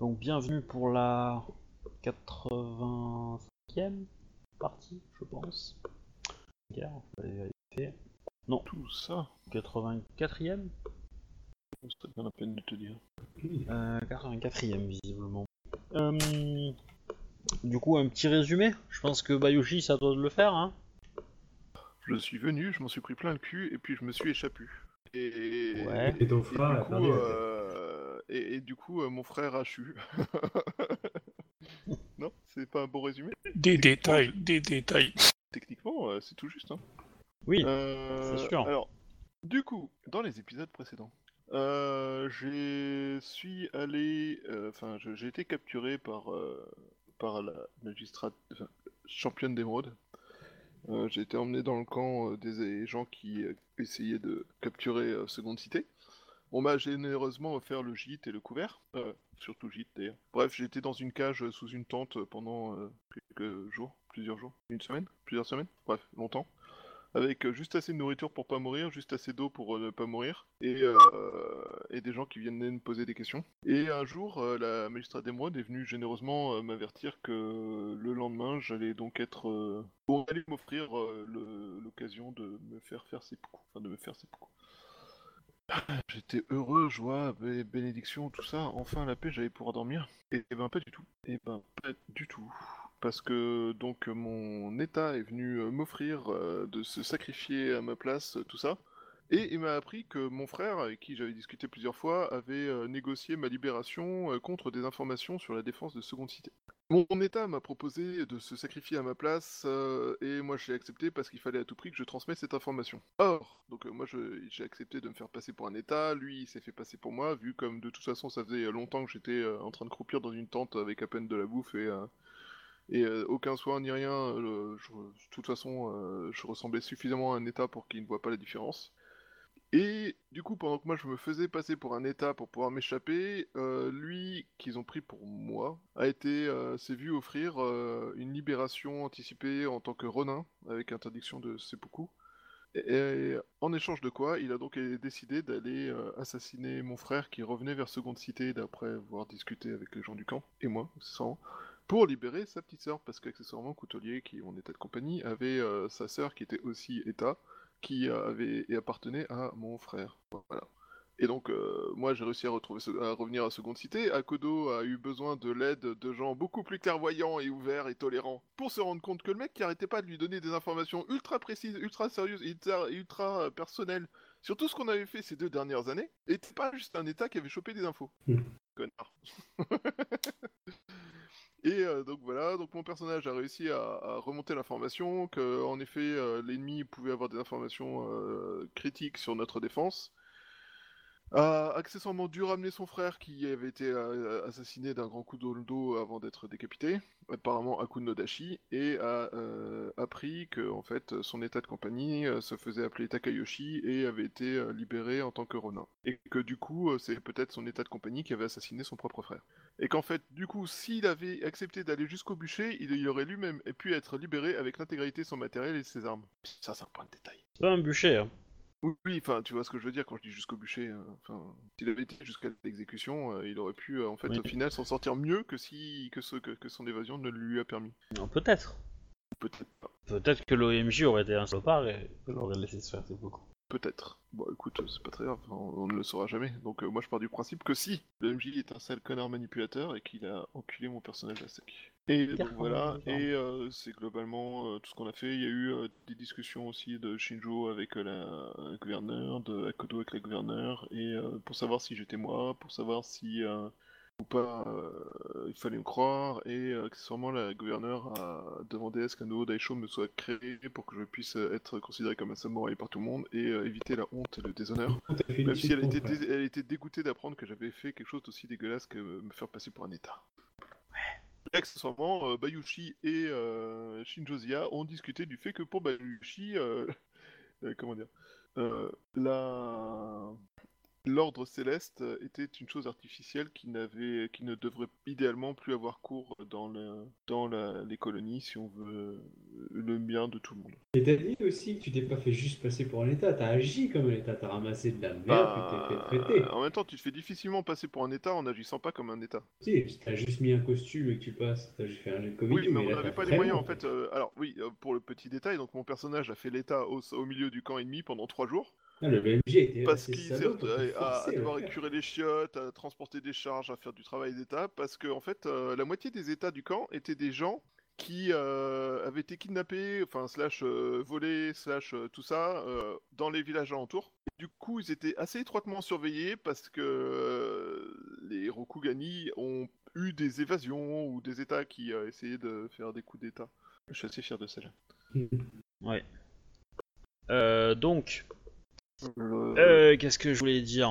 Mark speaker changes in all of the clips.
Speaker 1: Donc bienvenue pour la 85e partie, je pense. Regarde, on va vérifier. Non,
Speaker 2: Tout ça,
Speaker 1: 84e
Speaker 2: c'est bien la peine de te dire.
Speaker 1: 84e visiblement. Du coup, un petit résumé. Je pense que Bayushi, ça doit le faire, hein.
Speaker 2: Je suis venu, je m'en suis pris plein le cul, et puis je me suis échappé. Et,
Speaker 1: Ouais.
Speaker 3: Et ton
Speaker 2: et
Speaker 3: frère
Speaker 2: du
Speaker 3: a
Speaker 2: coup,
Speaker 3: perdu la tête.
Speaker 2: mon frère a chu. Non, c'est pas un bon résumé.
Speaker 4: Des
Speaker 2: Techniquement,
Speaker 4: détails, des détails.
Speaker 2: Techniquement, c'est tout juste. Hein.
Speaker 1: Oui, c'est sûr.
Speaker 2: Alors, du coup, dans les épisodes précédents, j'ai été capturé par la magistrate, enfin, championne d'émeraude. J'ai été emmené dans le camp des gens qui essayaient de capturer Seconde Cité. On m'a généreusement offert le gîte et le couvert, surtout le gîte d'ailleurs. Bref, j'ai été dans une cage sous une tente pendant plusieurs jours, plusieurs semaines, bref, longtemps. Avec juste assez de nourriture pour pas mourir, juste assez d'eau pour ne pas mourir, et des gens qui viennent me poser des questions. Et un jour, la magistrate d'émeraude est venue généreusement m'avertir que le lendemain, j'allais donc être... on allait m'offrir l'occasion de me faire faire seppuku. Enfin, de me faire seppuku. J'étais heureux, joie, bénédiction, tout ça. Enfin, la paix, j'allais pouvoir dormir. Et ben, pas du tout. Et ben, pas du tout. Parce que donc mon état est venu m'offrir de se sacrifier à ma place, tout ça. Et il m'a appris que mon frère, avec qui j'avais discuté plusieurs fois, avait négocié ma libération contre des informations sur la défense de Seconde Cité. Mon état m'a proposé de se sacrifier à ma place, et moi j'ai accepté parce qu'il fallait à tout prix que je transmette cette information. Or, donc j'ai accepté de me faire passer pour un état, lui il s'est fait passer pour moi, vu comme de toute façon ça faisait longtemps que j'étais en train de croupir dans une tente avec à peine de la bouffe et aucun soin ni rien, de toute façon je ressemblais suffisamment à un état pour qu'il ne voit pas la différence. Et du coup, pendant que moi je me faisais passer pour un état pour pouvoir m'échapper, lui, qu'ils ont pris pour moi, s'est vu offrir une libération anticipée en tant que Ronin, avec interdiction de seppuku. Et en échange de quoi, il a donc décidé d'aller assassiner mon frère qui revenait vers Seconde Cité d'après avoir discuté avec les gens du camp, et moi, accessoirement, pour libérer sa petite sœur, parce qu'accessoirement, Coutelier, qui est mon état de compagnie, avait sa sœur qui était aussi état, qui avait et appartenait à mon frère. Voilà. Et donc, moi, j'ai réussi à revenir à Seconde Cité. Akodo a eu besoin de l'aide de gens beaucoup plus clairvoyants et ouverts et tolérants pour se rendre compte que le mec qui arrêtait pas de lui donner des informations ultra précises, ultra sérieuses, ultra personnelles sur tout ce qu'on avait fait ces 2 dernières années, était pas juste un état qui avait chopé des infos. Connard. Et donc voilà, donc mon personnage a réussi à remonter l'information, que en effet l'ennemi pouvait avoir des informations critiques sur notre défense, a accessoirement dû ramener son frère qui avait été assassiné d'un grand coup dans le dos avant d'être décapité, apparemment à coup de Nodashi, et a appris que en fait son état de compagnie se faisait appeler Takayoshi et avait été libéré en tant que Ronin. Et que du coup c'est peut-être son état de compagnie qui avait assassiné son propre frère. Et qu'en fait du coup s'il avait accepté d'aller jusqu'au bûcher, il aurait lui-même pu être libéré avec l'intégralité de son matériel et ses armes. Ça c'est un point de détail.
Speaker 1: C'est pas un bûcher, hein.
Speaker 2: Oui, enfin, tu vois ce que je veux dire quand je dis jusqu'au bûcher. Enfin, s'il avait été jusqu'à l'exécution, il aurait pu, en fait,
Speaker 1: Oui.
Speaker 2: au final, s'en sortir mieux que que son évasion ne lui a permis.
Speaker 1: Non, peut-être.
Speaker 2: Peut-être pas.
Speaker 1: Peut-être que l'OMJ aurait été un salopard et l'aurait laissé se faire ses beaucoup.
Speaker 2: Peut-être. Bon, écoute, c'est pas très grave, on ne le saura jamais. Donc, moi, je pars du principe que si, le MJ est un sale connard manipulateur et qu'il a enculé mon personnage à sec. Et donc voilà, et c'est globalement tout ce qu'on a fait. Il y a eu des discussions aussi de Shinjo avec la gouverneure, de Akodo avec la gouverneure, et pour savoir si j'étais moi, pour savoir si ou pas il fallait me croire, et accessoirement la gouverneure a demandé à ce qu'un nouveau Daisho me soit créé pour que je puisse être considéré comme un samouraï par tout le monde et éviter la honte et le déshonneur. Même si elle était dégoûtée d'apprendre que j'avais fait quelque chose d'aussi dégueulasse que me faire passer pour un état. Et accessoirement, Bayushi et Shinjozia ont discuté du fait que pour Bayushi, comment dire, la l'ordre céleste était une chose artificielle qui ne devrait idéalement plus avoir cours dans les colonies si on veut le bien de tout le monde.
Speaker 3: Et t'as dit aussi que tu t'es pas fait juste passer pour un état, t'as agi comme un état, t'as ramassé de la merde, puis t'es fait traiter.
Speaker 2: En même temps, tu te fais difficilement passer pour un état en n'agissant pas comme un état.
Speaker 3: Si t'as juste mis un costume et que tu passes, t'as juste fait un jet de comédie,
Speaker 2: Oui, mais on
Speaker 3: là,
Speaker 2: n'avait
Speaker 3: t'as
Speaker 2: pas les moyens en
Speaker 3: vraiment
Speaker 2: fait. Alors oui, pour le petit détail, donc mon personnage a fait l'état au milieu du camp ennemi pendant 3 jours.
Speaker 3: Ah, le BMJ était
Speaker 2: Parce
Speaker 3: assez
Speaker 2: qu'il s'est
Speaker 3: salaud pour te
Speaker 2: retrouvé à
Speaker 3: forcer à le
Speaker 2: devoir
Speaker 3: faire.
Speaker 2: écurer les chiottes, à transporter des charges, à faire du travail d'état, parce que en fait, la moitié des états du camp étaient des gens qui avaient été kidnappés, enfin slash volés, slash tout ça, dans les villages alentours. Du coup, ils étaient assez étroitement surveillés parce que les Rokugani ont eu des évasions ou des états qui essayaient de faire des coups d'état. Je suis assez fier de celle-là.
Speaker 1: Ouais. Donc,
Speaker 2: Le-
Speaker 1: qu'est-ce que je voulais dire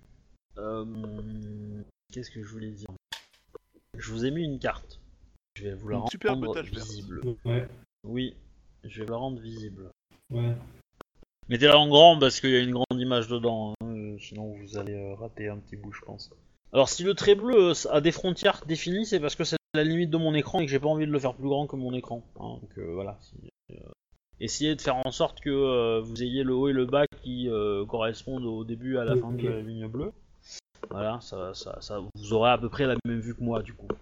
Speaker 1: Qu'est-ce que je voulais dire Je vous ai mis une carte. Je vais vous la
Speaker 2: Une superbe
Speaker 1: rendre
Speaker 2: tache verte.
Speaker 1: visible.
Speaker 3: Ouais,
Speaker 1: Oui, je vais vous la rendre visible.
Speaker 3: ouais.
Speaker 1: Mettez-la en grand parce qu'il y a une grande image dedans, hein, sinon vous allez rater un petit bout, je pense. Alors si le trait bleu a des frontières définies, c'est parce que c'est la limite de mon écran et que j'ai pas envie de le faire plus grand que mon écran. Hein, donc voilà. Essayez de faire en sorte que vous ayez le haut et le bas qui correspondent au début et à la fin de la ligne bleue. Voilà, ça, vous aurez à peu près la même vue que moi du coup.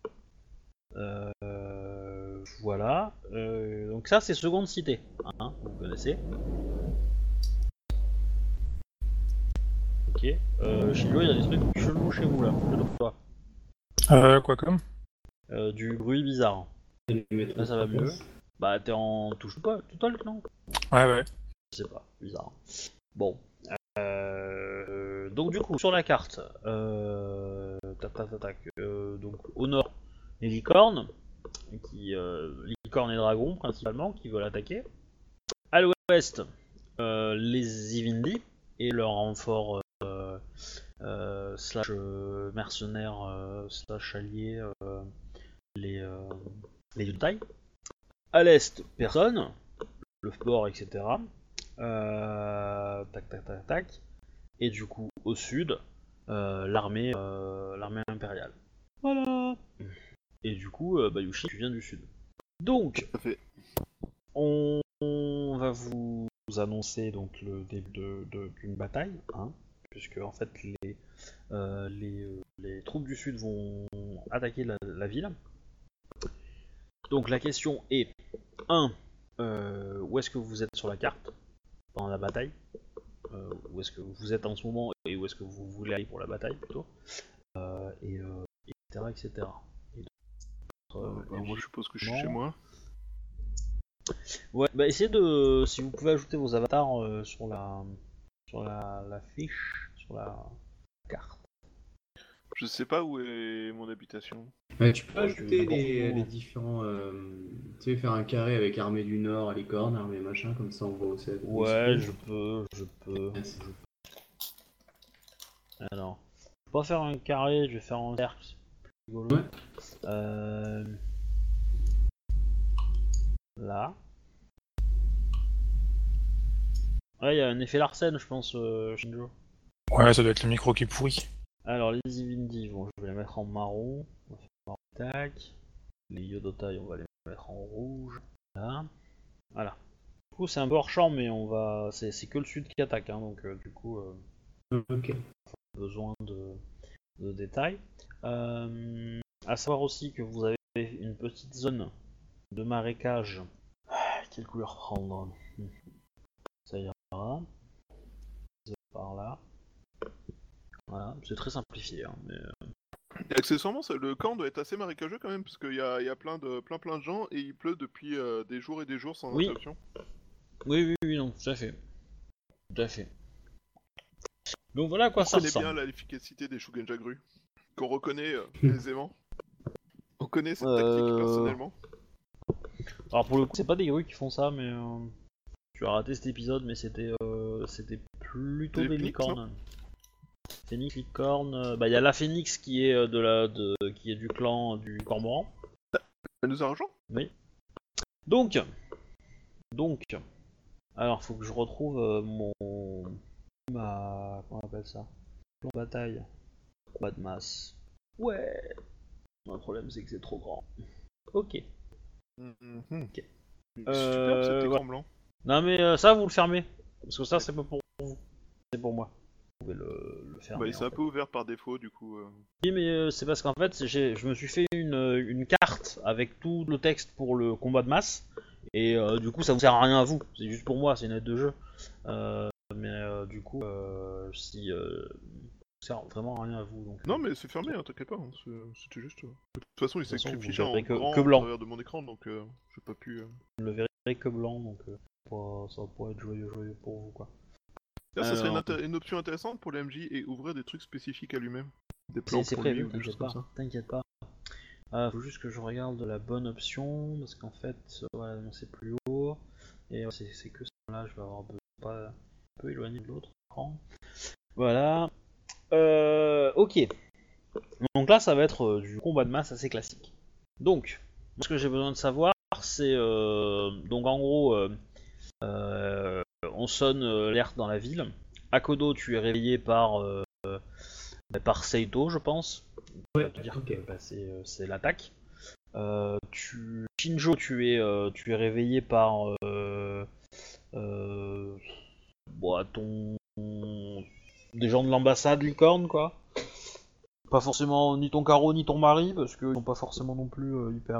Speaker 1: Voilà. Donc ça c'est seconde cité, hein, vous connaissez. Ok. Chilo, il y a des trucs chelous chez vous là.
Speaker 4: Quoi comme?
Speaker 1: Du bruit bizarre. Là ça va mieux.
Speaker 3: Place.
Speaker 1: Bah t'es en touche pas tout alt non?
Speaker 4: Ouais.
Speaker 1: Je sais pas, bizarre. Bon. Donc du coup sur la carte, donc au nord les licornes, licornes et dragons principalement qui veulent attaquer. À l'ouest les Ivindi et leur renfort slash mercenaires slash alliés les Yuntai. À l'est personne, le sport etc. Tac. Et du coup, au sud, l'armée impériale. Voilà. Et du coup, Bayushi, tu viens du sud. Donc,
Speaker 2: Ça fait.
Speaker 1: on va vous annoncer donc le début d'une bataille, hein, puisque en fait les troupes du sud vont attaquer la ville. Donc la question est 1. Où est-ce que vous êtes sur la carte pendant la bataille, où est-ce que vous êtes en ce moment et où est-ce que vous voulez aller pour la bataille plutôt, etc. Et
Speaker 2: moi je suppose que je suis chez moi.
Speaker 1: Ouais, bah essayez de, si vous pouvez ajouter vos avatars sur la fiche, sur la carte.
Speaker 2: Je sais pas où est mon habitation.
Speaker 3: Ouais, tu peux
Speaker 1: Ouais,
Speaker 3: ajouter
Speaker 1: n'importe où.
Speaker 3: les différents. Tu sais, faire un carré avec armée du Nord, licorne, armée machin, comme ça on voit où c'est.
Speaker 1: Ouais, je peux. Alors, je vais pas faire un carré, je vais faire un cercle. C'est plus rigolo.
Speaker 3: Ouais.
Speaker 1: Là. Ouais, il y a un effet Larsen, je pense, Shinjo.
Speaker 4: Ouais, ça doit être le micro qui pourrit.
Speaker 1: Alors, les Ivindi, bon, je vais les mettre en marron. On va faire marron, tac. Les Yodotai, on va les mettre en rouge. Là. Voilà. Du coup, c'est un peu hors champ, mais on va. C'est que le sud qui attaque, hein, donc du coup,
Speaker 3: Ok.
Speaker 1: besoin de détails. À savoir aussi que vous avez une petite zone de marécage. Quelle couleur prendre? Ça ira. Par là. Voilà, c'est très simplifié, hein, mais.
Speaker 2: Et accessoirement, le camp doit être assez marécageux quand même, parce qu'il y a plein de gens et il pleut depuis des jours et des jours sans
Speaker 1: Oui.
Speaker 2: interruption.
Speaker 1: Oui, non, tout à fait. Donc voilà à quoi ça
Speaker 2: On connaît
Speaker 1: ressemble.
Speaker 2: bien l'efficacité des Shugenja-Gru, qu'on reconnaît aisément. On connaît cette tactique personnellement.
Speaker 1: Alors pour le coup, c'est pas des grues qui font ça, mais tu as raté cet épisode, mais c'était plutôt
Speaker 2: Des
Speaker 1: des
Speaker 2: phoenix,
Speaker 1: licornes. Phoenix, licorne. Bah il y a la phoenix qui est qui est du clan du cormoran.
Speaker 2: Elle nous a rejoint.
Speaker 1: Oui. Donc, alors faut que je retrouve comment on appelle ça? Plan de bataille. Combat de masse. Ouais. Le problème c'est que c'est trop grand. Ok.
Speaker 2: Ok.
Speaker 1: Euh,
Speaker 2: Super cet écran
Speaker 1: ouais.
Speaker 2: blanc.
Speaker 1: Non mais ça vous le fermez. Parce que ça c'est pas pour vous. C'est pour moi. Vous pouvez le fermer.
Speaker 2: Bah, il s'est
Speaker 1: en
Speaker 2: un
Speaker 1: fait.
Speaker 2: peu ouvert par défaut du coup.
Speaker 1: Oui mais c'est parce qu'en fait je me suis fait une carte avec tout le texte pour le combat de masse. Et du coup ça vous sert à rien à vous. C'est juste pour moi, c'est une aide de jeu. Du coup si ça sert vraiment à rien à vous. Donc,
Speaker 2: Non mais c'est fermé, hein, t'inquiète pas. Hein, c'était juste. De toute façon, il
Speaker 1: de toute
Speaker 2: s'est
Speaker 1: façon, vous
Speaker 2: affiché en
Speaker 1: verrez que
Speaker 2: grand
Speaker 1: blanc.
Speaker 2: au travers de mon écran, donc j'ai pas pu.
Speaker 1: Vous ne le verrez que blanc, donc ça va pas être joyeux pour vous quoi.
Speaker 2: Là, ça serait
Speaker 1: Alors,
Speaker 2: une option intéressante pour le MJ et ouvrir des trucs spécifiques à lui-même. Des plans
Speaker 1: c'est
Speaker 2: pour lui
Speaker 1: prévu,
Speaker 2: ou des choses comme ça.
Speaker 1: t'inquiète pas. Faut juste que je regarde la bonne option, parce qu'en fait, voilà, non, c'est plus haut, et c'est que ça là, je vais avoir besoin, pas un peu éloigné de l'autre écran. Voilà. Ok. Donc là, ça va être du combat de masse assez classique. Donc, ce que j'ai besoin de savoir, c'est donc en gros, on sonne l'alerte dans la ville. Akodo, tu es réveillé par Seito, je pense. On va
Speaker 3: Ouais,
Speaker 1: te dire
Speaker 3: ok.
Speaker 1: que c'est l'attaque. Shinjo, tu es réveillé par des gens de l'ambassade licorne, quoi. Pas forcément ni ton carreau ni ton mari, parce qu'ils sont pas forcément non plus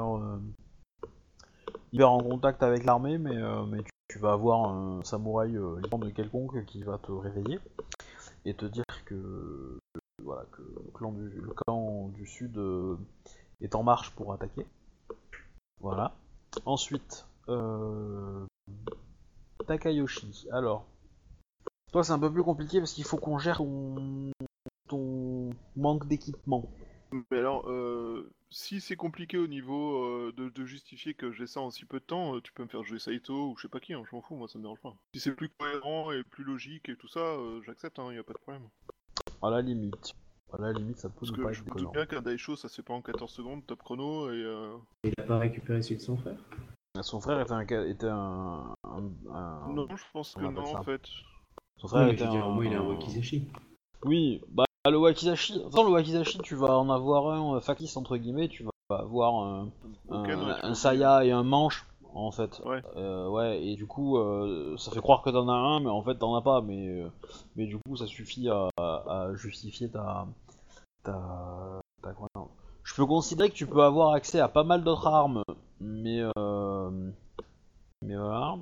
Speaker 1: hyper en contact avec l'armée, mais tu vas avoir un samouraï licorne quelconque qui va te réveiller et te dire que voilà que le clan du sud est en marche pour attaquer. Voilà. Ensuite, Takayoshi. Alors, toi c'est un peu plus compliqué parce qu'il faut qu'on gère ton manque d'équipement.
Speaker 2: Mais alors, si c'est compliqué au niveau de justifier que j'ai ça en si peu de temps, tu peux me faire jouer Saito ou je sais pas qui, hein, je m'en fous, moi ça me dérange pas. Si c'est plus cohérent et plus logique et tout ça, j'accepte, hein, y a pas de problème.
Speaker 1: À la limite. Ça peut
Speaker 2: Parce
Speaker 1: ne
Speaker 2: que
Speaker 1: pas
Speaker 2: je
Speaker 1: être
Speaker 2: me doute
Speaker 1: déconnant.
Speaker 2: bien qu'un Daisho ça se fait pas en 14 secondes, top chrono, et
Speaker 3: Il a pas récupéré celui de son frère.
Speaker 1: Son frère était
Speaker 2: non, je pense que
Speaker 1: on appelle
Speaker 2: non en
Speaker 1: ça.
Speaker 2: fait.
Speaker 1: Son
Speaker 3: Non,
Speaker 1: frère
Speaker 3: mais
Speaker 1: était
Speaker 3: je veux dire, au moins il a un Wakizashi.
Speaker 1: Oui, bah le wakizashi. Sans le wakizashi, tu vas en avoir un factice entre guillemets. Tu vas avoir
Speaker 2: Aucun, ouais, tu
Speaker 1: un
Speaker 2: peux
Speaker 1: saya et un manche en fait.
Speaker 2: Ouais.
Speaker 1: Ouais, et du coup, ça fait croire que t'en as un, mais en fait t'en as pas. Mais du coup, ça suffit à justifier ta croyance. Je peux considérer que tu peux avoir accès à pas mal d'autres armes, mais voilà.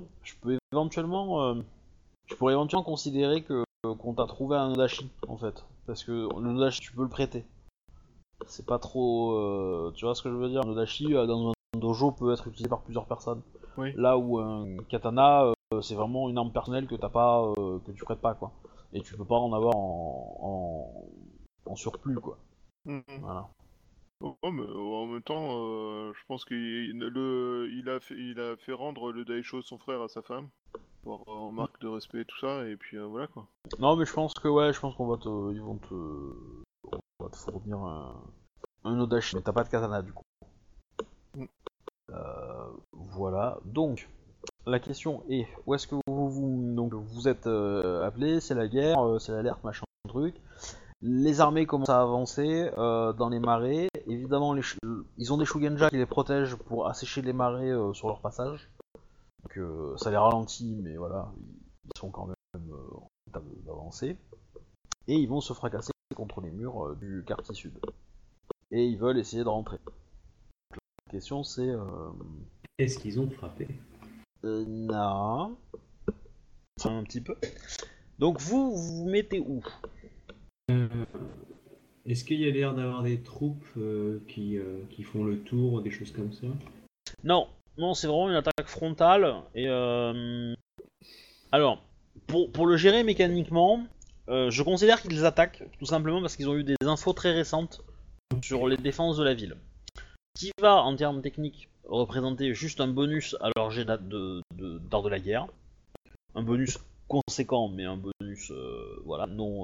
Speaker 1: Je pourrais éventuellement considérer qu'on t'a trouvé un Odashi en fait, parce que le Odashi tu peux le prêter. C'est pas trop, tu vois ce que je veux dire. Un Odashi dans un dojo peut être utilisé par plusieurs personnes.
Speaker 2: Oui.
Speaker 1: Là où un katana, c'est vraiment une arme personnelle que t'as pas, que tu prêtes pas quoi. Et tu peux pas en avoir en surplus quoi.
Speaker 2: Mhm.
Speaker 1: Voilà.
Speaker 2: Oh, mais en même temps, je pense il a fait rendre le Daisho de son frère à sa femme, en marque de respect et tout ça, et puis voilà quoi.
Speaker 1: Non mais je pense qu'on va on va te fournir un Odashi, mais t'as pas de katana du coup.
Speaker 2: Mm.
Speaker 1: Voilà. Donc la question est où est-ce que donc vous êtes appelés, c'est la guerre, c'est l'alerte, machin truc. Les armées commencent à avancer dans les marais. Évidemment, ils ont des Shugenja qui les protègent pour assécher les marais sur leur passage. Donc ça les ralentit, mais voilà, ils sont quand même en état d'avancer. Et ils vont se fracasser contre les murs du quartier sud. Et ils veulent essayer de rentrer. La question c'est...
Speaker 3: Est-ce qu'ils ont frappé?
Speaker 1: Non. Un petit peu. Donc vous mettez où?
Speaker 3: Est-ce qu'il y a l'air d'avoir des troupes qui font le tour, des choses comme ça?
Speaker 1: Non, c'est vraiment une attaque frontale. Et alors, pour le gérer mécaniquement, je considère qu'ils attaquent tout simplement parce qu'ils ont eu des infos très récentes sur les défenses de la ville. Qui va, en termes techniques, représenter juste un bonus à leur jet d'art de la guerre. Un bonus conséquent, mais un bonus voilà, non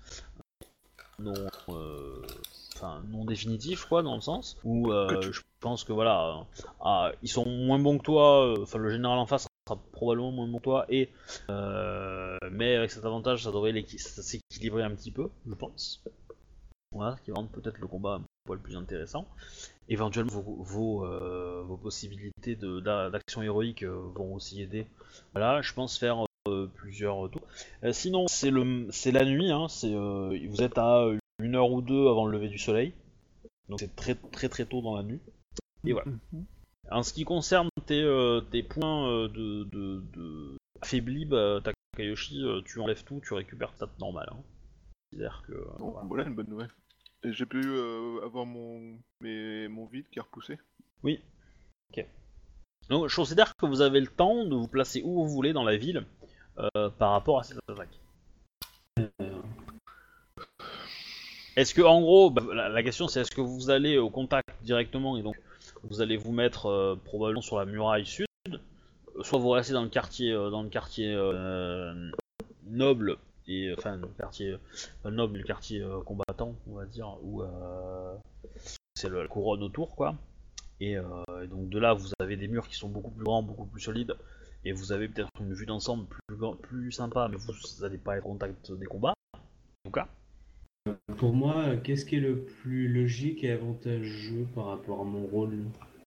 Speaker 1: définitif quoi, dans le sens où je pense que voilà, ils sont moins bons que toi, le général en face sera probablement moins bon pour toi, mais avec cet avantage, ça devrait s'équilibrer un petit peu, je pense. Voilà, ce qui va rendre peut-être le combat un poil plus intéressant. Éventuellement, vos possibilités d'action héroïque vont aussi aider. Voilà, je pense faire plusieurs tours. Sinon, c'est la nuit, hein, vous êtes à 1 heure ou 2 avant le lever du soleil. Donc c'est très très très tôt dans la nuit. Et voilà. En ce qui concerne tes points de affaiblis, Takayoshi, tu enlèves tout, tu récupères ta stat normale. Hein. C'est-à-dire que.
Speaker 2: Voilà une bonne nouvelle. Et j'ai pu avoir mon vide qui a repoussé.
Speaker 1: Oui. Ok. Donc je considère que vous avez le temps de vous placer où vous voulez dans la ville par rapport à cette attaque. Est-ce que, en gros, la question c'est est-ce que vous allez au contact directement et donc vous allez vous mettre probablement sur la muraille sud, soit vous restez dans le quartier noble et enfin le quartier noble, le quartier combattant, on va dire, où c'est la couronne autour, quoi. Et donc de là, vous avez des murs qui sont beaucoup plus grands, beaucoup plus solides, et vous avez peut-être une vue d'ensemble plus sympa, mais vous n'allez pas être au contact des combats, en tout cas.
Speaker 3: Pour moi, qu'est-ce qui est le plus logique et avantageux par rapport à mon rôle?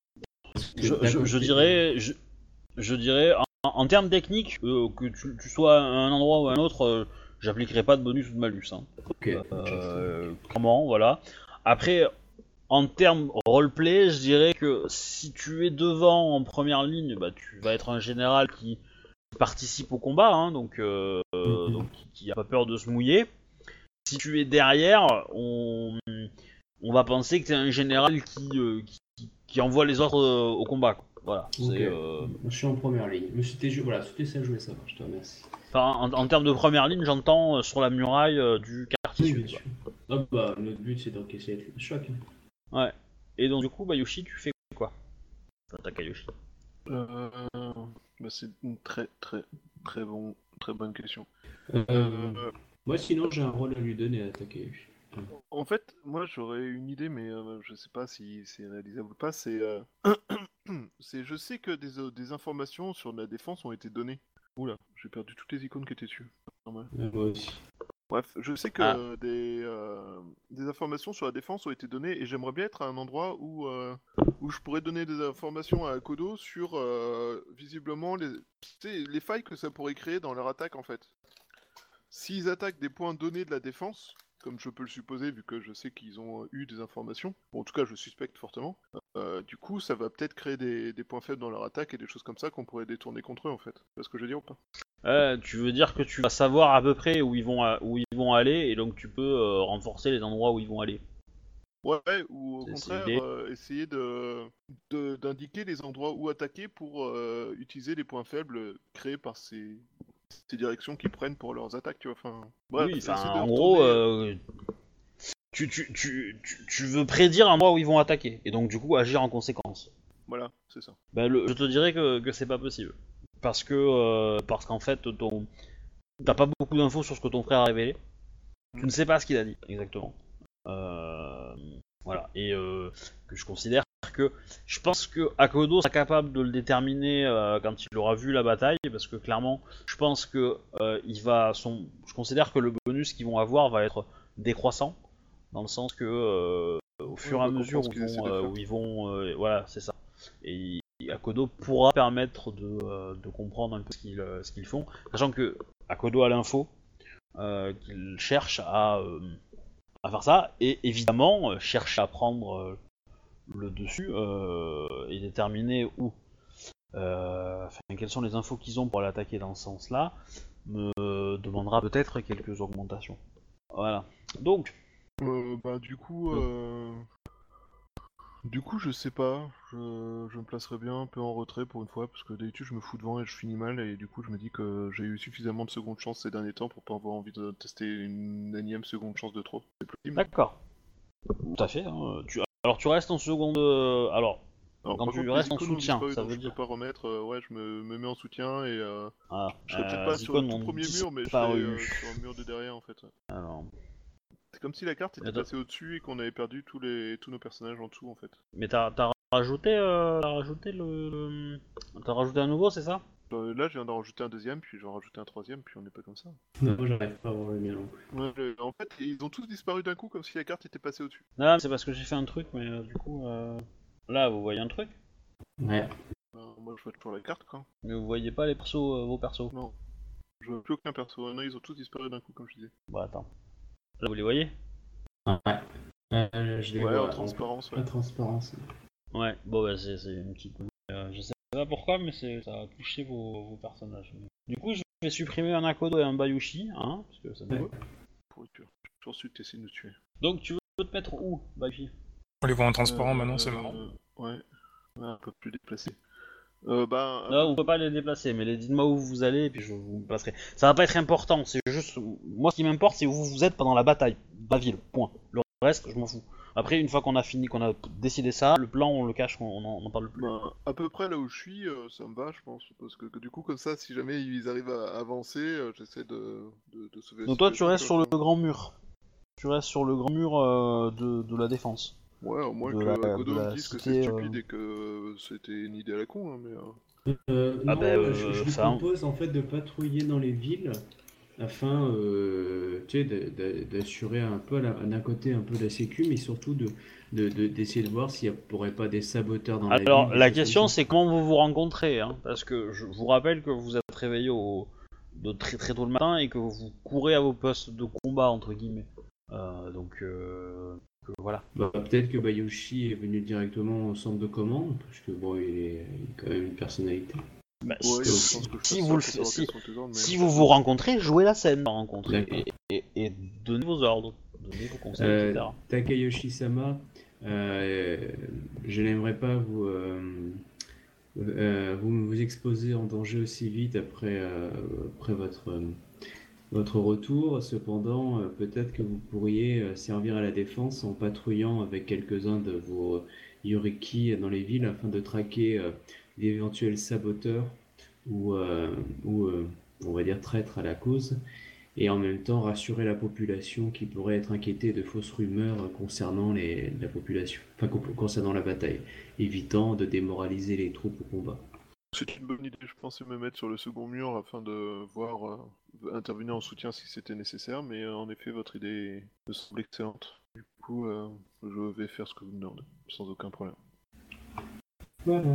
Speaker 1: Je dirais, en termes techniques, que tu sois à un endroit ou à un autre, j'appliquerai pas de bonus ou de malus. Hein.
Speaker 3: Ok.
Speaker 1: Clairement, voilà. Après, en termes roleplay, je dirais que si tu es devant en première ligne, tu vas être un général qui participe au combat, hein, donc qui a pas peur de se mouiller. Si tu es derrière, on va penser que tu es un général qui envoie les autres au combat. Quoi. Voilà.
Speaker 3: Okay. Je suis en première ligne. Mais c'était ça que je voulais savoir. Je te remercie.
Speaker 1: Enfin, en termes de première ligne, j'entends sur la muraille du quartier
Speaker 3: Oui,
Speaker 1: sud.
Speaker 3: bien sûr. Ah notre but c'est d'encaisser le choc. Hein.
Speaker 1: Ouais. Et donc du coup, Yoshi, tu fais quoi? Takayoshi.
Speaker 2: C'est une très bonne question.
Speaker 3: Moi sinon j'ai un rôle à lui donner à Takayoshi.
Speaker 2: En fait, moi j'aurais une idée, mais je sais pas si c'est réalisable ou pas. Je sais que des informations sur la défense ont été données. Oula, j'ai perdu toutes les icônes qui étaient dessus.
Speaker 3: Moi aussi.
Speaker 2: Bref, je sais que des informations sur la défense ont été données et j'aimerais bien être à un endroit où je pourrais donner des informations à Akodo sur visiblement les failles que ça pourrait créer dans leur attaque en fait. S'ils attaquent des points donnés de la défense, comme je peux le supposer vu que je sais qu'ils ont eu des informations, bon, en tout cas je suspecte fortement, du coup ça va peut-être créer des points faibles dans leur attaque et des choses comme ça qu'on pourrait détourner contre eux en fait. Tu vois ce que je veux dire ou pas?
Speaker 1: Tu veux dire que tu vas savoir à peu près où ils vont aller et donc tu peux renforcer les endroits où ils vont aller.
Speaker 2: Ouais, ou au contraire essayer d'indiquer les endroits où attaquer pour utiliser les points faibles créés par ces directions qu'ils prennent pour leurs attaques, tu vois. Enfin, bref,
Speaker 1: oui,
Speaker 2: en
Speaker 1: gros, tu veux prédire un endroit où ils vont attaquer et donc du coup agir en conséquence.
Speaker 2: Voilà, c'est ça.
Speaker 1: Je te dirais que c'est pas possible. Parce qu'en fait, t'as pas beaucoup d'infos sur ce que ton frère a révélé. Tu ne sais pas ce qu'il a dit, exactement. Voilà. Et que je considère que... Je pense que Akodo sera capable de le déterminer quand il aura vu la bataille, parce que clairement, je pense que je considère que le bonus qu'ils vont avoir va être décroissant, dans le sens que au fur et à mesure où ils vont... voilà, c'est ça. Et Akodo pourra permettre de comprendre un peu ce qu'ils font, sachant que Akodo a l'info qu'il cherche à faire ça, et évidemment cherche à prendre le dessus et déterminer où. Quelles sont les infos qu'ils ont pour l'attaquer dans ce sens-là, me demandera peut-être quelques augmentations. Voilà. Donc.
Speaker 2: Du coup, je sais pas, je me placerai bien un peu en retrait pour une fois, parce que d'habitude je me fous devant et je finis mal, et du coup je me dis que j'ai eu suffisamment de secondes chances ces derniers temps pour pas avoir envie de tester une énième seconde chance de trop. C'est possible.
Speaker 1: D'accord. Tout à fait. Hein. Alors tu restes en seconde... Alors quand tu restes en soutien, ça veut dire...
Speaker 2: Je peux pas remettre, je me mets en soutien et je serai peut-être pas sur
Speaker 1: le
Speaker 2: tout premier mur, mais je serai sur un mur de derrière en fait.
Speaker 1: Alors...
Speaker 2: C'est comme si la carte était passée au-dessus et qu'on avait perdu tous nos personnages en dessous en fait.
Speaker 1: Mais t'as rajouté le... T'as rajouté un nouveau, c'est ça?
Speaker 2: Là, je viens d'en rajouter un deuxième, puis j'en rajouter un troisième, puis on n'est pas comme ça.
Speaker 3: Non, moi j'arrive pas à voir le mien non plus.
Speaker 2: Ouais, en fait, ils ont tous disparu d'un coup, comme si la carte était passée au-dessus.
Speaker 1: Ah, c'est parce que j'ai fait un truc, mais du coup, là, vous voyez un truc,
Speaker 3: Ouais.
Speaker 2: Moi, je vois toujours la carte, quoi.
Speaker 1: mais vous voyez pas les persos, vos persos.
Speaker 2: Non. Je vois plus aucun perso. Non, ils ont tous disparu d'un coup, comme je disais.
Speaker 1: Bah attends. Là, vous les voyez?
Speaker 3: Ouais. Je les
Speaker 2: Ouais,
Speaker 3: vois
Speaker 2: en transparence, ouais.
Speaker 3: En transparence.
Speaker 1: Ouais, bon, bah c'est une petite. Je sais pas pourquoi, mais ça a touché vos personnages. Du coup, je vais supprimer un Akodo et un Bayushi, hein, parce que ça me...
Speaker 3: Ouais.
Speaker 2: Pourriture. Ensuite, t'essaies de nous tuer.
Speaker 1: Donc, tu veux te mettre où, Bayushi?
Speaker 4: On les voit en transparent maintenant, c'est marrant.
Speaker 2: Ouais. Un peu plus déplacé. Un
Speaker 1: Là,
Speaker 2: peu-
Speaker 1: vous pouvez pas les déplacer, mais dites-moi où vous allez et puis je vous placerai. Ça va pas être important, c'est juste. Moi, ce qui m'importe, c'est où vous êtes pendant la bataille, dans la ville, point. Le reste, je m'en fous. Après, une fois qu'on a fini, qu'on a décidé ça, le plan, on le cache, on en parle plus.
Speaker 2: à peu près là où je suis, ça me va, je pense. Parce que du coup, comme ça, si jamais ils arrivent à avancer, j'essaie de sauver la
Speaker 1: Donc, toi, tu
Speaker 2: situation,
Speaker 1: restes sur le
Speaker 2: quoi.
Speaker 1: grand mur. Tu restes sur le grand mur de la défense.
Speaker 2: Ouais, au moins
Speaker 1: de
Speaker 2: que
Speaker 1: la-
Speaker 2: Godo
Speaker 1: de
Speaker 2: me
Speaker 1: la
Speaker 2: dise que
Speaker 1: cité,
Speaker 2: c'est stupide et que c'était une idée à la con, hein, mais...
Speaker 1: Ah
Speaker 3: Non,
Speaker 1: bah,
Speaker 3: je lui
Speaker 1: enfin,
Speaker 3: propose en fait de patrouiller dans les villes afin tu sais, d'assurer un peu d'un côté un peu la sécu, mais surtout d'essayer de voir s'il n'y aurait pas des saboteurs dans la ville,
Speaker 1: alors,
Speaker 3: des
Speaker 1: la
Speaker 3: choses comme
Speaker 1: question,
Speaker 3: ça.
Speaker 1: c'est comment vous vous rencontrez, hein, parce que je vous rappelle que vous êtes réveillé de très très tôt le matin et que vous courez à vos postes de combat, entre guillemets. Donc, voilà.
Speaker 3: Bah, peut-être que Bayoshi est venu directement au centre de commande, parce que bon, il est quand même une personnalité.
Speaker 1: Bah,
Speaker 2: Ouais, je
Speaker 1: si,
Speaker 2: pense que je
Speaker 1: si
Speaker 2: fasse
Speaker 1: vous,
Speaker 2: ça pour savoir quels sont tes ordres, mais...
Speaker 1: si vous vous rencontrez, jouez la scène de la rencontre
Speaker 3: D'accord.
Speaker 1: et donnez vos ordres, donnez vos conseils, etc.
Speaker 3: Takayoshi-sama, je n'aimerais pas vous exposer en danger aussi vite après votre retour. Cependant, peut-être que vous pourriez servir à la défense en patrouillant avec quelques-uns de vos Yoriki dans les villes afin de traquer d'éventuels saboteurs ou, euh, ou on va dire traîtres à la cause, et en même temps rassurer la population qui pourrait être inquiétée de fausses rumeurs concernant la population, enfin concernant la bataille, évitant de démoraliser les troupes au combat.
Speaker 2: C'est une bonne idée, je pensais me mettre sur le second mur afin de voir intervenir en soutien si c'était nécessaire, mais en effet, votre idée me semble excellente. Du coup, je vais faire ce que vous me demandez, sans aucun problème.
Speaker 3: Voilà.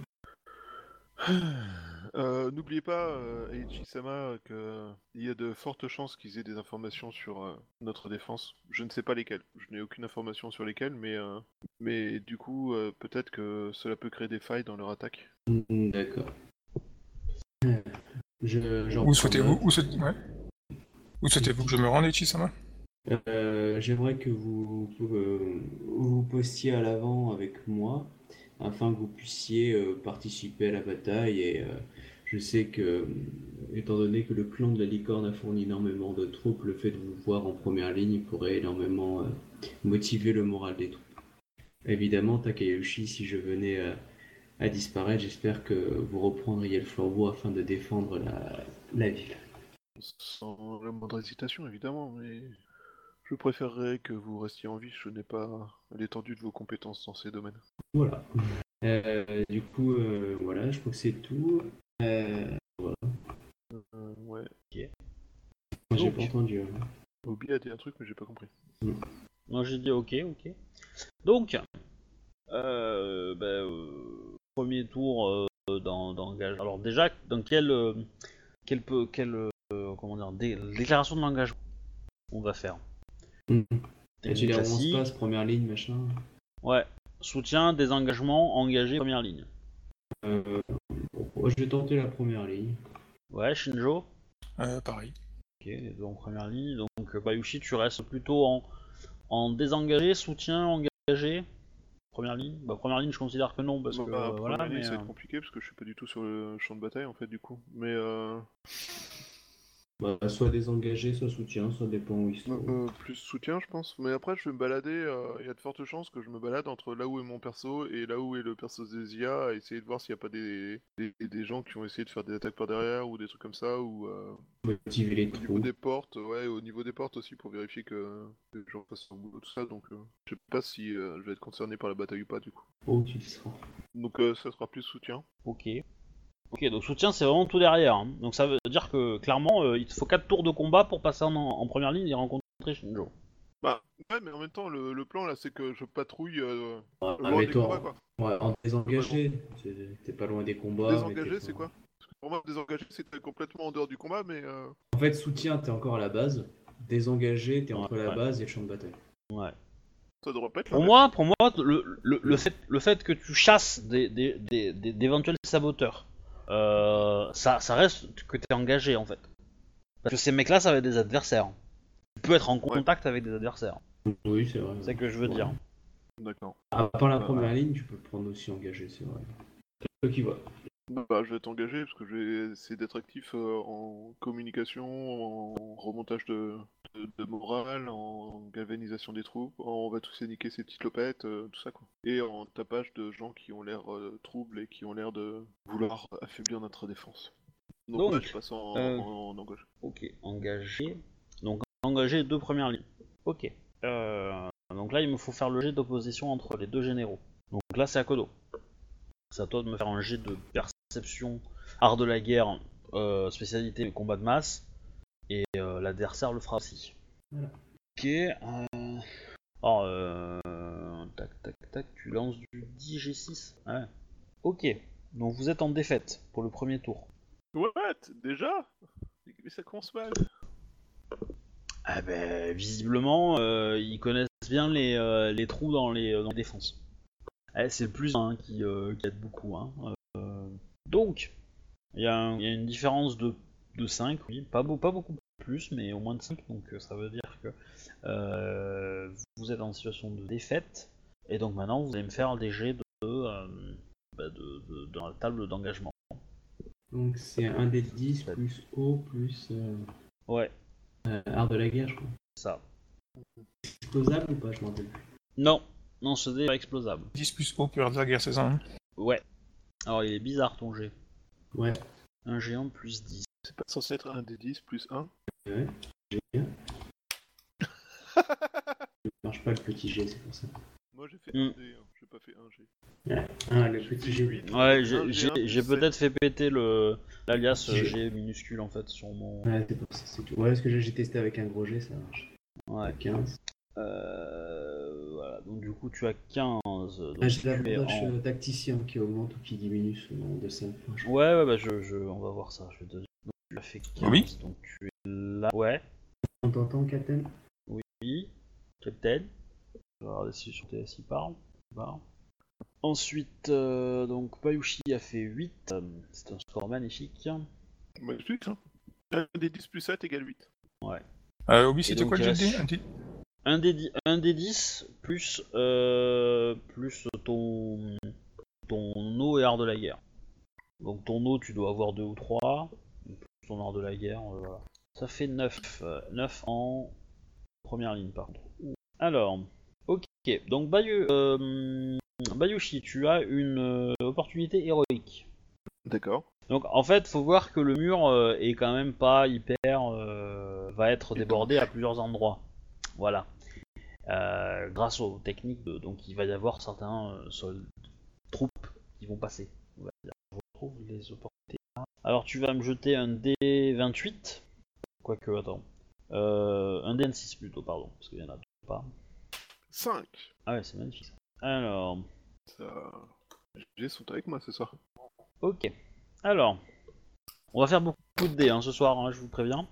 Speaker 2: N'oubliez pas, Eiichi-sama, qu'il y a de fortes chances qu'ils aient des informations sur notre défense. Je ne sais pas lesquelles. Je n'ai aucune information sur lesquelles, mais du coup, peut-être que cela peut créer des failles dans leur attaque.
Speaker 3: D'accord. J'en
Speaker 4: Où
Speaker 3: prends
Speaker 4: souhaitez-vous
Speaker 3: note.
Speaker 4: ouais. Où souhaitez-vous que je me rende, Ichi-sama?
Speaker 3: J'aimerais que vous postiez à l'avant avec moi afin que vous puissiez participer à la bataille et je sais que, étant donné que le clan de la licorne a fourni énormément de troupes, le fait de vous voir en première ligne pourrait énormément motiver le moral des troupes. Évidemment, Takayoshi, si je venais à disparaître, j'espère que vous reprendriez le flambeau afin de défendre la ville.
Speaker 2: Sans la moindre hésitation, évidemment, mais je préférerais que vous restiez en vie. Je n'ai pas l'étendue de vos compétences dans ces domaines.
Speaker 3: Voilà. Du coup, voilà, je crois que c'est tout.
Speaker 2: Ouais.
Speaker 3: Moi, j'ai
Speaker 1: Donc.
Speaker 3: pas entendu.
Speaker 2: Obi a dit un truc, mais j'ai pas compris.
Speaker 1: Moi, j'ai dit ok. Donc, premier tour d'engagement. Alors déjà, dans comment dire, déclaration de l'engagement on va faire.
Speaker 3: Et tu
Speaker 1: Technique
Speaker 3: les relances pas,
Speaker 1: classique.
Speaker 3: première ligne, machin.
Speaker 1: Ouais. Soutien des engagements engagés première ligne.
Speaker 3: Je vais tenter la première ligne.
Speaker 1: Ouais, Shinjo.
Speaker 4: Pareil.
Speaker 1: Ok, donc première ligne. Donc Bayushi, tu restes plutôt en désengagé, soutien, engagé. Première ligne. Bah première ligne, je considère que non parce que voilà,
Speaker 2: première ligne,
Speaker 1: mais
Speaker 2: ça va être compliqué parce que je suis pas du tout sur le champ de bataille en fait, du coup. Mais
Speaker 3: Bah, soit désengagé, soit soutien, ça dépend où ils sont.
Speaker 2: plus soutien, je pense. Mais après, je vais me balader. Il y a de fortes chances que je me balade entre là où est mon perso et là où est le perso des IA, à essayer de voir s'il n'y a pas des gens qui ont essayé de faire des attaques par derrière ou des trucs comme ça, ou
Speaker 3: Motiver les
Speaker 2: au niveau
Speaker 3: troupes.
Speaker 2: des portes, ouais, au niveau des portes aussi pour vérifier que les gens fassent leur boulot, tout ça. Donc, je sais pas si je vais être concerné par la bataille ou pas, du coup.
Speaker 3: Oh, tu le seras.
Speaker 2: Donc, ça sera plus soutien.
Speaker 1: ok. Ok, donc soutien c'est vraiment tout derrière. Hein. Donc ça veut dire que clairement il te faut 4 tours de combat pour passer en première ligne et rencontrer Shinjo.
Speaker 2: Bah, ouais, mais en même temps, le plan là, c'est que je patrouille
Speaker 3: Ouais,
Speaker 2: loin
Speaker 3: mais
Speaker 2: des
Speaker 3: toi,
Speaker 2: combats, quoi.
Speaker 3: ouais, en désengagé, t'es pas loin des combats, mais t'es
Speaker 2: Désengagé,
Speaker 3: pas...
Speaker 2: c'est quoi? Parce que pour moi, désengagé, c'est complètement en dehors du combat, mais.
Speaker 3: En fait, soutien, t'es encore à la base. Désengagé, t'es entre la
Speaker 1: Ouais.
Speaker 3: base et le champ de bataille.
Speaker 1: Ouais.
Speaker 2: Ça devrait pas être
Speaker 1: Pour
Speaker 2: l'inverse.
Speaker 1: moi, le fait que tu chasses d'éventuels saboteurs, ça reste que t'es engagé en fait. Parce que ces mecs-là, ça va être des adversaires. Tu peux être en
Speaker 2: Ouais.
Speaker 1: contact avec des adversaires.
Speaker 3: Oui, c'est vrai.
Speaker 1: C'est ça que je veux
Speaker 3: Ouais.
Speaker 1: dire.
Speaker 2: D'accord.
Speaker 3: À part la première ligne, tu peux le prendre aussi engagé, c'est vrai. C'est toi qui vois.
Speaker 2: Bah, je vais t'engager parce que je vais essayer d'être actif en communication, en remontage de morale, en galvanisation des troupes, on va tous niquer ces petites lopettes, tout ça quoi. Et en tapage de gens qui ont l'air troubles et qui ont l'air de vouloir affaiblir notre défense. Donc, ouais, je passe en engagé.
Speaker 1: Ok, engagé. Donc engagé 2 premières lignes. Ok. Donc là, il me faut faire le jet d'opposition entre les deux généraux. Donc là, c'est à Kodo. C'est à toi de me faire un jet de perception, art de la guerre, spécialité combat de masse, et l'adversaire le fera aussi.
Speaker 3: Voilà.
Speaker 1: Ok. Alors, tac tac tac, tu lances du 10 G6. Ouais. Ok. Donc vous êtes en défaite pour le premier tour.
Speaker 2: What? Déjà? Mais ça commence mal.
Speaker 1: Ah ben, visiblement, ils connaissent bien les trous dans les défenses. C'est le plus un qui aide beaucoup. Hein. Donc, il y a une différence de 5, oui. Pas beaucoup plus, mais au moins de 5. Donc ça veut dire que vous êtes en situation de défaite. Et donc maintenant, vous allez me faire des jets dans la table d'engagement.
Speaker 3: Donc c'est un des 10 plus O plus
Speaker 1: Ouais,
Speaker 3: art de la guerre, je crois.
Speaker 1: ça.
Speaker 3: Explosable ou pas, je m'en rappelle plus.
Speaker 1: Non, ce dé est pas explosable.
Speaker 4: 10 plus O, pure de la guerre, c'est ça, hein?
Speaker 1: Ouais. Alors il est bizarre ton jet.
Speaker 3: Ouais.
Speaker 1: Un géant plus 10.
Speaker 2: C'est pas censé être un des 10 plus 1.
Speaker 3: Ouais. J'ai bien. Ne marche pas le petit G, c'est pour ça.
Speaker 2: Moi j'ai fait
Speaker 1: Mm.
Speaker 2: 1 dé, hein. J'ai pas fait 1 G.
Speaker 3: Ah, le
Speaker 2: J'ai
Speaker 3: petit
Speaker 2: fait
Speaker 3: G.
Speaker 2: 8.
Speaker 1: Ouais,
Speaker 2: Un G1
Speaker 1: j'ai
Speaker 2: plus
Speaker 1: peut-être fait péter l'alias
Speaker 3: G.
Speaker 1: G minuscule en fait sur mon.
Speaker 3: Ouais, c'est pour ça, c'est tout. Ouais, parce que j'ai testé avec un gros G, ça marche.
Speaker 1: Ouais.
Speaker 3: 15.
Speaker 1: Voilà, donc du coup tu as 15. Donc
Speaker 3: Ah, j'ai
Speaker 1: tu es
Speaker 3: l'avantage
Speaker 1: en...
Speaker 3: tacticien qui augmente ou qui diminue selon de 5 points. je crois.
Speaker 1: Ouais, bah on va voir ça. Je vais te dire. Donc tu as fait 15,
Speaker 4: Oui.
Speaker 1: donc tu es là. Ouais,
Speaker 3: On t'entend, Captain?
Speaker 1: oui. Captain. Je vais regarder si sur TS il parle. Ensuite, donc Bayushi a fait 8. C'est un score magnifique.
Speaker 2: Magnifique, hein. 1 des 10 plus 7 égale 8.
Speaker 1: Ouais.
Speaker 4: Obi,
Speaker 1: Et
Speaker 4: c'était
Speaker 1: donc,
Speaker 4: quoi le
Speaker 1: il
Speaker 4: jet de
Speaker 1: reste-
Speaker 4: dés?
Speaker 1: Un des 10 plus, plus ton eau et art de la guerre. Donc ton eau, tu dois avoir 2 ou 3. Plus ton art de la guerre, voilà. Ça fait 9. 9 en première ligne, par contre. Alors, ok. Donc Bayushi, tu as une opportunité héroïque.
Speaker 2: D'accord.
Speaker 1: Donc en fait, faut voir que le mur est quand même pas hyper... va être débordé à plusieurs endroits. Voilà. Grâce aux techniques, donc il va y avoir certains troupes qui vont passer. On va dire. Je retrouve les opportunités. Alors tu vas me jeter un D28. Quoique, attends. Un DN6 plutôt, pardon, parce qu'il y en a pas.
Speaker 2: 5.
Speaker 1: Ah ouais, c'est magnifique ça. Alors,
Speaker 2: Ça... G sont avec moi ce soir.
Speaker 1: ok. Alors, on va faire beaucoup de dés ce soir, hein, je vous préviens.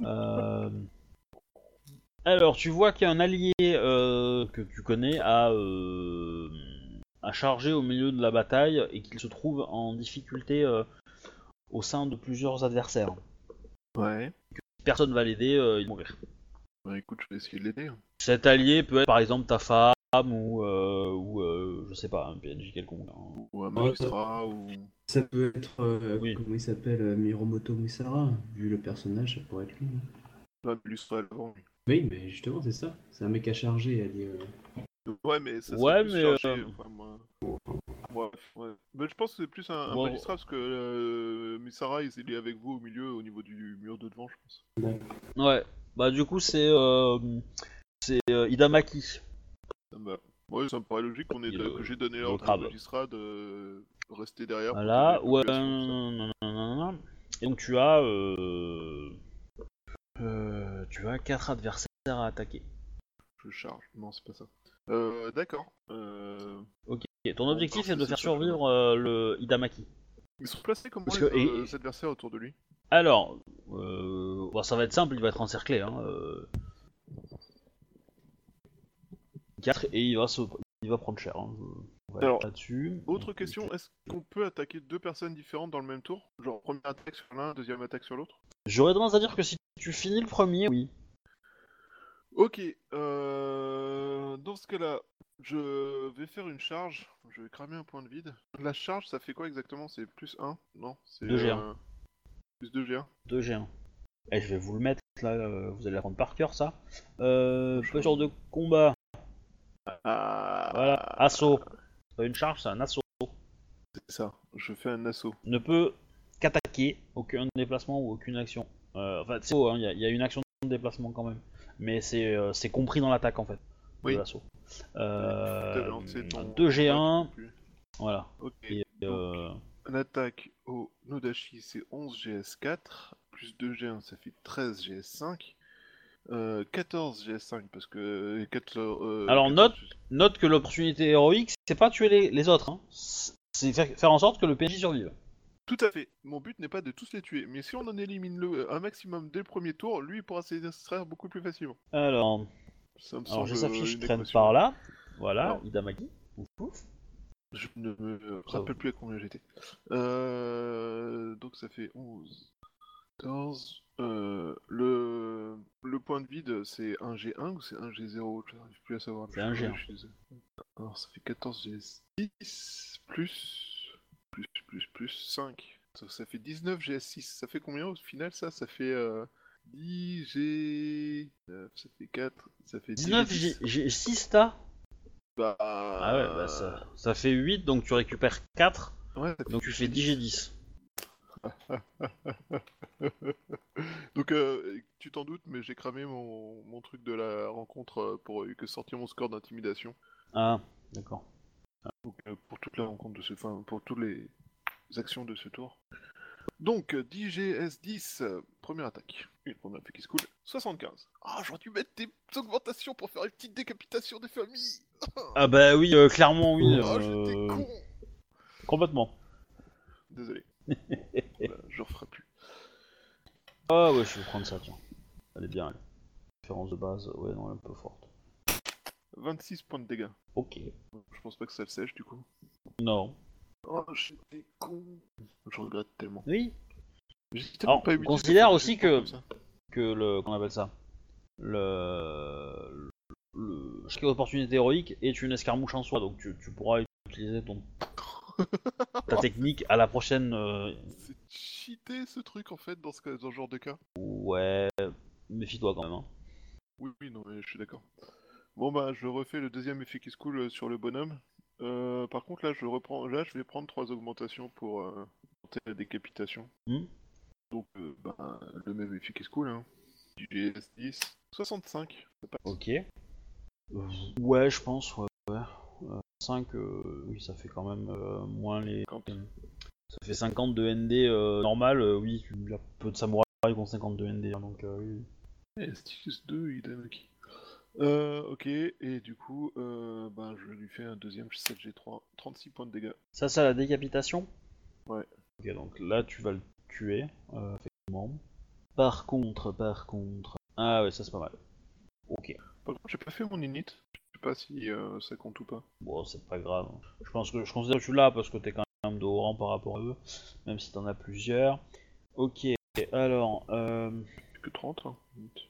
Speaker 1: Alors, tu vois qu'il y a un allié que tu connais à charger au milieu de la bataille et qu'il se trouve en difficulté au sein de plusieurs adversaires.
Speaker 2: Ouais.
Speaker 1: Si personne va l'aider, il va mourir.
Speaker 2: Bah écoute, je vais essayer de l'aider. Hein.
Speaker 1: Cet allié peut être par exemple ta femme ou je sais pas, un PNJ quelconque. Hein.
Speaker 2: Ou un magistrat, ou...
Speaker 3: Ça peut être,
Speaker 1: Oui.
Speaker 3: comment il s'appelle, Miromoto Musara, vu le personnage, ça pourrait être lui. hein.
Speaker 2: Un magistrat avant.
Speaker 3: Oui, mais justement, c'est ça. C'est un mec à charger, à dire.
Speaker 2: Ouais, mais ça
Speaker 1: Ouais,
Speaker 2: serait plus
Speaker 1: mais,
Speaker 2: chargé, enfin, moi... Ouais. Mais je pense que c'est plus un
Speaker 1: Bon.
Speaker 2: magistrat, parce que Misara, il est avec vous au milieu, au niveau du mur de devant, je pense.
Speaker 1: Ouais, bah du coup c'est Hidamaki.
Speaker 2: Ça me va. Ouais, ça me paraît logique qu'on ait que j'ai donné l'ordre au
Speaker 1: crabe.
Speaker 2: magistrat de rester derrière. pour
Speaker 1: Voilà,
Speaker 2: donner
Speaker 1: ouais,
Speaker 2: l'évacuation,
Speaker 1: non. Et donc tu as 4 adversaires à attaquer.
Speaker 2: Je charge. Non, c'est pas ça. D'accord.
Speaker 1: Ok, ton
Speaker 2: Bon,
Speaker 1: objectif
Speaker 2: bah,
Speaker 1: est de
Speaker 2: c'est
Speaker 1: faire
Speaker 2: ça,
Speaker 1: survivre le Hidamaki.
Speaker 2: Ils sont placés comment
Speaker 1: Parce
Speaker 2: les
Speaker 1: que-
Speaker 2: adversaires autour de lui?
Speaker 1: Alors, ça va être simple, il va être encerclé. 4 et il va prendre cher. On va
Speaker 2: Alors,
Speaker 1: être là-dessus.
Speaker 2: Autre question, est-ce qu'on peut attaquer deux personnes différentes dans le même tour? Genre, première attaque sur l'un, deuxième attaque sur l'autre?
Speaker 1: J'aurais tendance à dire que si tu finis le premier, oui.
Speaker 2: Ok, dans ce cas-là, je vais faire une charge. Je vais cramer un point de vide. La charge, ça fait quoi exactement? C'est plus 1? Non, c'est
Speaker 1: 2G1.
Speaker 2: plus 2G1.
Speaker 1: 2G1. Et je vais vous le mettre là, vous allez l'apprendre par cœur ça. Posture de combat, voilà, assaut. C'est pas une charge, c'est un assaut.
Speaker 2: C'est ça, je fais un assaut.
Speaker 1: Ne peut qu'attaquer, aucun déplacement ou aucune action. Enfin, c'est faux, il y a une action de déplacement quand même. Mais c'est compris dans l'attaque en fait, de
Speaker 2: Oui.
Speaker 1: l'assaut.
Speaker 2: T'avais lancé ton
Speaker 1: 2G1,
Speaker 2: puis-
Speaker 1: voilà.
Speaker 2: Ok,
Speaker 1: Et,
Speaker 2: une attaque au Nodashi, c'est 11 GS4, plus 2G1, ça fait 13 GS5. 14 GS5 parce que
Speaker 1: Alors
Speaker 2: 14,
Speaker 1: note que l'opportunité héroïque, c'est pas tuer les autres, hein. C'est faire en sorte que le PJ survive.
Speaker 2: Tout à fait. Mon but n'est pas de tous les tuer, mais si on en élimine un maximum dès le premier tour, lui il pourra s'extraire beaucoup plus facilement.
Speaker 1: Alors
Speaker 2: Ça me semble
Speaker 1: j'ai sa fiche
Speaker 2: une
Speaker 1: traîne
Speaker 2: équation.
Speaker 1: par là. Voilà,
Speaker 2: Alors.
Speaker 1: Hidamaki. Ouf, ouf.
Speaker 2: Je ne me rappelle plus à combien j'étais. Donc ça fait 11, 14. Le point de vide, c'est un G1 ou c'est un G0? Je n'arrive plus à savoir.
Speaker 1: C'est un G1.
Speaker 2: Je suis désolé. Alors ça fait 14 G6 plus 5. Ça fait 19 GS6. Ça fait combien au final ça? Ça fait 10 G... ça fait 4. Ça fait
Speaker 1: 19
Speaker 2: 10
Speaker 1: j'ai 6 tas.
Speaker 2: Bah...
Speaker 1: Ah ouais, bah ça fait 8, donc tu récupères 4.
Speaker 2: Ouais, ça fait
Speaker 1: Donc tu fais 10 G10.
Speaker 2: Donc tu t'en doutes, mais j'ai cramé mon truc de la rencontre pour que sortir mon score d'intimidation.
Speaker 1: Ah, d'accord.
Speaker 2: Donc pour toute la rencontre de ce, enfin pour toutes les actions de ce tour. Donc 10 GS10, première attaque. Une première attaque qui se coule. 75. Ah, j'aurais dû mettre des augmentations pour faire une petite décapitation des familles.
Speaker 1: Ah bah oui, clairement oui.
Speaker 2: Oh, j'étais con.
Speaker 1: Complètement.
Speaker 2: Désolé. Voilà, je referai plus.
Speaker 1: Ah ouais, je vais prendre ça, tiens. Elle est bien, elle. Différence de base, ouais, non, elle est un peu forte.
Speaker 2: 26 points de dégâts.
Speaker 1: Ok.
Speaker 2: Je pense pas que ça le sèche du coup.
Speaker 1: Non.
Speaker 2: Oh, j'étais con. Je regrette tellement.
Speaker 1: Oui.
Speaker 2: J'ai tellement
Speaker 1: Alors,
Speaker 2: pas eu
Speaker 1: on
Speaker 2: de
Speaker 1: considère
Speaker 2: succès
Speaker 1: aussi
Speaker 2: dessus, comme ça.
Speaker 1: que le... Qu'on appelle ça chaque opportunité héroïque est une escarmouche en soi, donc tu pourras utiliser ta technique à la prochaine...
Speaker 2: C'est cheaté ce truc en fait dans ce genre de cas.
Speaker 1: Ouais... Méfie-toi quand même, hein.
Speaker 2: Oui, non, mais je suis d'accord. Bon bah, je refais le deuxième effet qui se coule sur le bonhomme. Par contre, là, je vais prendre 3 augmentations pour tenter la décapitation. Donc, le même effet qui se coule, hein. Du GS10, 65. Ça passe.
Speaker 1: Ok. Ouais, je pense, ouais. 5, oui, ça fait quand même moins les...
Speaker 2: 50.
Speaker 1: Ça fait 50 de ND normal, oui, il y a peu de samouraïs qui ont 50 de ND, hein, donc oui.
Speaker 2: Eh, Sticus 2, Hidamaki. Ok, et du coup, je lui fais un deuxième 7G3, 36 points de dégâts.
Speaker 1: Ça, c'est la décapitation?
Speaker 2: Ouais.
Speaker 1: Ok, donc là, tu vas le tuer, effectivement. Par contre... Ah ouais, ça c'est pas mal. Ok.
Speaker 2: Par contre, j'ai pas fait mon init. Je sais pas si ça compte ou pas.
Speaker 1: Bon, c'est pas grave. Je considère que tu l'as parce que t'es quand même de haut rang par rapport à eux, même si t'en as plusieurs. Ok, alors...
Speaker 2: Que 30, hein.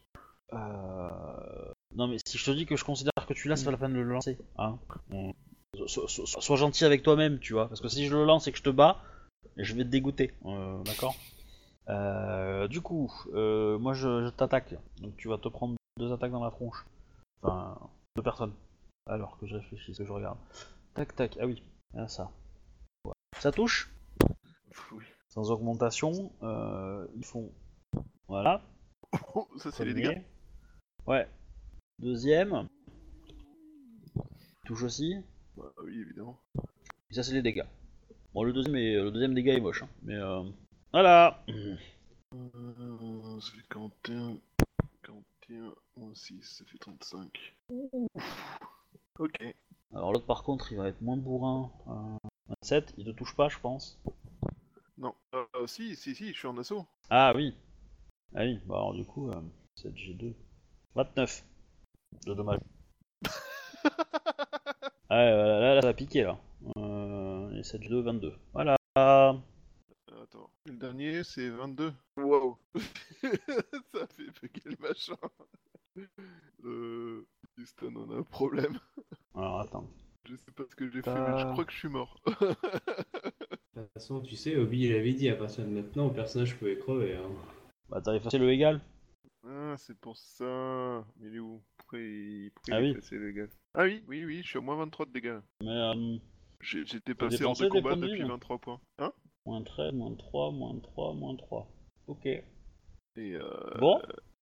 Speaker 1: Non mais si je te dis que je considère que tu l'as, c'est pas la peine de le lancer. Hein. Sois gentil avec toi-même, tu vois. Parce que si je le lance et que je te bats, je vais te dégoûter. D'accord. Du coup, moi je t'attaque. Donc tu vas te prendre 2 attaques dans la tronche. Enfin, 2 personnes. Alors que je réfléchisse, que je regarde. Tac tac, ah oui, ah, ça. Ouais. Ça touche.
Speaker 2: Oui.
Speaker 1: Sans augmentation, ils font... Voilà.
Speaker 2: Oh, ça c'est les
Speaker 1: Premier.
Speaker 2: dégâts.
Speaker 1: Ouais. Deuxième. touche aussi.
Speaker 2: Bah oui, évidemment.
Speaker 1: Et ça, c'est les dégâts. Bon, le deuxième dégât est moche, hein. Mais voilà.
Speaker 2: Ça fait 41 moins 6, ça fait 35. Ok.
Speaker 1: Alors l'autre, par contre, il va être moins bourrin. 27, il te touche pas, je pense.
Speaker 2: Non. Si, je suis en assaut.
Speaker 1: Ah oui. Ah oui, bah alors du coup, 7G2. 29 de dommage. Ah ouais, là, ça va piquer là. Et 7G2, 22. Voilà.
Speaker 2: Attends. Le dernier, c'est 22. Wow. Ça fait bugger le machin. Houston, on a un problème.
Speaker 1: Alors attends.
Speaker 2: Je sais pas ce que j'ai fait, mais je crois que je suis mort.
Speaker 3: De toute façon, tu sais, Obi il avait dit à partir de maintenant, le personnage pouvait crever. Hein.
Speaker 1: Bah t'as effacé le égal.
Speaker 2: Ah, c'est pour ça. Mais il est où? Pourquoi il
Speaker 1: Ah
Speaker 2: est
Speaker 1: oui.
Speaker 2: effacé, les gars? Ah oui, je suis à moins 23 de dégâts.
Speaker 1: Mais
Speaker 2: J'étais passé hors
Speaker 1: dépensé
Speaker 2: de
Speaker 1: des
Speaker 2: combat
Speaker 1: points de
Speaker 2: depuis
Speaker 1: vie,
Speaker 2: 23 points. Hein?
Speaker 1: moins 13, moins 3, moins 3, moins 3. Ok.
Speaker 2: Et
Speaker 1: Bon.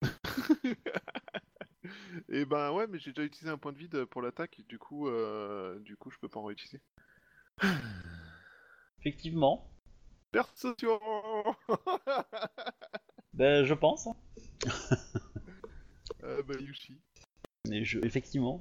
Speaker 2: Et ben ouais, mais j'ai déjà utilisé un point de vide pour l'attaque, du coup je peux pas en réutiliser.
Speaker 1: Effectivement.
Speaker 2: Perception.
Speaker 1: Ben je pense.
Speaker 2: Bah Yushi.
Speaker 1: Mais effectivement,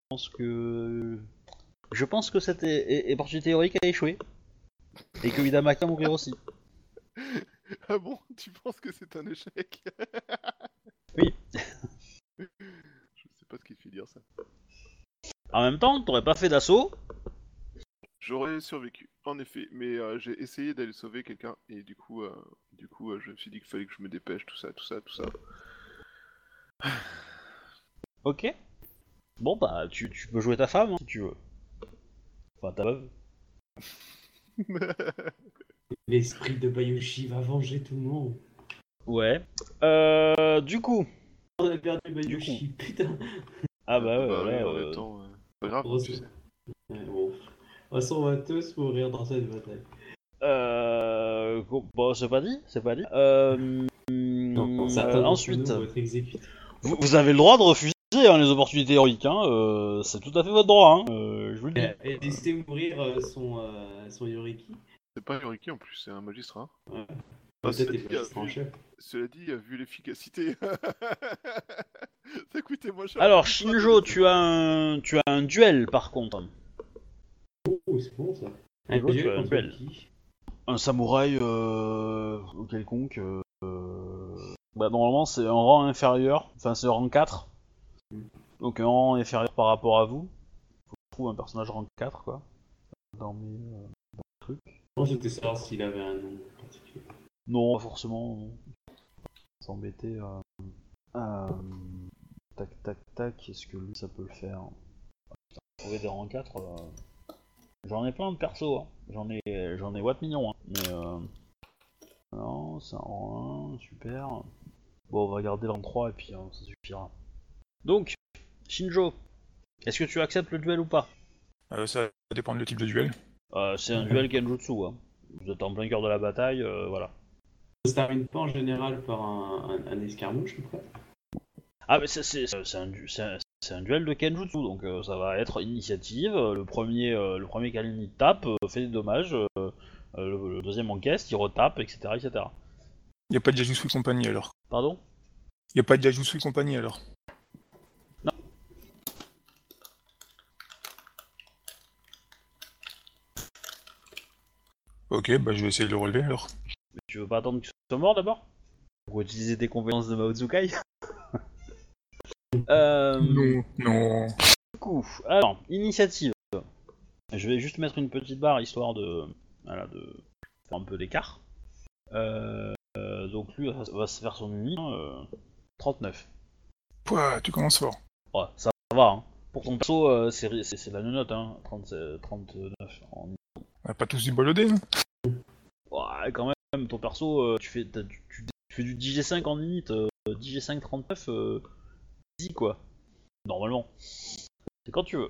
Speaker 1: je pense que cette opportunité théorique a échoué. Et que Hidamaka mourir aussi.
Speaker 2: Ah bon? Tu penses que c'est un échec?
Speaker 1: Oui.
Speaker 2: Je sais pas ce qui te fait dire ça.
Speaker 1: En même temps, t'aurais pas fait d'assaut.
Speaker 2: J'aurais survécu, en effet, mais j'ai essayé d'aller sauver quelqu'un et du coup, je me suis dit qu'il fallait que je me dépêche, tout ça.
Speaker 1: Ok. Bon bah tu peux jouer ta femme hein, si tu veux. Enfin ta meuf.
Speaker 3: L'esprit de Bayushi va venger tout le monde.
Speaker 1: Ouais. Du coup.
Speaker 3: On a perdu Bayushi, putain.
Speaker 1: Ah bah ouais,
Speaker 2: oui,
Speaker 1: là.
Speaker 2: en même temps, pas grave,
Speaker 3: Bon,
Speaker 2: tu sais.
Speaker 3: Ouais, bon. De toute façon, on va tous mourir dans cette bataille.
Speaker 1: Bon, c'est pas dit.
Speaker 3: Non, certains d'entre
Speaker 1: ensuite,
Speaker 3: nous vont être exécutés.
Speaker 1: vous avez le droit de refuser hein, les opportunités théoriques. Hein, c'est tout à fait votre droit. Hein, je vous le dis.
Speaker 3: Et laisser mourir son Yoriki.
Speaker 2: C'est pas Yoriki en plus, c'est un magistrat.
Speaker 3: Ouais.
Speaker 2: Ah,
Speaker 3: Peut-être des magistrats en chef.
Speaker 2: Cela dit, vu l'efficacité, ça coûtait moins cher.
Speaker 1: Alors Shinjo, tu as un duel par contre.
Speaker 3: Oh, c'est bon ça. Un
Speaker 1: Shinjo, tu
Speaker 3: duel
Speaker 1: as un
Speaker 3: contre
Speaker 1: duel.
Speaker 3: qui?
Speaker 1: Un samouraï quelconque. Bah normalement c'est un rang inférieur. Enfin c'est rang 4. Donc un rang inférieur par rapport à vous. Faut que je trouve un personnage rang 4 quoi. Dans mes trucs.
Speaker 3: Moi, j'étais savoir s'il avait un nom particulier.
Speaker 1: Non, pas forcément. Non. S'embêter. Tac. Est-ce que lui ça peut le faire? Trouver des rangs 4. J'en ai plein de persos. Hein. J'en ai what millions. Hein. Mais non, c'est un rang 1, super. Bon, on va garder le rang 3 et puis ça suffira. Donc, Shinjo, est-ce que tu acceptes le duel ou pas?
Speaker 4: Ça dépend du type de duel.
Speaker 1: C'est un duel Genjutsu. Hein. Vous êtes en plein cœur de la bataille, voilà.
Speaker 3: Ça se termine pas en général par un escarmouche, après.
Speaker 1: Ah, mais c'est un duel de Kenjutsu, donc ça va être initiative. Le premier qui a limite tape, fait des dommages. Le deuxième encaisse, il retape, etc. etc.
Speaker 4: Y a pas de Jajutsu et compagnie alors.
Speaker 1: Pardon?
Speaker 4: Y a pas de Jajutsu et compagnie alors.
Speaker 1: Non.
Speaker 4: Ok, bah je vais essayer de le relever alors.
Speaker 1: Mais tu veux pas attendre qu'il soit mort d'abord? Pour utiliser tes compétences de Maotsukai?
Speaker 4: Non.
Speaker 1: Du coup, alors, initiative. Je vais juste mettre une petite barre histoire de faire un peu d'écart. Donc lui va se faire son uni. 39.
Speaker 4: Pouah, tu commences fort.
Speaker 1: Ouais, ça va. Hein. Pour ton perso, c'est la note. Hein. 39.
Speaker 4: On a pas tous du bol au dé, hein.
Speaker 1: Ouais, quand même, ton perso, tu fais du DG5 en limite. DG5 39, easy quoi. Normalement. C'est quand tu veux.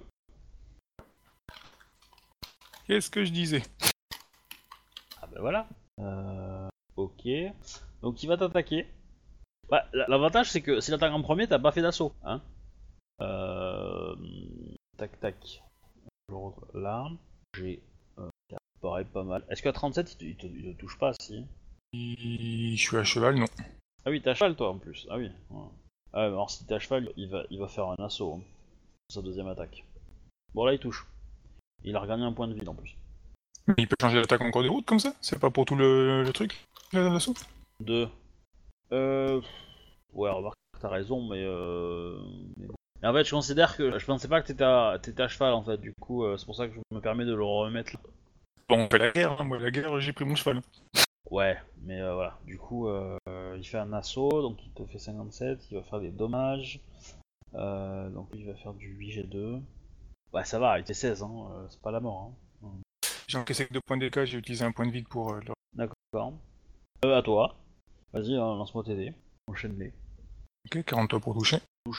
Speaker 4: Qu'est-ce que je disais?
Speaker 1: Ah bah voilà. Ok. Donc il va t'attaquer. Bah, l'avantage c'est que si l'attaque en premier, t'as pas fait d'assaut. Hein. Tac. Là, j'ai pareil pas mal. Est-ce qu'à 37 il te touche pas si?
Speaker 4: Je suis à cheval, non.
Speaker 1: Ah oui, t'es à cheval toi en plus. Ah oui. Ouais. Ah, alors si t'es à cheval, il va faire un assaut. Hein, sa deuxième attaque. Bon là il touche. Il a regagné un point de vie en plus.
Speaker 4: Mais il peut changer d'attaque en cours de route comme ça? C'est pas pour tout le truc, l'assaut?
Speaker 1: 2. Ouais, remarque, t'as raison, mais bon. Et en fait, je considère que. Je pensais pas que t'étais à cheval en fait, du coup, c'est pour ça que je me permets de le remettre là.
Speaker 4: Bon, on fait la guerre, hein. Moi la guerre, j'ai pris mon cheval.
Speaker 1: Ouais, mais voilà. Du coup, il fait un assaut, donc il te fait 57, il va faire des dommages. Donc lui, il va faire du 8G2. Ouais, ça va, il fait 16, hein, c'est pas la mort. Hein.
Speaker 4: J'ai encaissé que 2 points de dégâts, j'ai utilisé un point de vide pour
Speaker 1: D'accord. À toi. Vas-y, hein, lance-moi tes dés. Enchaîne-les.
Speaker 4: Ok, 43 pour toucher.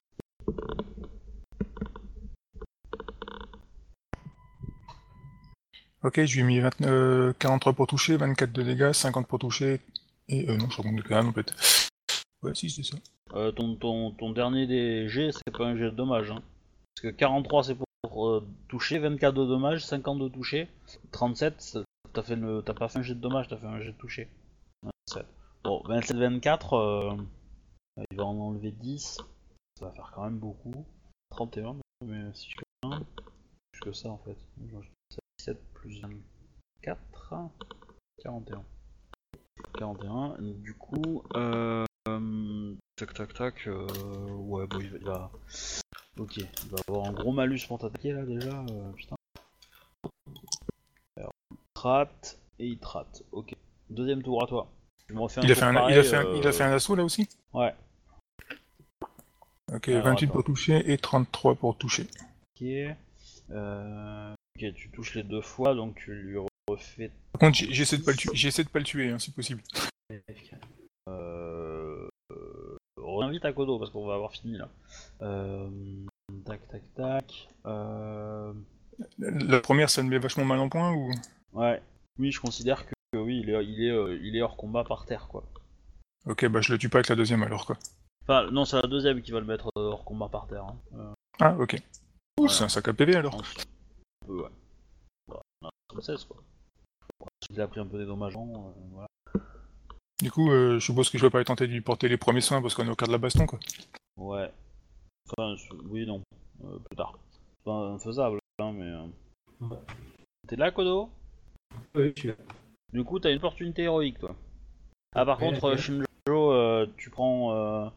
Speaker 4: Ok, je lui ai mis 43 pour toucher, 24 de dégâts, 50 pour toucher, et non, je recompte quand même en fait. Ouais, si, c'est ça.
Speaker 1: Ton dernier des G, c'est pas un jet de dommage. Hein. Parce que 43 c'est pour toucher, 24 de dommage, 50 de toucher, 37 t'as pas fait un jet de dommage, t'as fait un jet de toucher. 27. Bon, 27-24, il va en enlever 10, ça va faire quand même beaucoup. 31, mais si je fais 1, plus que ça en fait. 17 plus 24, 41. 41, du coup, tac, ouais, bon, il va. Ok, il va avoir un gros malus pour t'attaquer là déjà, putain. Alors, il trate et il trate, ok. Deuxième tour à toi. Je me refais un tour pareil,
Speaker 4: il a fait un assaut là aussi?
Speaker 1: Ouais.
Speaker 4: Ok,
Speaker 1: Alors,
Speaker 4: 28
Speaker 1: attends.
Speaker 4: pour toucher et 33 pour toucher.
Speaker 1: Ok. Ok, tu touches les deux fois, donc tu lui refais.
Speaker 4: Par contre, j'essaie de pas le tuer, hein, si possible.
Speaker 1: Reviens vite à Kodo parce qu'on va avoir fini là. Tac.
Speaker 4: La première, ça me met vachement mal en point ou?
Speaker 1: Ouais. Oui, je considère que oui, il est hors combat par terre quoi.
Speaker 4: Ok, bah je le tue pas avec la deuxième alors quoi.
Speaker 1: Enfin, non, c'est la deuxième qui va le mettre hors combat par terre. Hein.
Speaker 4: Ah, ok. Ouh,
Speaker 1: Voilà.
Speaker 4: c'est un sac à PV alors.
Speaker 1: Un peu, ouais. Voilà, on a 36, quoi. Il a pris un peu des dommages, voilà.
Speaker 4: Du coup, je suppose que je vais pas tenter de lui porter les premiers soins parce qu'on est au quart de la baston quoi.
Speaker 1: Ouais. Enfin, oui, non. Plus tard. C'est pas infaisable, hein, mais.
Speaker 3: Ouais.
Speaker 1: T'es là, Kodo?
Speaker 3: Oui, je suis là.
Speaker 1: Du coup, t'as une opportunité héroïque, toi. Ah, par
Speaker 3: Ouais,
Speaker 1: contre,
Speaker 3: ok.
Speaker 1: Shinjo, tu prends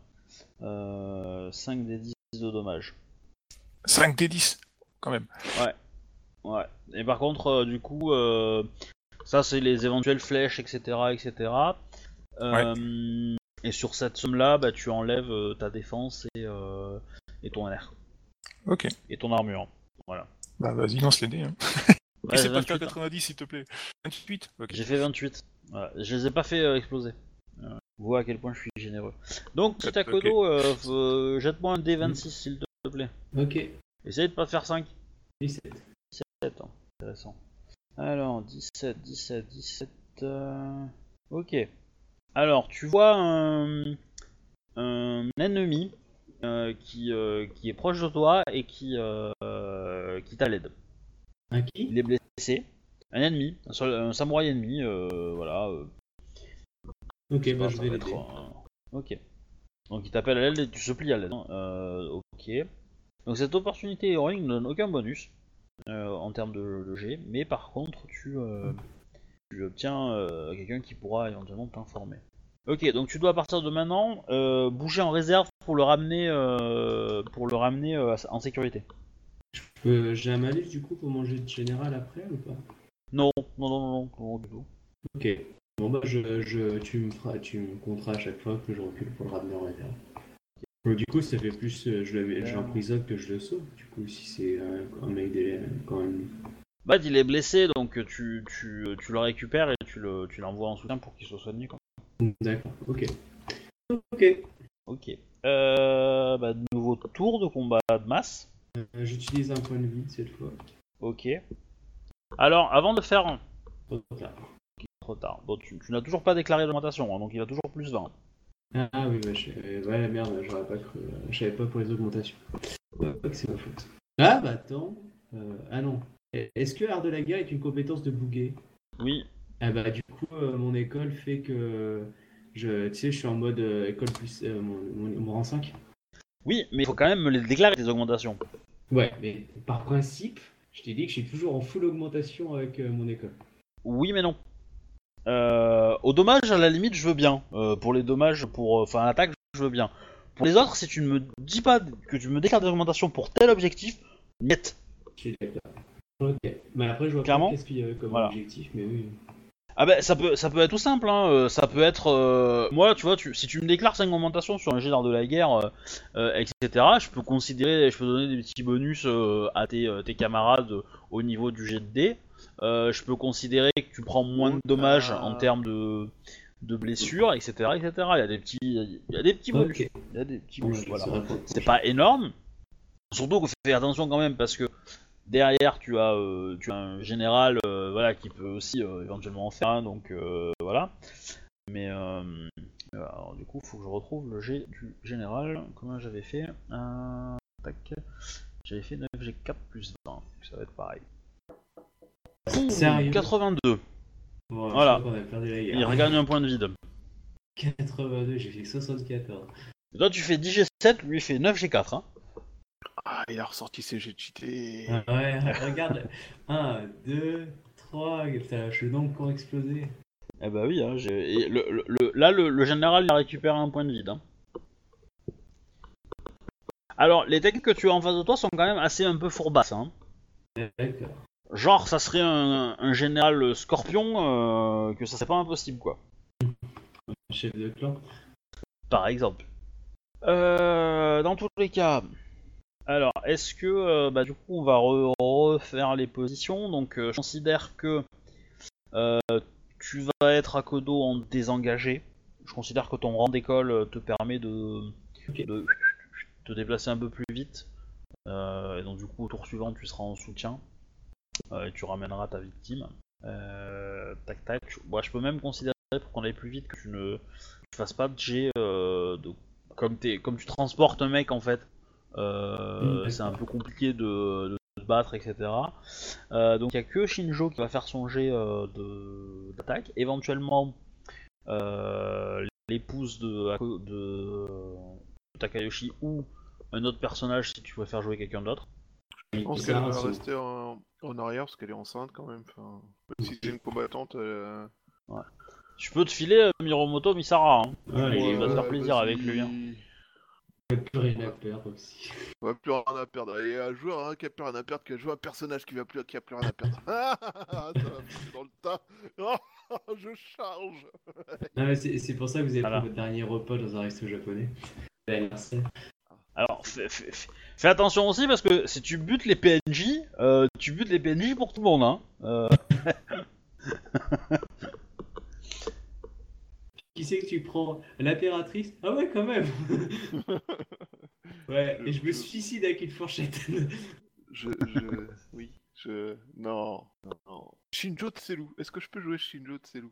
Speaker 1: 5 des 10 de dommages.
Speaker 4: 5 des 10, quand même.
Speaker 1: Ouais. Et par contre, du coup, ça, c'est les éventuelles flèches, etc. Et sur cette somme-là, bah, tu enlèves ta défense et ton air.
Speaker 4: Ok.
Speaker 1: Et ton armure. Voilà.
Speaker 4: Bah vas-y, lance les dés. Hein.
Speaker 1: Ouais,
Speaker 4: Essaie
Speaker 1: j'ai
Speaker 4: pas de faire
Speaker 1: 28.
Speaker 4: 90 s'il te plaît. 28. Ok.
Speaker 1: J'ai fait 28. Voilà. Je les ai pas fait exploser. Vois à quel point je suis généreux. Donc, petit
Speaker 4: Ok.
Speaker 1: Kodo, jette-moi un D26 s'il te plaît.
Speaker 3: Ok.
Speaker 1: Essaye de pas faire 5.
Speaker 3: 17.
Speaker 1: 17, hein. Intéressant. Alors, 17. Ok. Alors, tu vois un ennemi qui est proche de toi et qui t'aide.
Speaker 3: Un qui?
Speaker 1: Il est blessé. Un ennemi, un samouraï ennemi, voilà.
Speaker 3: Ok,
Speaker 1: Je sais
Speaker 3: bah
Speaker 1: pas,
Speaker 3: je
Speaker 1: ça
Speaker 3: vais
Speaker 1: va être
Speaker 3: l'aider.
Speaker 1: Ok. Donc il t'appelle à l'aide et tu se plies à l'aide. Hein. Ok. Donc cette opportunité héroïque ne donne aucun bonus en termes de G, mais par contre tu obtiens quelqu'un qui pourra éventuellement t'informer. Ok, donc tu dois à partir de maintenant bouger en réserve pour le ramener, en sécurité.
Speaker 3: J'ai un malus du coup pour manger de général après ou pas?
Speaker 1: Non, du tout.
Speaker 3: Ok. Bon bah tu me compteras à chaque fois que je recule pour le ramener en réserve. Donc, du coup ça fait plus je l'emprisonne que je le sauve. Du coup si c'est un mec quand même.
Speaker 1: Bah il est blessé donc tu le récupères et tu l'envoies en soutien pour qu'il soit soigné. Quoi.
Speaker 3: D'accord. Ok. Ok.
Speaker 1: Ok. Bah nouveau tour de combat de masse.
Speaker 3: J'utilise un point de vie cette fois.
Speaker 1: Ok. Alors avant de faire
Speaker 3: Voilà.
Speaker 1: trop tard. Bon tu n'as toujours pas déclaré l'augmentation hein, donc il a toujours plus 20.
Speaker 3: Ah oui, bah, ouais, merde, j'aurais pas cru. Je savais pas pour les augmentations. Ouais, pas que c'est ma faute. Ah bah attends. Ah non. Est-ce que art de la guerre est une compétence de Bouguet?
Speaker 1: Oui.
Speaker 3: Ah bah du coup, mon école fait que tu sais, je suis en mode école plus mon rang 5.
Speaker 1: Oui, mais il faut quand même me les déclarer, tes augmentations.
Speaker 3: Ouais, mais par principe, je t'ai dit que je suis toujours en full augmentation avec mon école.
Speaker 1: Oui, mais non. Au dommage, à la limite, je veux bien. Pour les dommages, enfin, l'attaque, je veux bien. Pour les autres, si tu ne me dis pas que tu me déclares des augmentations pour tel objectif, niet.
Speaker 3: Je suis d'accord. Ok. Mais après, je vois
Speaker 1: Clairement,
Speaker 3: pas qu'est-ce qu'il y avait comme
Speaker 1: voilà.
Speaker 3: objectif, mais oui.
Speaker 1: Ah bah ça peut être tout simple, hein. Ça peut être moi, tu vois, si tu me déclares 5 augmentations sur un jet d'art de la guerre, etc. Je peux donner des petits bonus à tes camarades au niveau du jet de dés. Je peux considérer que tu prends moins de dommages en termes de blessures, etc., etc. Il y a des petits bonus.
Speaker 3: Ok.
Speaker 1: Il y a des petits
Speaker 3: Bon,
Speaker 1: bonus.
Speaker 3: je
Speaker 1: Voilà.
Speaker 3: saurai pas.
Speaker 1: C'est pas énorme. Surtout que fais attention quand même parce que derrière, tu as un général, voilà, qui peut aussi éventuellement en faire un, donc voilà. Mais alors, du coup, faut que je retrouve le G du général. Comment j'avais fait tac. J'avais fait 9G4 plus 20, donc ça va être pareil.
Speaker 3: Sérieux
Speaker 1: 82.
Speaker 3: Bon,
Speaker 1: Voilà.
Speaker 3: je crois qu'on a perdu la guerre.
Speaker 1: Il regagne un point de vide.
Speaker 3: 82, j'ai fait 74.
Speaker 1: Et toi, tu fais 10G7, lui il fait 9G4. Hein.
Speaker 2: Ah, il a ressorti ses jets cheatés.
Speaker 3: Ouais, regarde. 1, 2, 3, putain, je suis donc encore explosé.
Speaker 1: Eh bah oui, hein, là le général il a récupéré un point de vide. Hein. Alors, les techniques que tu as en face de toi sont quand même assez un peu fourbasses. Hein.
Speaker 3: D'accord.
Speaker 1: Genre, ça serait un général scorpion, que ça serait pas impossible, quoi.
Speaker 3: Chef de clan.
Speaker 1: Par exemple. Dans tous les cas. Alors, est-ce que, du coup, on va refaire les positions. Donc, je considère que tu vas être à Kodo en désengagé. Je considère que ton rang d'école te permet de te déplacer un peu plus vite. Et donc, du coup, au tour suivant, tu seras en soutien. Et tu ramèneras ta victime. Tac tac. Bon, je peux même considérer pour qu'on aille plus vite que tu fasses pas de jet comme tu transportes un mec en fait. C'est un peu compliqué de se battre, etc. Donc il y a que Shinjo qui va faire son jet d'attaque. Éventuellement l'épouse de Takayoshi ou un autre personnage si tu préfères jouer quelqu'un d'autre.
Speaker 2: Je pense qu'elle va rester en arrière parce qu'elle est enceinte quand même. Enfin, si j'ai une combattante.
Speaker 1: Ouais. Je peux te filer Miromoto Misara. Hein.
Speaker 3: Ouais,
Speaker 1: Il va te faire plaisir
Speaker 2: vas-y.
Speaker 1: avec lui. Hein.
Speaker 3: Il n'y a plus rien à perdre aussi.
Speaker 2: On va plus rien à perdre. Et un joueur qui a plus rien à perdre, qui a joué un personnage qui a plus rien à perdre. Ça va foutre dans le tas. Oh, je charge.
Speaker 3: Non, mais c'est pour ça que vous avez
Speaker 1: Voilà.
Speaker 3: pris votre dernier repas dans un resto japonais. L'anniversaire.
Speaker 1: Alors, fais attention aussi parce que si tu butes les PNJ, tu butes les PNJ pour tout le monde. Hein.
Speaker 3: Qui c'est que tu prends? L'impératrice? Ah ouais, quand même. Ouais, et je me suicide avec une fourchette.
Speaker 2: Oui, non. Shinjo Tselu, est-ce que je peux jouer Shinjo Tselu?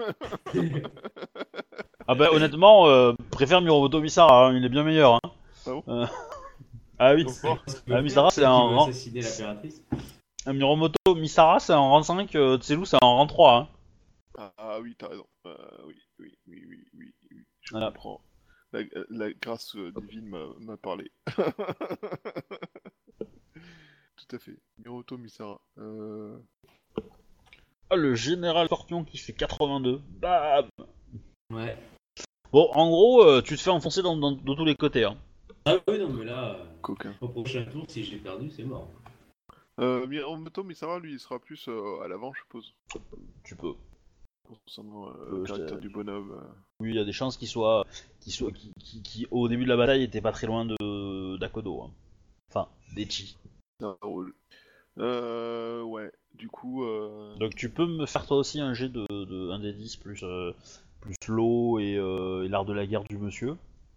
Speaker 1: Ah bah honnêtement, préfère Miromoto Misara, hein, il est bien meilleur. Hein.
Speaker 2: Ah bon
Speaker 1: Ah oui,
Speaker 3: Ah,
Speaker 1: Misara, c'est un rang.
Speaker 3: assassiner l'impératrice.
Speaker 1: Miromoto Misara c'est un rang 5, Tselu c'est un rang 3. Hein.
Speaker 2: Ah oui, t'as raison. Oui. Je
Speaker 1: Voilà.
Speaker 2: comprends. La grâce divine m'a parlé. Tout à fait. Miroto Misara.
Speaker 1: Ah, le général Scorpion qui fait 82. Bam.
Speaker 3: Ouais.
Speaker 1: Bon, en gros, tu te fais enfoncer de tous les côtés. Hein.
Speaker 3: Ah oui, non, mais là,
Speaker 2: Coquin.
Speaker 3: au prochain tour, si j'ai perdu, c'est mort.
Speaker 2: Miroto Misara, lui, il sera plus à l'avant, je suppose.
Speaker 1: Tu peux.
Speaker 2: Concernant le caractère du bonhomme.
Speaker 1: Oui, il y a des chances qui au début de la bataille étaient pas très loin d'Akodo. Hein. Enfin, d'Echi.
Speaker 2: Ça roule. Ouais. Du coup.
Speaker 1: Donc tu peux me faire toi aussi un jet de 1 des 10 plus l'eau et l'art de la guerre du monsieur.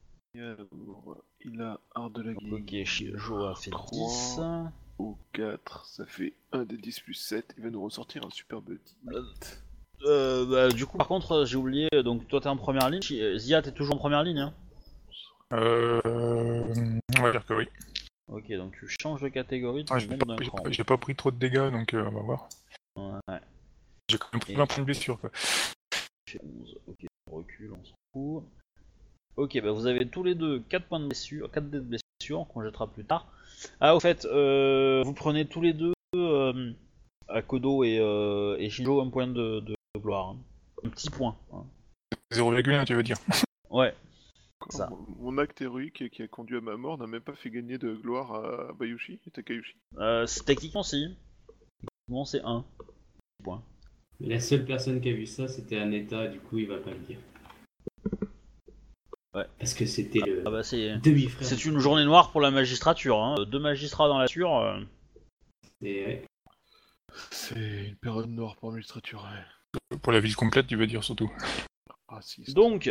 Speaker 2: Il a art de la guerre.
Speaker 1: Ok, Shinjo a fait 10.
Speaker 2: Ou 4, ça fait 1 des 10 plus 7. Il va nous ressortir un superbe 10.
Speaker 1: Du coup, par contre, j'ai oublié, donc toi t'es en première ligne, Zia t'es toujours en première ligne. Hein.
Speaker 4: On va dire que oui.
Speaker 1: Ok, donc tu changes de catégorie, tu
Speaker 4: Ah, j'ai
Speaker 1: montes d'un cran.
Speaker 4: pas pris trop de dégâts, donc on va voir.
Speaker 1: Ouais,
Speaker 4: J'ai quand même pris
Speaker 1: Et-
Speaker 4: 20 points de blessure, quoi.
Speaker 1: fait 11. Ok, on recule, on s'en fout. Ok, bah vous avez tous les deux 4 points de blessure, 4 dés de blessure, qu'on jettera plus tard. Ah, au fait, vous prenez tous les deux, Akodo et Shinjo, un point de gloire. Hein. Un petit point. Hein.
Speaker 4: 0,1, tu veux dire.
Speaker 1: Ouais,
Speaker 2: Quoi,
Speaker 1: ça.
Speaker 2: mon acte héroïque qui a conduit à ma mort n'a même pas fait gagner de gloire à Bayushi et Takayushi.
Speaker 1: Techniquement, si. Techniquement, c'est 1 point.
Speaker 3: Mais la seule personne qui a vu ça, c'était Aneta, du coup, il va pas le dire.
Speaker 1: Ouais.
Speaker 3: Parce que c'était le
Speaker 1: Ah bah c'est...
Speaker 3: demi-frère.
Speaker 1: C'est une journée noire pour la magistrature. Hein. 2 magistrats dans la nature.
Speaker 3: Et, ouais.
Speaker 2: C'est une période noire pour l'administrature, ouais.
Speaker 4: Pour la ville complète, tu veux dire, surtout.
Speaker 2: Raciste.
Speaker 1: Donc,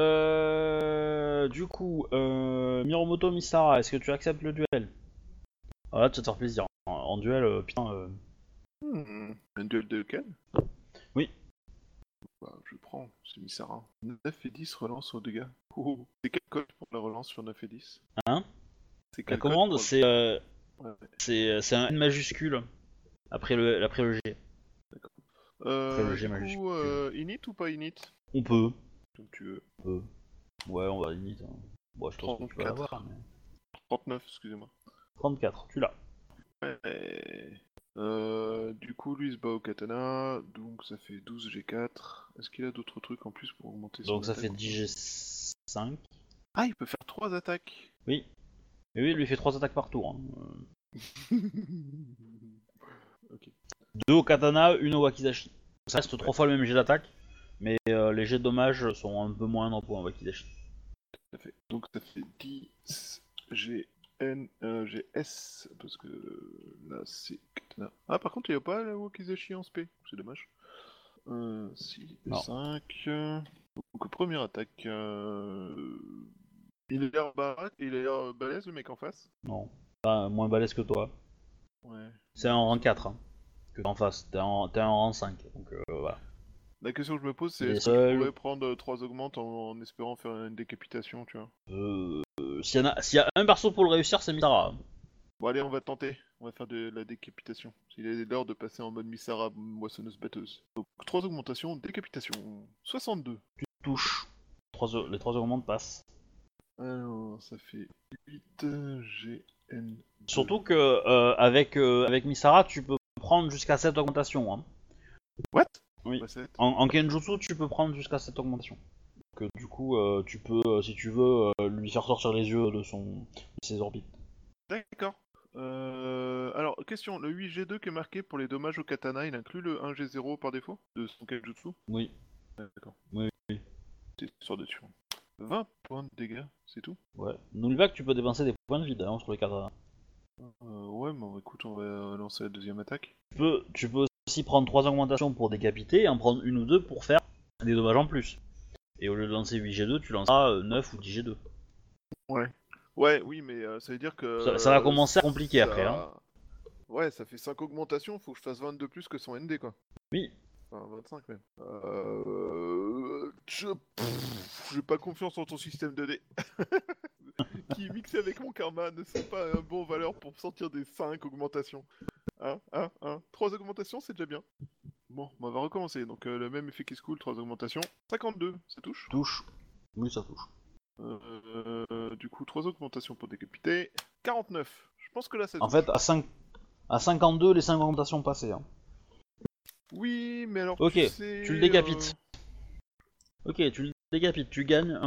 Speaker 1: du coup, Miromoto Misara, est-ce que tu acceptes le duel? Voilà, tu vas te faire plaisir. En duel, putain...
Speaker 2: Un duel de lequel?
Speaker 1: Oui.
Speaker 2: Bah, je prends, c'est Misara. 9 et 10 relance aux dégâts. Oh. C'est quel code pour la relance sur 9 et 10?
Speaker 1: Hein?
Speaker 2: C'est
Speaker 1: La
Speaker 2: quel
Speaker 1: commande,
Speaker 2: code pour...
Speaker 1: c'est un N majuscule après le G. le G
Speaker 2: Du
Speaker 1: majuscule.
Speaker 2: coup, init ou pas init?
Speaker 1: On peut.
Speaker 2: Comme tu veux.
Speaker 1: Ouais, on va limite. Hein. Bon, je pense que tu vas
Speaker 2: 34.
Speaker 1: l'avoir. Mais...
Speaker 2: 39, excusez-moi.
Speaker 1: 34, tu l'as.
Speaker 2: Ouais. Du coup, lui il se bat au katana, donc ça fait 12 G4. Est-ce qu'il a d'autres trucs en plus pour augmenter son
Speaker 1: Donc ça
Speaker 2: attaque
Speaker 1: fait
Speaker 2: ou pas
Speaker 1: 10 G5.
Speaker 2: Ah, il peut faire 3 attaques.
Speaker 1: Oui. Et oui, il lui fait 3 attaques par tour. Hein.
Speaker 2: Ok.
Speaker 1: 2 au katana, 1 au wakizashi. Ça reste 3 fois le même jet d'attaque, mais les jets de dommages sont un peu moins pour un wakizashi.
Speaker 2: Ça fait... Donc ça fait 10 GS, parce que là c'est katana. Ah, par contre, il n'y a pas la Wakizashi en SP, c'est dommage. 6,
Speaker 1: Non.
Speaker 2: 5. Donc, première attaque. Il a l'air balèze le mec en face.
Speaker 1: Non. Pas moins balèze que toi.
Speaker 2: Ouais.
Speaker 1: C'est un rang 4 hein, que t'es en face. T'es en rang 5. Donc voilà.
Speaker 2: La question que je me pose, c'est
Speaker 1: Il est
Speaker 2: est-ce que je
Speaker 1: seul.
Speaker 2: pourrais prendre 3 augmentes en espérant faire une décapitation, tu vois.
Speaker 1: S'il y a un perso pour le réussir, c'est Mitara.
Speaker 2: Bon, allez, on va tenter. On va faire de la décapitation. Il est l'heure de passer en mode Misara moissonneuse batteuse. Donc, 3 augmentations, décapitation. 62.
Speaker 1: Tu touches. Les 3 augmentes passent.
Speaker 2: Alors, ça fait 8 GN.
Speaker 1: Surtout que avec Misara, tu peux prendre jusqu'à 7 augmentations. Hein.
Speaker 2: What?
Speaker 1: Oui.
Speaker 2: Bah, 7.
Speaker 1: En Kenjutsu, tu peux prendre jusqu'à 7 augmentations. Que du coup, tu peux, si tu veux, lui faire sortir les yeux de ses orbites.
Speaker 2: D'accord. Alors, question, le 8G2 qui est marqué pour les dommages au katana, il inclut le 1G0 par défaut de son Kenjutsu?
Speaker 1: Oui.
Speaker 2: D'accord.
Speaker 1: Oui.
Speaker 2: C'est sûr dessus. 20 points de dégâts, c'est tout?
Speaker 1: Ouais. N'oublie pas que tu peux dépenser des points de vide hein, sur les katanas.
Speaker 2: Ouais, mais écoute, on va lancer la deuxième attaque.
Speaker 1: Tu peux aussi prendre 3 augmentations pour décapiter et en prendre une ou deux pour faire des dommages en plus. Et au lieu de lancer 8G2, tu lanceras 9 ou 10G2.
Speaker 2: Ouais. Ouais, oui, mais ça veut dire que...
Speaker 1: Ça va commencer à compliquer
Speaker 2: ça-
Speaker 1: après. Hein.
Speaker 2: Ouais, ça fait 5 augmentations, faut que je fasse 22 plus que son ND, quoi.
Speaker 1: Oui.
Speaker 2: Enfin, 25 même. J'ai pas confiance en ton système de dés. Qui, mixé avec mon karma, ne sont pas un bon valeur pour sortir des 5 augmentations. 3 augmentations, c'est déjà bien. Bon, on va recommencer. Donc, le même effet qui se coule, 3 augmentations. 52, ça touche.
Speaker 1: Touche. Oui, ça touche.
Speaker 2: Du coup, 3 augmentations pour décapiter. 49. Je pense que là, ça touche.
Speaker 1: En fait, à 52, les 5 augmentations passées. Hein.
Speaker 2: Oui, mais alors
Speaker 1: Ok,
Speaker 2: tu sais...
Speaker 1: tu le décapites. Ok, tu le décapites. Tu gagnes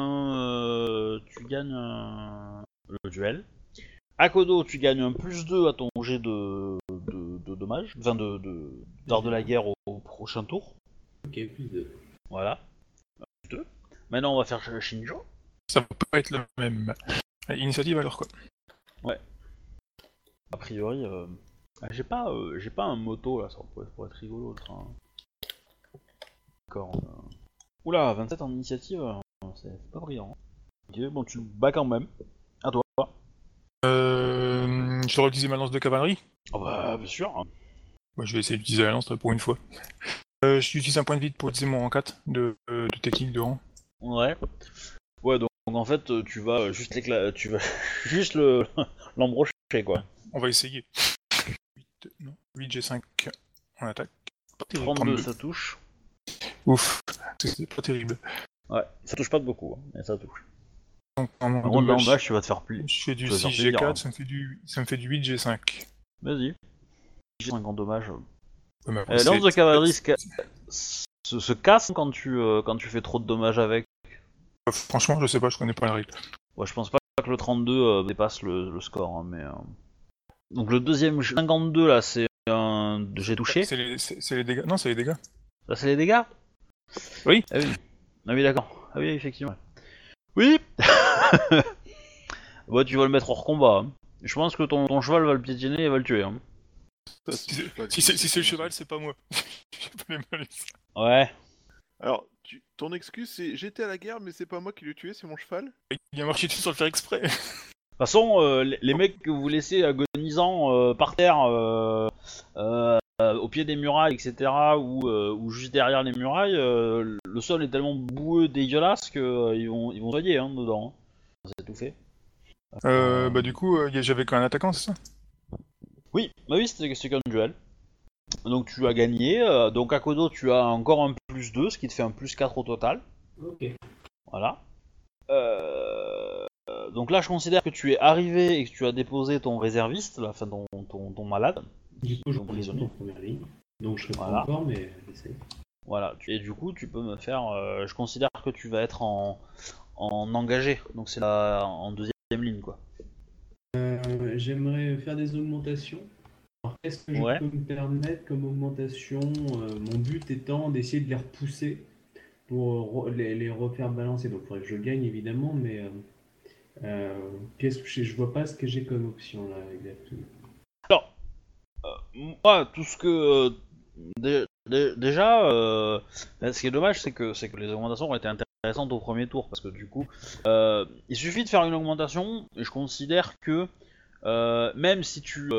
Speaker 1: le duel. Akodo, tu gagnes un plus 2 à ton jet de dommages. Enfin, d'art de la guerre au prochain tour.
Speaker 3: Ok, plus de.
Speaker 1: Voilà. 2. Maintenant, on va faire Shinjo.
Speaker 4: Ça peut pas être le même. Initiative alors quoi.
Speaker 1: A priori, j'ai pas un moto là, ça pourrait être rigolo. Hein. D'accord. Oula, 27 en initiative, c'est pas brillant. Ok, bon, tu le bats quand même. À toi.
Speaker 4: Je dois utiliser ma lance de cavalerie.
Speaker 1: Oh bah, bien sûr.
Speaker 4: Moi, je vais essayer d'utiliser la lance là, pour une fois. J'utilise un point de vide pour utiliser mon rang 4 de technique de rang.
Speaker 1: Ouais. Ouais, donc en fait, tu vas juste l'embrocher quoi.
Speaker 4: On va essayer. 8 G5 en attaque. Pas terrible,
Speaker 1: 32,
Speaker 4: 32.
Speaker 1: ça touche.
Speaker 4: Ouf, c'est pas terrible.
Speaker 1: Ouais, ça touche pas de beaucoup, hein, mais ça touche.
Speaker 4: Donc,
Speaker 1: Par contre, là en bas, tu vas te faire plus.
Speaker 4: je fais du
Speaker 1: tu vas
Speaker 4: 6
Speaker 1: faire plaisir,
Speaker 4: G4,
Speaker 1: hein.
Speaker 4: ça me fait du 8 G5.
Speaker 1: Vas-y. J'ai 50 dommages.
Speaker 4: Ouais, mais
Speaker 1: Les lances de cavalerie se cassent quand tu fais trop de dommages avec.
Speaker 4: Franchement, je sais pas, je connais pas la règle.
Speaker 1: Ouais, je pense pas que le 32 dépasse le score, hein, mais... Donc le deuxième 52, là, c'est un... J'ai touché.
Speaker 4: C'est les dégâts. Non, c'est les dégâts.
Speaker 1: Ça, c'est les dégâts?
Speaker 4: Oui.
Speaker 1: Ah oui. Ah oui, d'accord. Ah oui, effectivement. Oui. Ouais, tu vas le mettre hors combat. Hein. Je pense que ton cheval va le piétiner et va le tuer. Hein.
Speaker 4: Si c'est le cheval, c'est pas moi. J'ai pas les malus.
Speaker 1: Ouais.
Speaker 2: Alors, ton excuse, c'est j'étais à la guerre, mais c'est pas moi qui l'ai tué, c'est mon cheval.
Speaker 4: Il a marché dessus sans le faire exprès.
Speaker 1: De toute façon, les mecs que vous laissez agonisant par terre, au pied des murailles, etc., ou juste derrière les murailles, le sol est tellement boueux, dégueulasse que ils vont soigner hein, dedans. Hein. C'est tout fait.
Speaker 4: Bah du coup, j'avais qu'un attaquant, c'est ça?
Speaker 1: Oui, bah oui, c'était qu'un duel. Donc tu as gagné. Donc à Kodo, tu as encore un plus 2, ce qui te fait un plus 4 au total.
Speaker 3: Ok.
Speaker 1: Voilà. Donc là, je considère que tu es arrivé et que tu as déposé ton réserviste, là, enfin ton malade.
Speaker 3: Du coup, je
Speaker 1: Ton
Speaker 3: prends
Speaker 1: prisonnier.
Speaker 3: en première ligne. Donc je serai
Speaker 1: Voilà.
Speaker 3: pas encore, mais j'essaie.
Speaker 1: Voilà. Et du coup, tu peux me faire. Je considère que tu vas être en engagé. Donc c'est en deuxième ligne, quoi.
Speaker 3: J'aimerais faire des augmentations. Alors, qu'est-ce que je
Speaker 1: Ouais.
Speaker 3: peux me permettre comme augmentation mon but étant d'essayer de les repousser pour les refaire balancer. Donc, il faudrait que je gagne évidemment, mais qu'est-ce que je vois pas ce que j'ai comme option là exactement.
Speaker 1: Alors, moi, tout ce que déjà, ce qui est dommage, c'est que les augmentations ont été intéressantes au premier tour, parce que du coup, il suffit de faire une augmentation, et je considère que même si tu,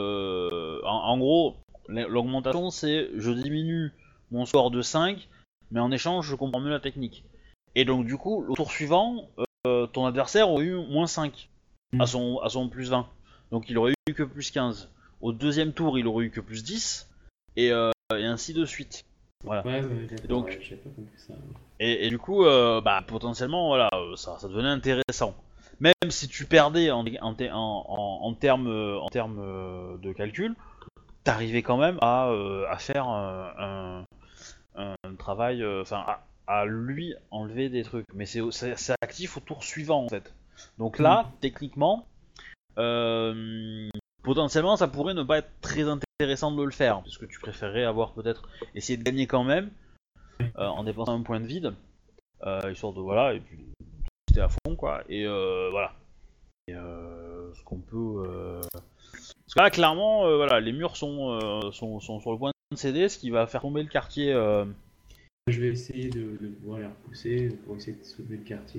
Speaker 1: en gros, l'augmentation c'est je diminue mon score de 5, mais en échange je comprends mieux la technique. Et donc du coup, au tour suivant, ton adversaire aurait eu moins 5 à son plus 20, donc il aurait eu que plus 15. Au deuxième tour, il aurait eu que plus 10, et ainsi de suite. Voilà.
Speaker 3: Ouais, d'accord,
Speaker 1: donc-
Speaker 3: ouais, j'avais pas compris ça.
Speaker 1: Et du coup, potentiellement, voilà, ça devenait intéressant. Même si tu perdais en termes de calcul, t'arrivais quand même à faire un travail, enfin, à lui enlever des trucs. Mais c'est actif au tour suivant, en fait. Donc là, techniquement, potentiellement, ça pourrait ne pas être très intéressant de le faire, puisque tu préférerais avoir peut-être essayé de gagner quand même, en dépensant un point de vide, histoire de voilà, et puis c'était à fond quoi, et voilà. Et ce qu'on peut, parce que là clairement, voilà, les murs sont sur le point de céder, ce qui va faire tomber le quartier.
Speaker 3: Je vais essayer de pouvoir les repousser pour essayer de sauver le quartier.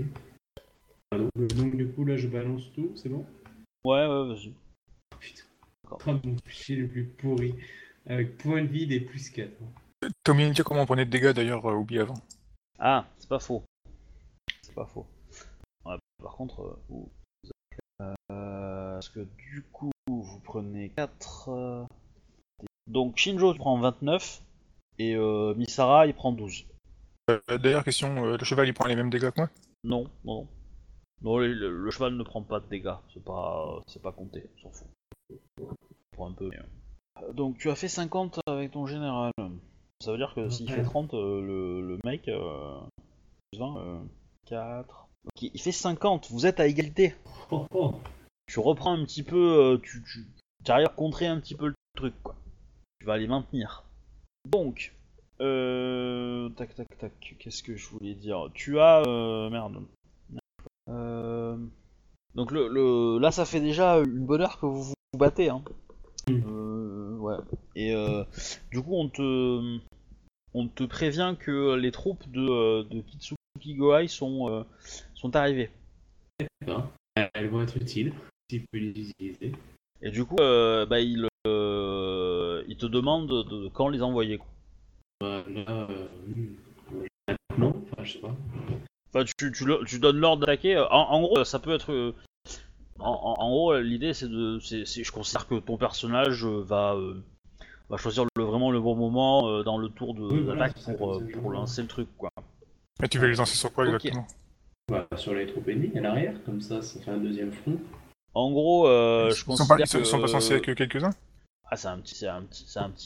Speaker 3: Donc du coup là je balance tout, c'est bon?
Speaker 1: Ouais, vas-y.
Speaker 3: Putain. Mon fichier le plus pourri. Avec point de vide et plus 4.
Speaker 4: T'as oublié de dire comment on prenait de dégâts d'ailleurs, oublié avant.
Speaker 1: Ah, c'est pas faux. C'est pas faux. Ouais, par contre, parce que du coup, vous prenez 4. Donc Shinjo tu prends 29 et Misara il prend 12.
Speaker 4: D'ailleurs, question, le cheval il prend les mêmes dégâts que moi?
Speaker 1: Non, non, non. Non, le cheval ne prend pas de dégâts, c'est pas compté, on s'en fout. Pour un peu. Mais, donc tu as fait 50 avec ton général. Ça veut dire que s'il fait 30, le mec, 20, 4... Ok, il fait 50, vous êtes à égalité.
Speaker 3: Oh.
Speaker 1: Tu reprends un petit peu, tu arrives à contrer un petit peu le truc, quoi. Tu vas les maintenir. Donc, tac, qu'est-ce que je voulais dire? Tu as, merde. Donc là, ça fait déjà une bonne heure que vous vous battez, hein. Ouais. Et du coup, on te prévient que les troupes de Kitsuki Gohai sont arrivées.
Speaker 3: D'accord. Elles vont être utiles, si tu peux les utiliser.
Speaker 1: Et du coup, il te demande de quand les envoyer.
Speaker 3: Là, non, enfin je sais pas.
Speaker 1: Enfin, tu donnes l'ordre d'attaquer. En gros, ça peut être En gros, l'idée c'est je considère que ton personnage va choisir vraiment le bon moment dans le tour
Speaker 3: Oui, voilà,
Speaker 1: d'attaque
Speaker 3: c'est ça, comme ça, je
Speaker 1: pour
Speaker 3: vois.
Speaker 1: lancer le truc, quoi.
Speaker 4: Mais tu veux les lancer sur quoi
Speaker 1: Ok.
Speaker 4: exactement?
Speaker 3: Bah, sur les troupes ennemies, à l'arrière, comme ça fait un deuxième front.
Speaker 1: En gros, je considère
Speaker 4: Ils sont pas censés être que quelques-uns?
Speaker 1: ah, c'est un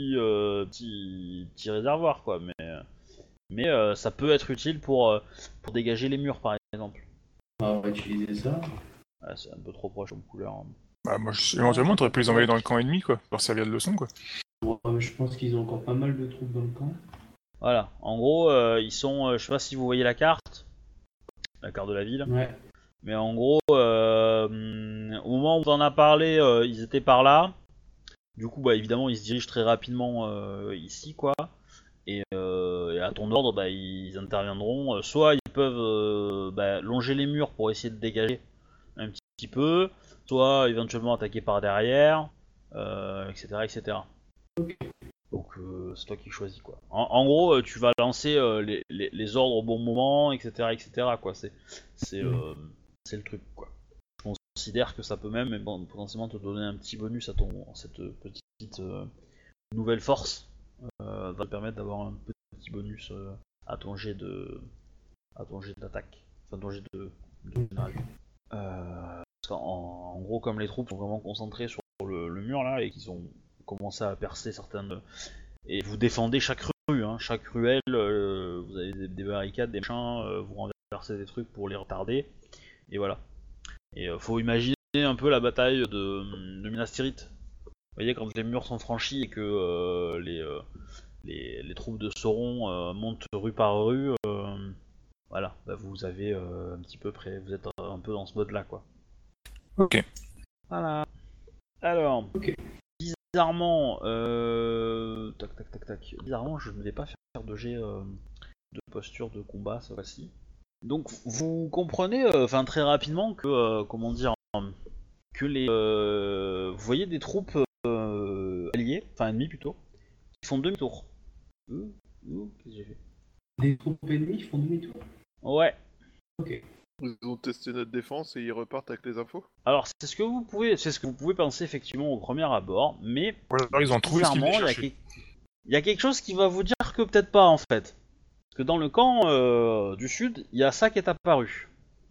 Speaker 1: petit réservoir, quoi. Mais ça peut être utile pour dégager les murs, par exemple.
Speaker 3: On va utiliser ça.
Speaker 1: Ah, c'est un peu trop proche comme couleur, hein.
Speaker 4: Bah, moi, éventuellement, t'aurais pu les envoyer dans le camp ennemi, quoi, pour leur servir de leçon, quoi.
Speaker 3: Je pense qu'ils ont encore pas mal de troupes dans le camp.
Speaker 1: Voilà. En gros, ils sont. Je sais pas si vous voyez la carte de la ville.
Speaker 3: Ouais.
Speaker 1: Mais en gros, au moment où on en a parlé, ils étaient par là. Du coup, bah évidemment, ils se dirigent très rapidement ici, quoi. Et à ton ordre, bah, ils interviendront. Soit ils peuvent longer les murs pour essayer de dégager un petit peu, soit éventuellement attaquer par derrière, etc., etc.
Speaker 3: Ok.
Speaker 1: Donc c'est toi qui choisis, quoi. En gros, tu vas lancer les ordres au bon moment, etc., etc., quoi. C'est le truc, quoi. Je considère que ça peut même potentiellement te donner un petit bonus à cette petite nouvelle force. Va te permettre d'avoir un petit bonus à ton jet d'attaque, enfin ton jet de général. Parce en gros, comme les troupes sont vraiment concentrées sur le mur là et qu'ils ont commencé à percer certaines, et vous défendez chaque rue, hein, chaque ruelle, vous avez des barricades, des machins, vous renversez des trucs pour les retarder, et voilà. Et faut imaginer un peu la bataille de Minas Tirith. Vous voyez, quand les murs sont franchis et que les troupes de Sauron montent rue par rue, voilà, bah vous avez un petit peu près, vous êtes un peu dans ce mode là, quoi.
Speaker 4: Ok.
Speaker 1: Voilà. Alors,
Speaker 3: Ok.
Speaker 1: bizarrement, tac, bizarrement, je ne vais pas faire de jet de posture de combat cette fois-ci. Donc, vous comprenez, enfin très rapidement que, comment dire, que vous voyez des troupes alliées, enfin ennemies plutôt, qui font demi-tour. Qu'est-ce que j'ai fait?
Speaker 3: Des troupes ennemies font demi-tour.
Speaker 1: Ouais.
Speaker 3: Ok.
Speaker 2: Ils ont testé notre défense et ils repartent avec les infos.
Speaker 1: Alors c'est ce que vous pouvez penser effectivement au premier abord, mais
Speaker 4: Ou alors ils ont trouvé ce qu'ils
Speaker 1: bizarrement,
Speaker 4: venaient chercher.
Speaker 1: il y a quelque chose qui va vous dire que peut-être pas en fait. Parce que dans le camp du sud, il y a ça qui est apparu.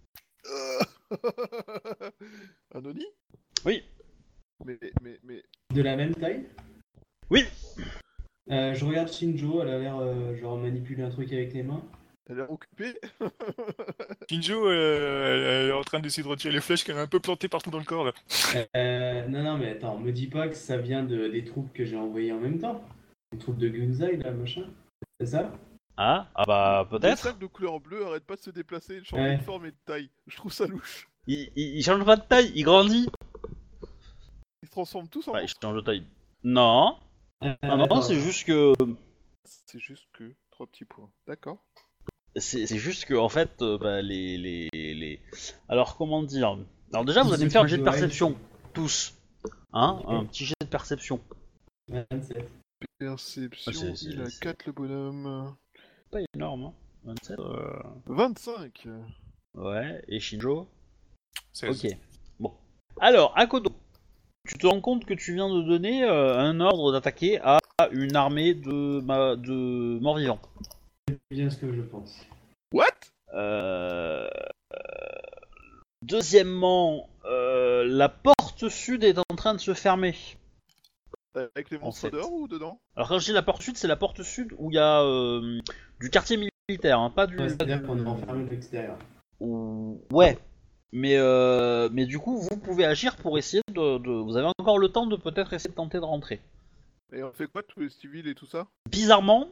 Speaker 2: Anony?
Speaker 1: Oui.
Speaker 2: Mais...
Speaker 3: De la même taille.
Speaker 1: Oui.
Speaker 3: Je regarde Shinjo, elle a l'air genre manipuler un truc avec les mains.
Speaker 2: Elle est occupée?
Speaker 4: Shinjo, elle est en train d'essayer de retirer les flèches qu'elle a un peu plantées partout dans le corps, là.
Speaker 3: Non, mais attends, me dis pas que ça vient des troupes que j'ai envoyées en même temps. Les troupes de Gunzai, là, machin. C'est ça?
Speaker 1: Ah bah
Speaker 2: Les
Speaker 1: peut-être.
Speaker 2: sacs de couleur bleue arrêtent pas de se déplacer, de changer
Speaker 3: Ouais.
Speaker 2: de forme et de taille. Je trouve ça louche.
Speaker 1: Il change pas de taille, il grandit.
Speaker 2: Ils se transforment tous en
Speaker 1: Ouais, il
Speaker 2: monstres.
Speaker 1: change de taille. Non. Non,
Speaker 3: Attends,
Speaker 1: c'est juste que
Speaker 2: C'est juste que... 3 petits points. D'accord.
Speaker 1: c'est juste que en fait les alors comment dire. Alors déjà vous
Speaker 3: Tous
Speaker 1: allez me
Speaker 3: ceux
Speaker 1: faire un
Speaker 3: qui
Speaker 1: jet de
Speaker 3: doivent
Speaker 1: perception tous. Hein,
Speaker 3: Ok.
Speaker 1: un petit jet de perception.
Speaker 3: 27.
Speaker 2: Perception,
Speaker 1: c'est-
Speaker 2: il a
Speaker 1: c'est-
Speaker 2: 4 le bonhomme.
Speaker 1: Pas énorme, hein. 27.
Speaker 2: 25.
Speaker 1: Ouais, et Shinjo.
Speaker 4: 16.
Speaker 1: Ok. Bon. Alors, Akodo, tu te rends compte que tu viens de donner un ordre d'attaquer à une armée de morts-vivants.
Speaker 3: C'est bien ce que je pense.
Speaker 2: What?
Speaker 1: Euh, Deuxièmement, la porte sud est en train de se fermer.
Speaker 2: Avec les monstres
Speaker 1: fait.
Speaker 2: dehors ou dedans?
Speaker 1: Alors quand je dis la porte sud, c'est la porte sud où il y a du quartier militaire, hein, pas du...
Speaker 3: Ouais, c'est-à-dire qu'on est enfermé de l'extérieur.
Speaker 1: Ouais. Mais du coup, vous pouvez agir pour essayer Vous avez encore le temps de peut-être essayer de tenter de rentrer.
Speaker 2: Et on fait quoi, tous les civils et tout ça?
Speaker 1: Bizarrement,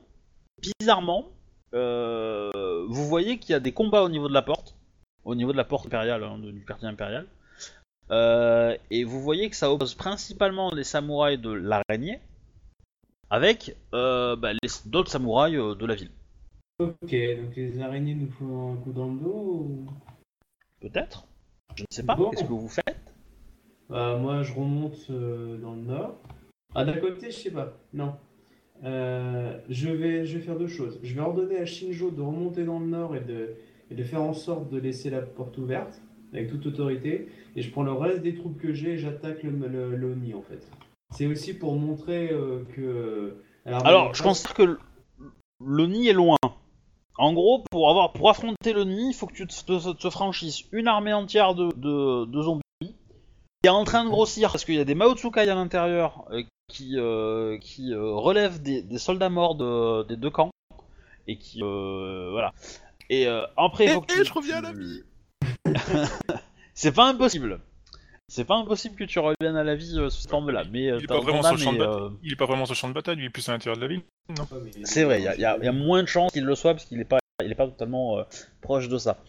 Speaker 1: vous voyez qu'il y a des combats au niveau de la porte impériale, hein, du quartier impérial. Et vous voyez que ça oppose principalement les samouraïs de l'araignée avec d'autres samouraïs de la ville.
Speaker 3: Ok, donc les araignées nous font un coup dans le dos ou...
Speaker 1: Peut-être. Je ne sais pas.
Speaker 3: Bon.
Speaker 1: Qu'est-ce que vous faites?
Speaker 3: Moi, je remonte dans le nord. Ah, d'un côté, je sais pas. Non. Je vais faire deux choses. Je vais ordonner à Shinjo de remonter dans le nord et de faire en sorte de laisser la porte ouverte. avec toute autorité, et je prends le reste des troupes que j'ai et j'attaque l'ONI en fait. C'est aussi pour montrer que...
Speaker 1: Alors, je considère que le nid est loin. En gros, pour affronter le nid, il faut que tu te franchisses une armée entière de zombies qui est en train de grossir parce qu'il y a des Maotsukai à l'intérieur qui relèvent des soldats morts des deux camps et qui voilà. Et après, il faut que
Speaker 2: je reviens à la vie.
Speaker 1: C'est pas impossible. C'est pas impossible que tu reviennes à la vie sous cette forme-là, mais
Speaker 4: Il est pas vraiment sur le champ de bataille. Il est pas vraiment sur le champ de bataille, lui, il est plus à l'intérieur de la ville. Non.
Speaker 1: C'est vrai, il y a moins de chances qu'il le soit parce qu'il est pas totalement proche de ça.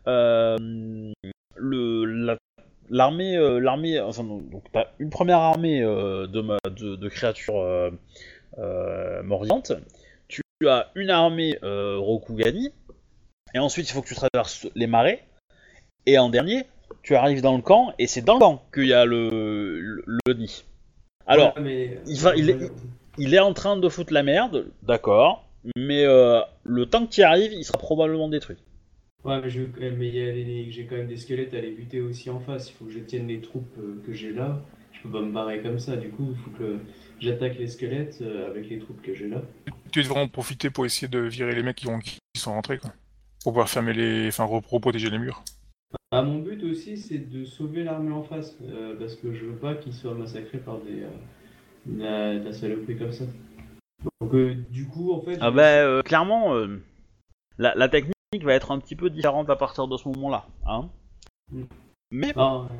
Speaker 1: L'armée, enfin donc t'as une première armée de créatures mort-vivantes. Tu as une armée Rokugani, et ensuite il faut que tu traverses les marais. Et en dernier, tu arrives dans le camp, et c'est dans le camp qu'il y a le nid. Alors, il est en train de foutre la merde, d'accord, mais le temps que tu y arrives, il sera probablement détruit.
Speaker 3: Ouais, mais j'ai quand même des squelettes à les buter aussi en face. Il faut que je tienne les troupes que j'ai là. Je peux pas me barrer comme ça. Du coup, il faut que j'attaque les squelettes avec les troupes que j'ai là.
Speaker 4: Tu devrais en profiter pour essayer de virer les mecs qui sont rentrés, quoi. Pour pouvoir reprotéger les murs.
Speaker 3: Ah, mon but aussi, c'est de sauver l'armée en face. Parce que je veux pas qu'ils soient massacrés par de la saloperie comme ça. Donc, du coup, en fait...
Speaker 1: clairement, la technique va être un petit peu différente à partir de ce moment-là, hein. Mais,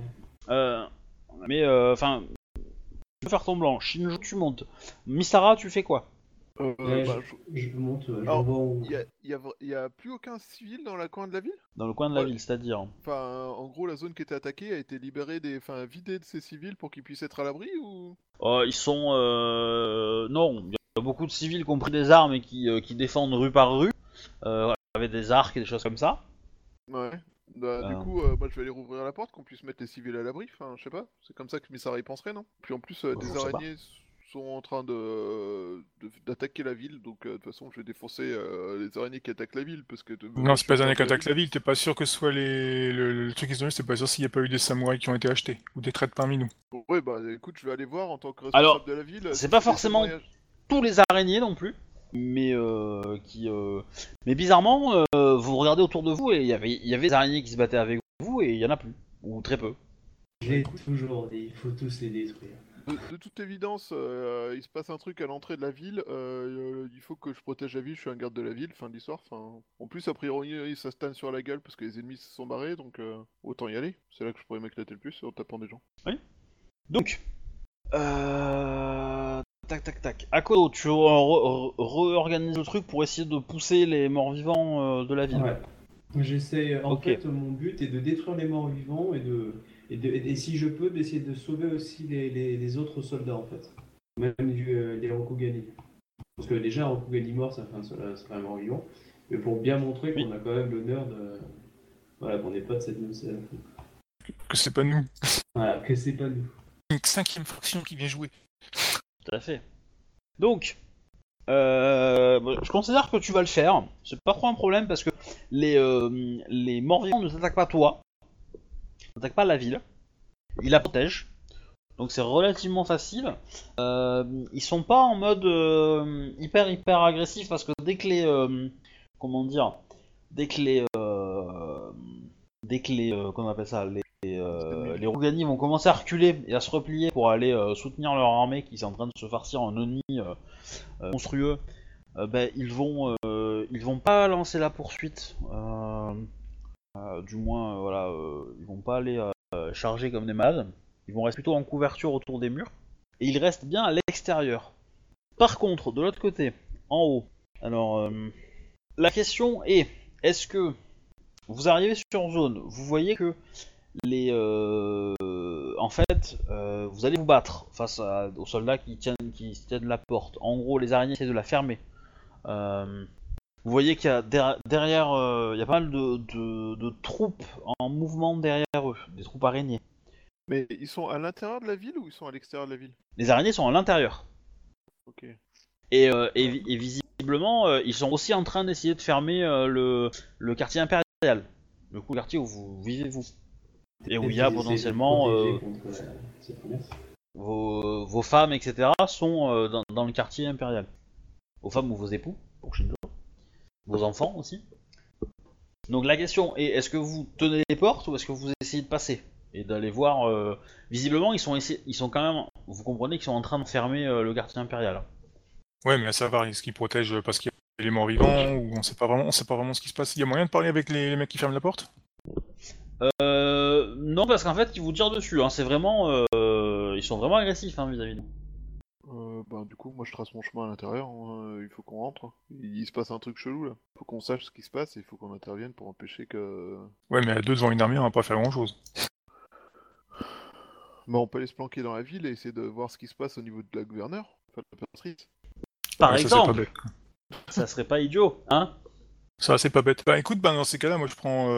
Speaker 1: enfin, tu peux faire ton blanc. Shinjo, tu montes. Misara, tu fais quoi?
Speaker 3: Je monte.
Speaker 2: Il y a plus aucun civil dans le coin de la ville?
Speaker 1: Dans le coin de la ville, c'est-à-dire?
Speaker 2: Enfin, en gros, la zone qui était attaquée a été libérée vidée de ces civils pour qu'ils puissent être à l'abri ou?
Speaker 1: Ils sont, non, il y a beaucoup de civils qui ont pris des armes et qui défendent rue par rue. Avec des arcs et des choses comme ça.
Speaker 2: Ouais. Du coup, moi je vais aller rouvrir la porte, qu'on puisse mettre les civils à l'abri, enfin je sais pas, c'est comme ça que Misara y penserait, non? Puis en plus, des araignées sont en train d'attaquer la ville, donc de toute façon je vais défoncer les araignées qui attaquent la ville, parce que...
Speaker 4: Non, c'est pas les araignées qui attaquent la ville, t'es pas sûr que ce soit le truc qui se donne, c'est pas sûr s'il y a pas eu des samouraïs qui ont été achetés, ou des traites parmi nous.
Speaker 2: Ouais, bah écoute, je vais aller voir en tant que responsable de la ville...
Speaker 1: c'est pas forcément tous les araignées non plus, mais mais bizarrement, vous regardez autour de vous et il y avait des araignées qui se battaient avec vous et il y en a plus, ou très peu.
Speaker 3: Je les toujours dit, il faut tous les détruire.
Speaker 2: De toute évidence, il se passe un truc à l'entrée de la ville, il faut que je protège la ville, je suis un garde de la ville, fin de l'histoire, en plus a priori ça se tanne sur la gueule parce que les ennemis se sont barrés, donc autant y aller, c'est là que je pourrais m'éclater le plus en tapant des gens.
Speaker 1: Oui. Donc, tac. Akodo, tu réorganises le truc pour essayer de pousser les morts-vivants de la ville.
Speaker 3: Ouais. J'essaie, en fait, mon but est de détruire les morts-vivants et si je peux, d'essayer de sauver aussi les autres soldats, en fait. Même les Rokugani. Parce que déjà, un Rokugani mort, ça fait un mort-vivant. Mais pour bien montrer qu'on a quand même l'honneur de... Voilà, qu'on n'est pas de cette même...
Speaker 4: Que c'est pas nous.
Speaker 3: Voilà, que c'est pas nous.
Speaker 4: Une 5ème faction qui vient jouer.
Speaker 1: Tout à fait. Donc, je considère que tu vas le faire. C'est pas trop un problème parce que les morts-vivants ne t'attaquent pas toi. Ils n'attaquent pas la ville. Ils la protègent. Donc c'est relativement facile. Ils sont pas en mode hyper agressif parce que dès que les comment on appelle ça, les Rogani vont commencer à reculer et à se replier pour aller soutenir leur armée qui est en train de se farcir en Oni monstrueux. Ils vont pas lancer la poursuite. Du moins, ils vont pas aller charger comme des malades. Ils vont rester plutôt en couverture autour des murs. Et ils restent bien à l'extérieur. Par contre, de l'autre côté, en haut, alors la question est, est-ce que vous arrivez sur zone, vous voyez que vous allez vous battre face aux soldats qui tiennent la porte. En gros, les araignées essaient de la fermer. Vous voyez qu'il y a derrière, il y a pas mal de troupes en mouvement derrière eux, des troupes araignées.
Speaker 2: Mais ils sont à l'intérieur de la ville ou ils sont à l'extérieur de la ville?
Speaker 1: Les araignées sont à l'intérieur.
Speaker 2: Ok.
Speaker 1: Et visiblement, ils sont aussi en train d'essayer de fermer le quartier impérial. Le quartier où vous vivez vous. et où il y a potentiellement vos femmes, etc. sont dans le quartier impérial. Vos femmes ou vos époux, pour Shinjo. Vos enfants aussi. Donc la question est, est-ce que vous tenez les portes ou est-ce que vous essayez de passer et d'aller voir visiblement ils sont quand même, vous comprenez qu'ils sont en train de fermer le quartier impérial.
Speaker 4: Ouais, mais à savoir, est-ce qu'ils protègent parce qu'il y a les morts vivants ou on sait pas vraiment ce qui se passe. Il y a moyen de parler avec les mecs qui ferment la porte?
Speaker 1: Non, parce qu'en fait ils vous tirent dessus, hein. C'est vraiment ils sont vraiment agressifs, hein, vis-à-vis de nous.
Speaker 2: Du coup, moi je trace mon chemin à l'intérieur, hein, il faut qu'on rentre. Il se passe un truc chelou là. Faut qu'on sache ce qui se passe et il faut qu'on intervienne pour empêcher que.
Speaker 4: Ouais, mais à deux devant une armée, on va pas faire grand-chose.
Speaker 2: Bah, on peut aller se planquer dans la ville et essayer de voir ce qui se passe au niveau de la gouverneure, enfin de l'impératrice.
Speaker 1: Par
Speaker 4: Ouais, ça, c'est pas
Speaker 1: exemple,
Speaker 4: bête.
Speaker 1: ça serait pas idiot, hein.
Speaker 4: Ça, c'est pas bête. Bah écoute, dans ces cas-là, moi je prends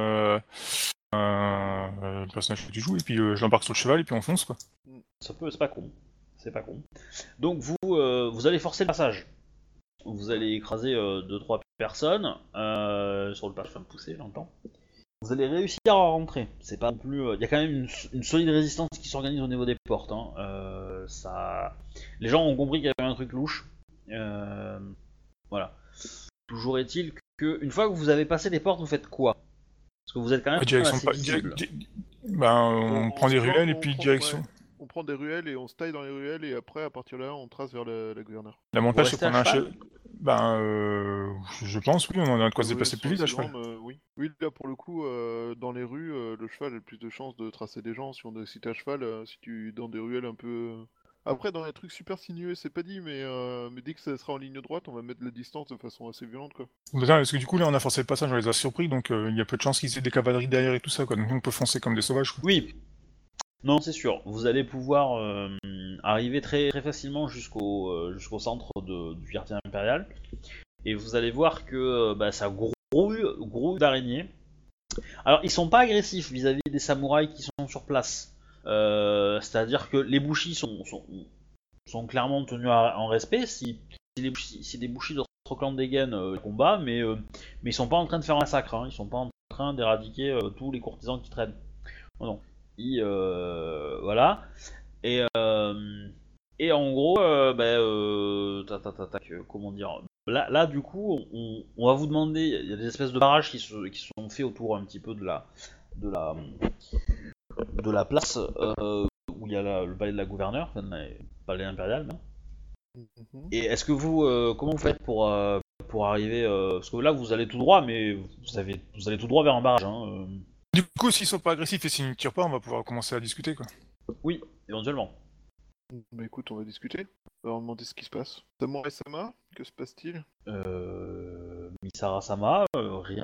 Speaker 4: le personnage que tu joues et puis je l'embarque sur le cheval et puis on fonce, quoi.
Speaker 1: C'est pas con. C'est pas con. Donc vous allez forcer le passage. Vous allez écraser 2-3 personnes sur le passage, enfin pousser, j'entends. Vous allez réussir à rentrer. C'est pas non plus. Il y a quand même une solide résistance qui s'organise au niveau des portes, hein. Les gens ont compris qu'il y avait un truc louche. Voilà. Toujours est-il que une fois que vous avez passé les portes, vous faites quoi? Parce que vous êtes quand même assez visible.
Speaker 4: On prend des ruelles et puis direction.
Speaker 2: Ouais. On prend des ruelles et on se taille dans les ruelles et après, à partir de là, on trace vers la gouverneure.
Speaker 4: L'avantage, c'est
Speaker 1: restez
Speaker 4: qu'on a
Speaker 1: à
Speaker 4: un
Speaker 1: cheval
Speaker 4: cheval. Je pense, oui, on a de quoi se déplacer plus vite à cheval.
Speaker 2: Oui. Oui, là pour le coup, dans les rues, le cheval a le plus de chances de tracer des gens. Si t'es à cheval, si tu dans des ruelles un peu. Après, dans les trucs super sinueux, c'est pas dit, mais dès que ça sera en ligne droite, on va mettre la distance de façon assez violente, quoi.
Speaker 4: Parce que du coup, là, on a forcé le passage, on les a surpris, donc il y a peu de chances qu'ils aient des cavaleries derrière et tout ça, quoi. Donc on peut foncer comme des sauvages, quoi.
Speaker 1: Oui. Non, c'est sûr. Vous allez pouvoir arriver très, très facilement jusqu'au centre du quartier impérial. Et vous allez voir que ça grouille d'araignées. Alors, ils sont pas agressifs vis-à-vis des samouraïs qui sont sur place. C'est-à-dire que les bushis sont clairement tenus en respect. Si des bushis d'autres clans dégainent, combat, mais ils sont pas en train de faire un massacre. Hein. Ils sont pas en train d'éradiquer tous les courtisans qui traînent. Non. Voilà. Et en gros, comment dire. Là, du coup, on va vous demander. Il y a des espèces de barrages qui sont faits autour un petit peu de la place où il y a le palais de la gouverneure, enfin, le palais impérial. Hein. Et est-ce que comment vous faites pour arriver parce que là, vous allez tout droit, mais vous allez tout droit vers un barrage. Hein.
Speaker 4: Du coup, s'ils sont pas agressifs et s'ils ne tirent pas, on va pouvoir commencer à discuter, quoi.
Speaker 1: Oui, éventuellement.
Speaker 2: Bah écoute, on va discuter. On va leur demander ce qui se passe. Samurai Sama, que se passe-t-il?
Speaker 1: Misara Sama, rien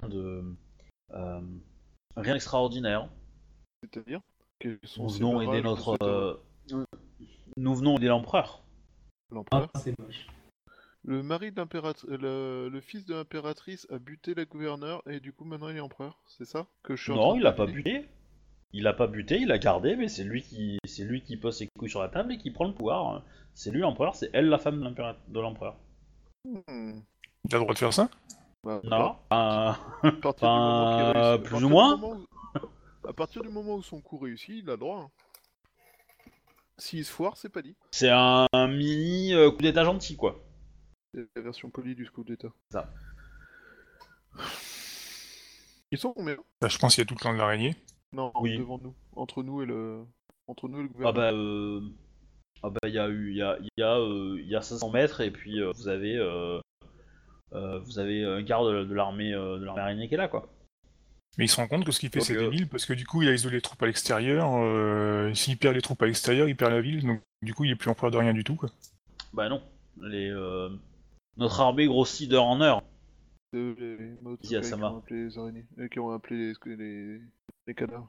Speaker 1: d'extraordinaire.
Speaker 2: C'est-à-dire quels sont
Speaker 1: Nous
Speaker 2: ces
Speaker 1: venons aider
Speaker 2: barrages
Speaker 1: nous venons aider l'empereur.
Speaker 2: l'empereur?
Speaker 3: c'est moche.
Speaker 2: Le mari de l'impératrice, le fils de l'impératrice a buté la gouverneure et du coup maintenant il est empereur, c'est ça que je suis en
Speaker 1: Non,
Speaker 2: train
Speaker 1: il
Speaker 2: de
Speaker 1: a pas
Speaker 2: deviner
Speaker 1: buté. Il a pas buté, il a gardé, mais c'est lui qui pose ses couilles sur la table et qui prend le pouvoir. C'est lui l'empereur, c'est elle la femme de l'empereur.
Speaker 4: Il a le droit de faire ça?
Speaker 2: Bah,
Speaker 1: Non.
Speaker 2: à partir du moment qu'il réussit,
Speaker 1: plus ou moins.
Speaker 2: À partir du moment où son coup réussit, il a le droit. Hein. S'il se foire, c'est pas dit.
Speaker 1: C'est un mini coup d'état gentil, quoi.
Speaker 2: C'est la version polie du coup d'état.
Speaker 1: Ça.
Speaker 2: Ils sont combien?
Speaker 4: Bah, je pense qu'il y a tout le clan de l'araignée.
Speaker 2: Non,
Speaker 1: Oui.
Speaker 2: devant nous. Entre nous et le
Speaker 1: Ah
Speaker 2: gouvernement.
Speaker 1: bah il y a 500 mètres et puis vous avez un quart de l'armée araignée qui est là, quoi.
Speaker 4: Mais il se rend compte que ce qu'il fait,
Speaker 1: Donc,
Speaker 4: c'est débile, parce que du coup, il a isolé les troupes à l'extérieur. S'il perd les troupes à l'extérieur, il perd la ville, donc du coup, il est plus empereur de rien du tout, quoi.
Speaker 1: Bah non. Notre armée grossit d'heure en heure.
Speaker 2: Les
Speaker 1: Dis à
Speaker 2: qui
Speaker 1: Sama.
Speaker 2: ont appelé les araignées, qui ont appelé les cadavres.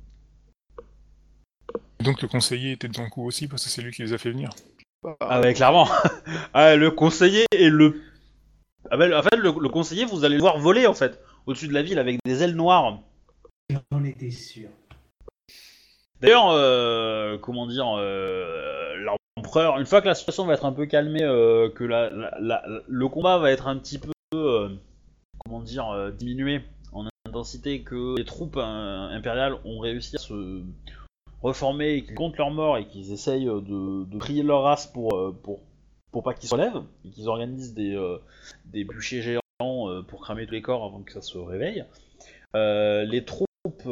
Speaker 4: Et donc le conseiller était dans le coup aussi, parce que c'est lui qui les a fait venir.
Speaker 1: Ah ouais, clairement. Ah, le conseiller et le... Ah bah, en fait, le conseiller, vous allez le voir voler, en fait, au-dessus de la ville avec des ailes noires.
Speaker 3: J'en étais sûr.
Speaker 1: D'ailleurs, comment dire, l'empereur, une fois que la situation va être un peu calmée, que le combat va être un petit peu, comment dire, diminué en intensité que les troupes impériales ont réussi à se reformer et qu'ils comptent leurs morts et qu'ils essayent de prier leur race pour pas qu'ils se relèvent et qu'ils organisent des bûchers géants pour cramer tous les corps avant que ça se réveille. Les troupes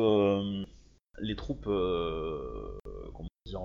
Speaker 1: comment dire,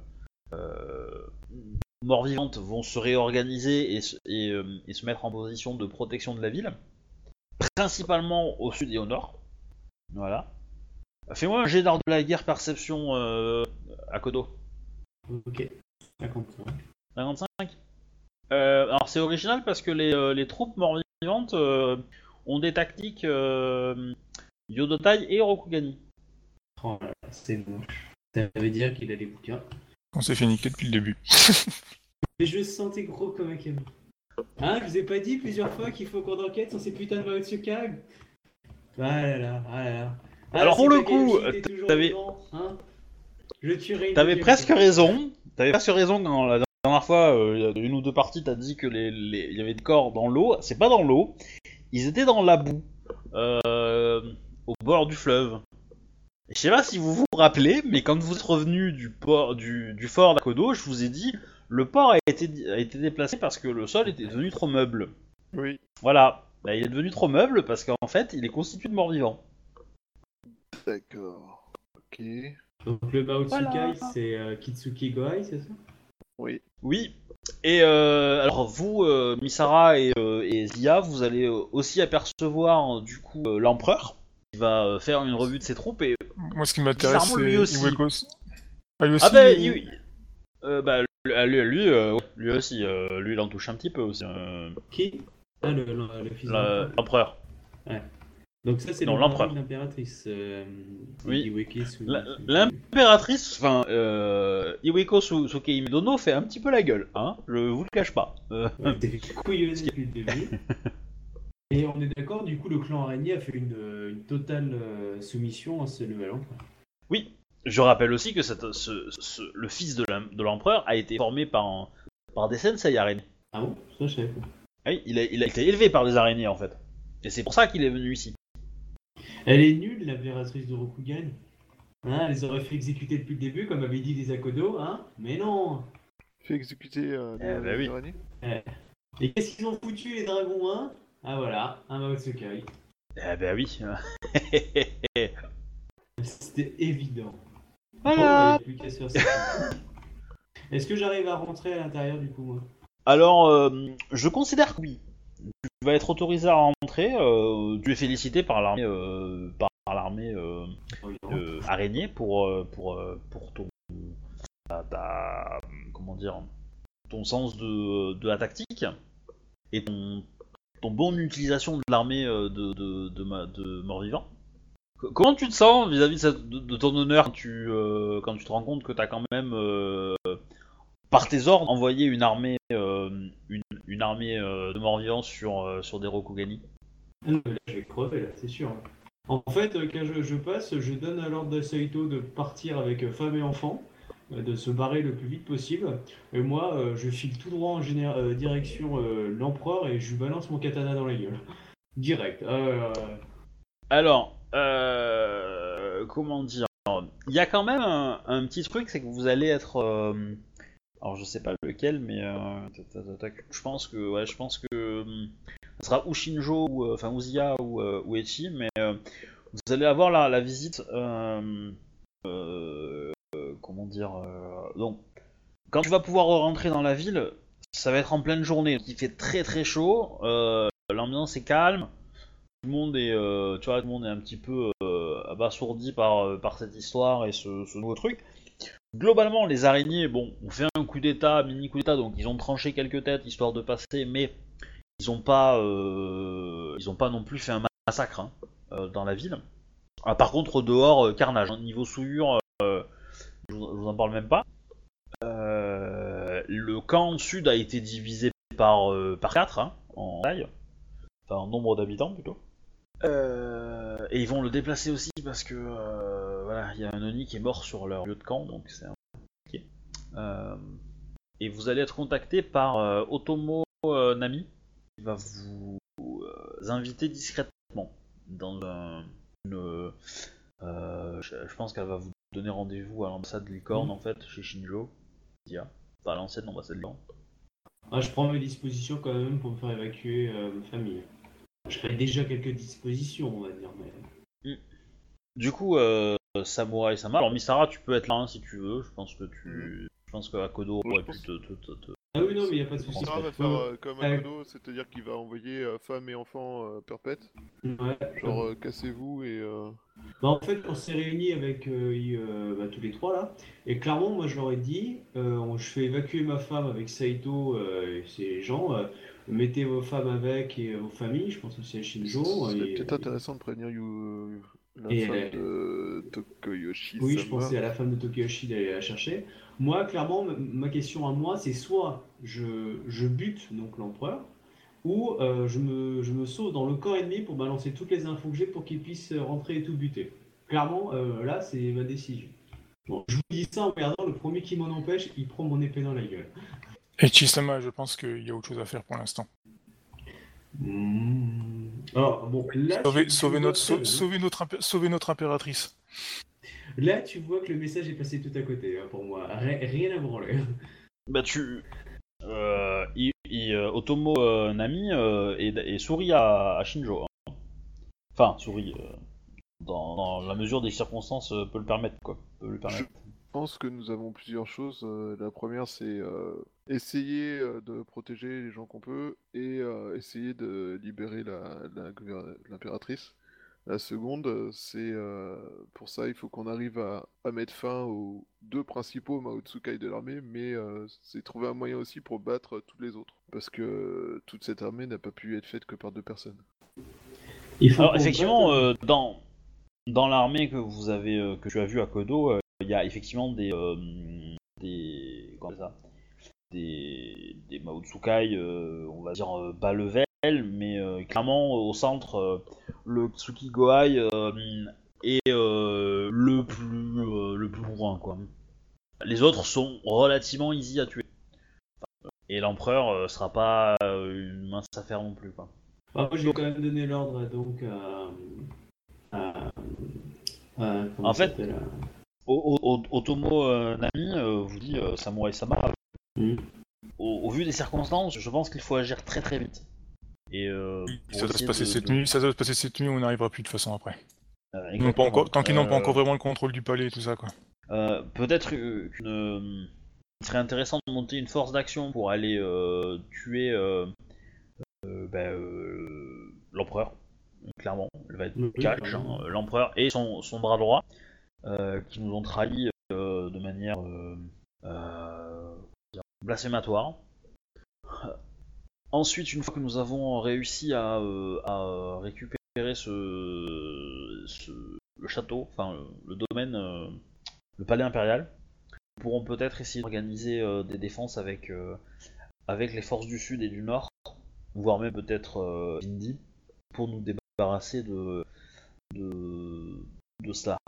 Speaker 1: morts-vivantes vont se réorganiser et se mettre en position de protection de la ville, principalement au sud et au nord. Voilà. Fais-moi un jet d'art de la guerre perception à Kodo.
Speaker 3: Ok. 55.
Speaker 1: 55. Alors c'est original parce que les troupes morts-vivantes ont des tactiques Yodotai et Rokugani.
Speaker 3: Oh là là, c'est moche. Ça veut dire qu'il a des bouquins.
Speaker 4: On s'est fait niquer depuis le début.
Speaker 3: Mais je sentais gros comme un camion. Hein, je vous ai pas dit plusieurs fois qu'il faut qu'on enquête sur ces putains de Maotsukai. Ah là là, ah là là. Ah,
Speaker 1: Alors
Speaker 3: si
Speaker 1: pour le
Speaker 3: Kakashi
Speaker 1: coup,
Speaker 3: était toujours
Speaker 1: t'avais-
Speaker 3: vivant, hein, je tuerais une
Speaker 1: T'avais
Speaker 3: deuxième
Speaker 1: presque
Speaker 3: fois.
Speaker 1: raison. T'avais presque raison quand la dernière fois, il y a une ou deux parties, t'as dit que il y avait des corps dans l'eau. C'est pas dans l'eau. Ils étaient dans la boue, au bord du fleuve. Et je sais pas si vous vous rappelez, mais quand vous êtes revenu du fort d'Akodo, je vous ai dit le port a été déplacé parce que le sol était devenu trop meuble.
Speaker 2: Oui.
Speaker 1: Voilà. Là, il est devenu trop meuble parce qu'en fait, il est constitué de morts vivants.
Speaker 2: D'accord. Ok.
Speaker 3: Donc le Maotsukai,
Speaker 1: Voilà.
Speaker 3: c'est Kitsuki Goai, c'est ça?
Speaker 2: Oui.
Speaker 1: Oui. Et alors vous, Misara et Zia, vous allez aussi apercevoir du coup l'empereur qui va faire une revue de ses troupes et
Speaker 4: Moi, ce qui m'intéresse,
Speaker 1: Bizarrement,
Speaker 4: c'est
Speaker 1: lui aussi.
Speaker 4: Iwekos. Ah, lui aussi,
Speaker 1: ah bah
Speaker 4: il-
Speaker 1: lui aussi, lui il en touche un petit peu aussi.
Speaker 3: Qui? Ah, le fils de l'empereur.
Speaker 1: L'empereur.
Speaker 3: Donc ça, c'est
Speaker 1: Non,
Speaker 3: le mari
Speaker 1: l'empereur.
Speaker 3: de l'impératrice.
Speaker 1: Oui.
Speaker 3: Iweki Su-
Speaker 1: L'impératrice, enfin, Iweko Sukei Midono fait un petit peu la gueule, hein, je vous le cache pas.
Speaker 3: Ouais, t'es couillonné depuis le début. Et on est d'accord, du coup, le clan araignée a fait une totale soumission à ce nouvel empereur.
Speaker 1: Oui, je rappelle aussi que le fils de l'empereur a été formé par des sensei araignées.
Speaker 3: Ah bon? Ça, je savais pas.
Speaker 1: Ah oui, il a été élevé par des araignées en fait. Et c'est pour ça qu'il est venu ici.
Speaker 3: Elle est nulle, l'impératrice de Rokugan. Hein, elle les aurait fait exécuter depuis le début, comme avait dit les Akodo, hein? Mais non!
Speaker 2: Fait exécuter
Speaker 1: bah oui.
Speaker 2: araignées.
Speaker 3: Et qu'est-ce qu'ils ont foutu, les dragons, hein? Ah voilà, un Maotsukai.
Speaker 1: Eh ben oui.
Speaker 3: C'était évident.
Speaker 1: Voilà.
Speaker 3: Bon, il y a plus qu'à se faire ça. Est-ce que j'arrive à rentrer à l'intérieur du coup, moi?
Speaker 1: Alors, je considère que oui. Tu vas être autorisé à rentrer. Tu es félicité par l'armée, araignée pour ton comment dire, ton sens de la tactique et ton bonne utilisation de l'armée de morts-vivants. Comment tu te sens vis-à-vis de ton honneur quand tu te rends compte que t'as quand même par tes ordres envoyé une armée une armée de morts-vivants sur des Rokugani?
Speaker 3: Là, je vais crever, là, c'est sûr. En fait, quand je passe, je donne à l'ordre de Saito de partir avec femme et enfants, de se barrer le plus vite possible. Et moi, je file tout droit en direction l'empereur et je lui balance mon katana dans la gueule. Direct.
Speaker 1: Alors, comment dire? Il y a quand même un petit truc, c'est que vous allez être. Alors, je sais pas lequel, mais je pense que, ça sera ou Shinjo, ou Zia ou Echi, mais vous allez avoir la visite. Comment dire? Donc, quand tu vas pouvoir rentrer dans la ville, ça va être en pleine journée. Il fait très très chaud. L'ambiance est calme. Tout le monde est, tout le monde est un petit peu abasourdi par cette histoire et ce nouveau truc. Globalement, les araignées, bon, ont fait un coup d'état, mini coup d'état, donc ils ont tranché quelques têtes histoire de passer, mais ils ont pas non plus fait un massacre dans la ville. Ah, par contre, dehors, carnage. Niveau souillure, je vous en parle même pas. Le camp sud a été divisé par 4 en taille, enfin en nombre d'habitants plutôt. Et ils vont le déplacer aussi parce que voilà, il y a un Oni qui est mort sur leur lieu de camp, donc c'est un peu compliqué. Et vous allez être contacté par Otomo Nami, qui va vous inviter discrètement je pense qu'elle va vous donner rendez-vous à l'ambassade de Licorne en fait, chez Shinjo. Dia. Enfin, l'ambassade de Licorne.
Speaker 3: Je prends mes dispositions quand même pour me faire évacuer ma famille. Je ferai déjà quelques dispositions, on va dire. Mais...
Speaker 1: Du coup, Samurai Sama. Alors Misara, tu peux être là hein, si tu veux. Je pense que Akodo aurait pu te.
Speaker 3: Ah oui, non, mais il n'y a pas de souci.
Speaker 2: Ça va faire comme Akodo, c'est-à-dire qu'il va envoyer femmes et enfants perpètes.
Speaker 3: Ouais.
Speaker 2: Genre, cassez-vous et...
Speaker 3: En fait, on s'est réunis avec tous les trois là, et clairement, moi je leur ai dit, je fais évacuer ma femme avec Saito et ces gens, mettez vos femmes avec et vos familles, je pense aussi à Shinjo.
Speaker 2: C'est peut-être intéressant de prévenir la femme de Tokoyoshi.
Speaker 3: Oui, je pensais à la femme de Tokiyoshi d'aller la chercher. Moi, clairement, ma question à moi, c'est soit je bute donc l'empereur, ou je me sauve dans le camp ennemi pour balancer toutes les infos que j'ai pour qu'il puisse rentrer et tout buter. Clairement, là, c'est ma décision. Bon, je vous dis ça en regardant, le premier qui m'en empêche, il prend mon épée dans la gueule.
Speaker 4: Et Chisama, je pense qu'il y a autre chose à faire pour l'instant.
Speaker 3: Alors, bon, là,
Speaker 4: sauver notre impératrice.
Speaker 3: Là, tu vois que le message est passé tout à côté, hein, pour moi. Rien à branler.
Speaker 1: Bah Otomo Nami et sourit à Shinjo. Hein. Enfin, sourit dans la mesure des circonstances peut le permettre, quoi. Peut le permettre.
Speaker 2: Je pense que nous avons plusieurs choses. La première, c'est essayer de protéger les gens qu'on peut et essayer de libérer l'impératrice. La seconde, c'est pour ça, il faut qu'on arrive à mettre fin aux deux principaux Maotsukai de l'armée, mais c'est trouver un moyen aussi pour battre tous les autres. Parce que toute cette armée n'a pas pu être faite que par 2 personnes.
Speaker 1: Alors effectivement, dans l'armée que tu as vu à Kodo, il y a effectivement des Maotsukai, on va dire bas level, mais clairement au centre, le Tsukigoai est le plus loin, quoi. Les autres sont relativement easy à tuer. Et l'empereur sera pas une mince affaire non plus, quoi.
Speaker 3: Moi, j'ai quand même donné l'ordre donc
Speaker 1: en fait, Otomo Nami vous dit Samurai Sama. Au vu des circonstances, je pense qu'il faut agir très très vite. Et
Speaker 4: ça doit se passer cette nuit, on n'arrivera plus de toute façon après. Tant qu'ils n'ont pas encore vraiment le contrôle du palais et tout ça, quoi.
Speaker 1: Peut-être qu'il serait intéressant de monter une force d'action pour aller tuer l'empereur. Clairement, il va être catch, hein, l'empereur et son bras droit qui nous ont trahis de manière blasphématoire. Ensuite, une fois que nous avons réussi à récupérer le château, enfin le domaine, le palais impérial, nous pourrons peut-être essayer d'organiser des défenses avec les forces du sud et du nord, voire même peut-être Indi, pour nous débarrasser de cela.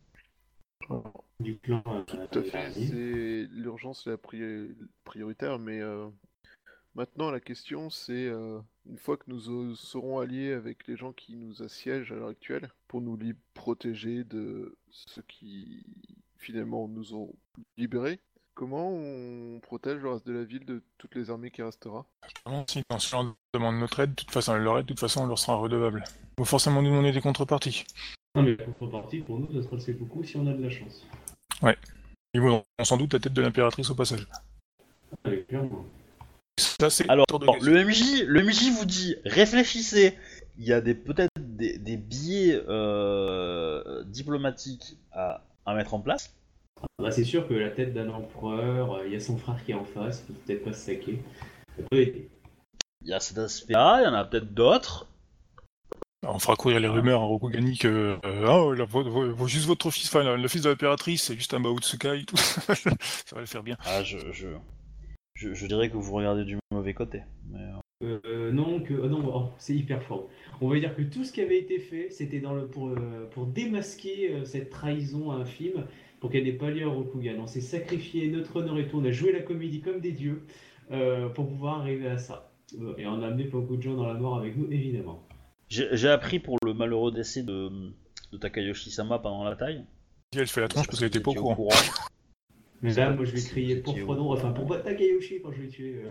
Speaker 3: Du plan,
Speaker 2: tout à fait, c'est l'urgence la prioritaire, mais maintenant la question c'est, une fois que nous serons alliés avec les gens qui nous assiègent à l'heure actuelle, pour nous protéger de ceux qui finalement nous ont libérés, comment on protège le reste de la ville de toutes les armées qui restera?
Speaker 4: Si on leur demande notre aide, de toute façon, on leur sera redevable. Il faut forcément nous demander des contreparties.
Speaker 3: Non, mais la contrepartie, pour nous, ça sera le seppuku si on a de la chance.
Speaker 4: Ouais. Ils vont sans doute la tête de l'impératrice au passage.
Speaker 3: Ouais, clairement.
Speaker 4: Ça, c'est
Speaker 1: alors, le MJ vous dit, réfléchissez. Il y a peut-être des biais diplomatiques à mettre en place.
Speaker 3: Bah, c'est sûr que la tête d'un empereur, il y a son frère qui est en face, il faut peut-être pas se saquer. Ça peut aider.
Speaker 1: Il y a cet aspect-là, il y en a peut-être d'autres.
Speaker 4: On fera courir les rumeurs à Rokugani que juste votre fils, enfin le fils de l'impératrice, c'est juste un Maotsukai et tout. Ça va le faire bien.
Speaker 1: Ah, je dirais que vous regardez du mauvais côté. Mais...
Speaker 3: non, c'est hyper fort. On va dire que tout ce qui avait été fait, c'était pour démasquer cette trahison infime, pour qu'elle n'ait pas lieu à Rokugan. On s'est sacrifié notre honneur et tout, on a joué la comédie comme des dieux pour pouvoir arriver à ça. Et on a amené beaucoup de gens dans la mort avec nous, évidemment.
Speaker 1: J'ai appris pour le malheureux décès de Takayoshi-sama pendant la bataille.
Speaker 4: Elle fait la tronche parce qu'elle était pas au courant.
Speaker 3: Mais là, moi, je vais crier pour
Speaker 1: C'était
Speaker 3: Frodon, enfin pour Takayoshi quand je vais tuer.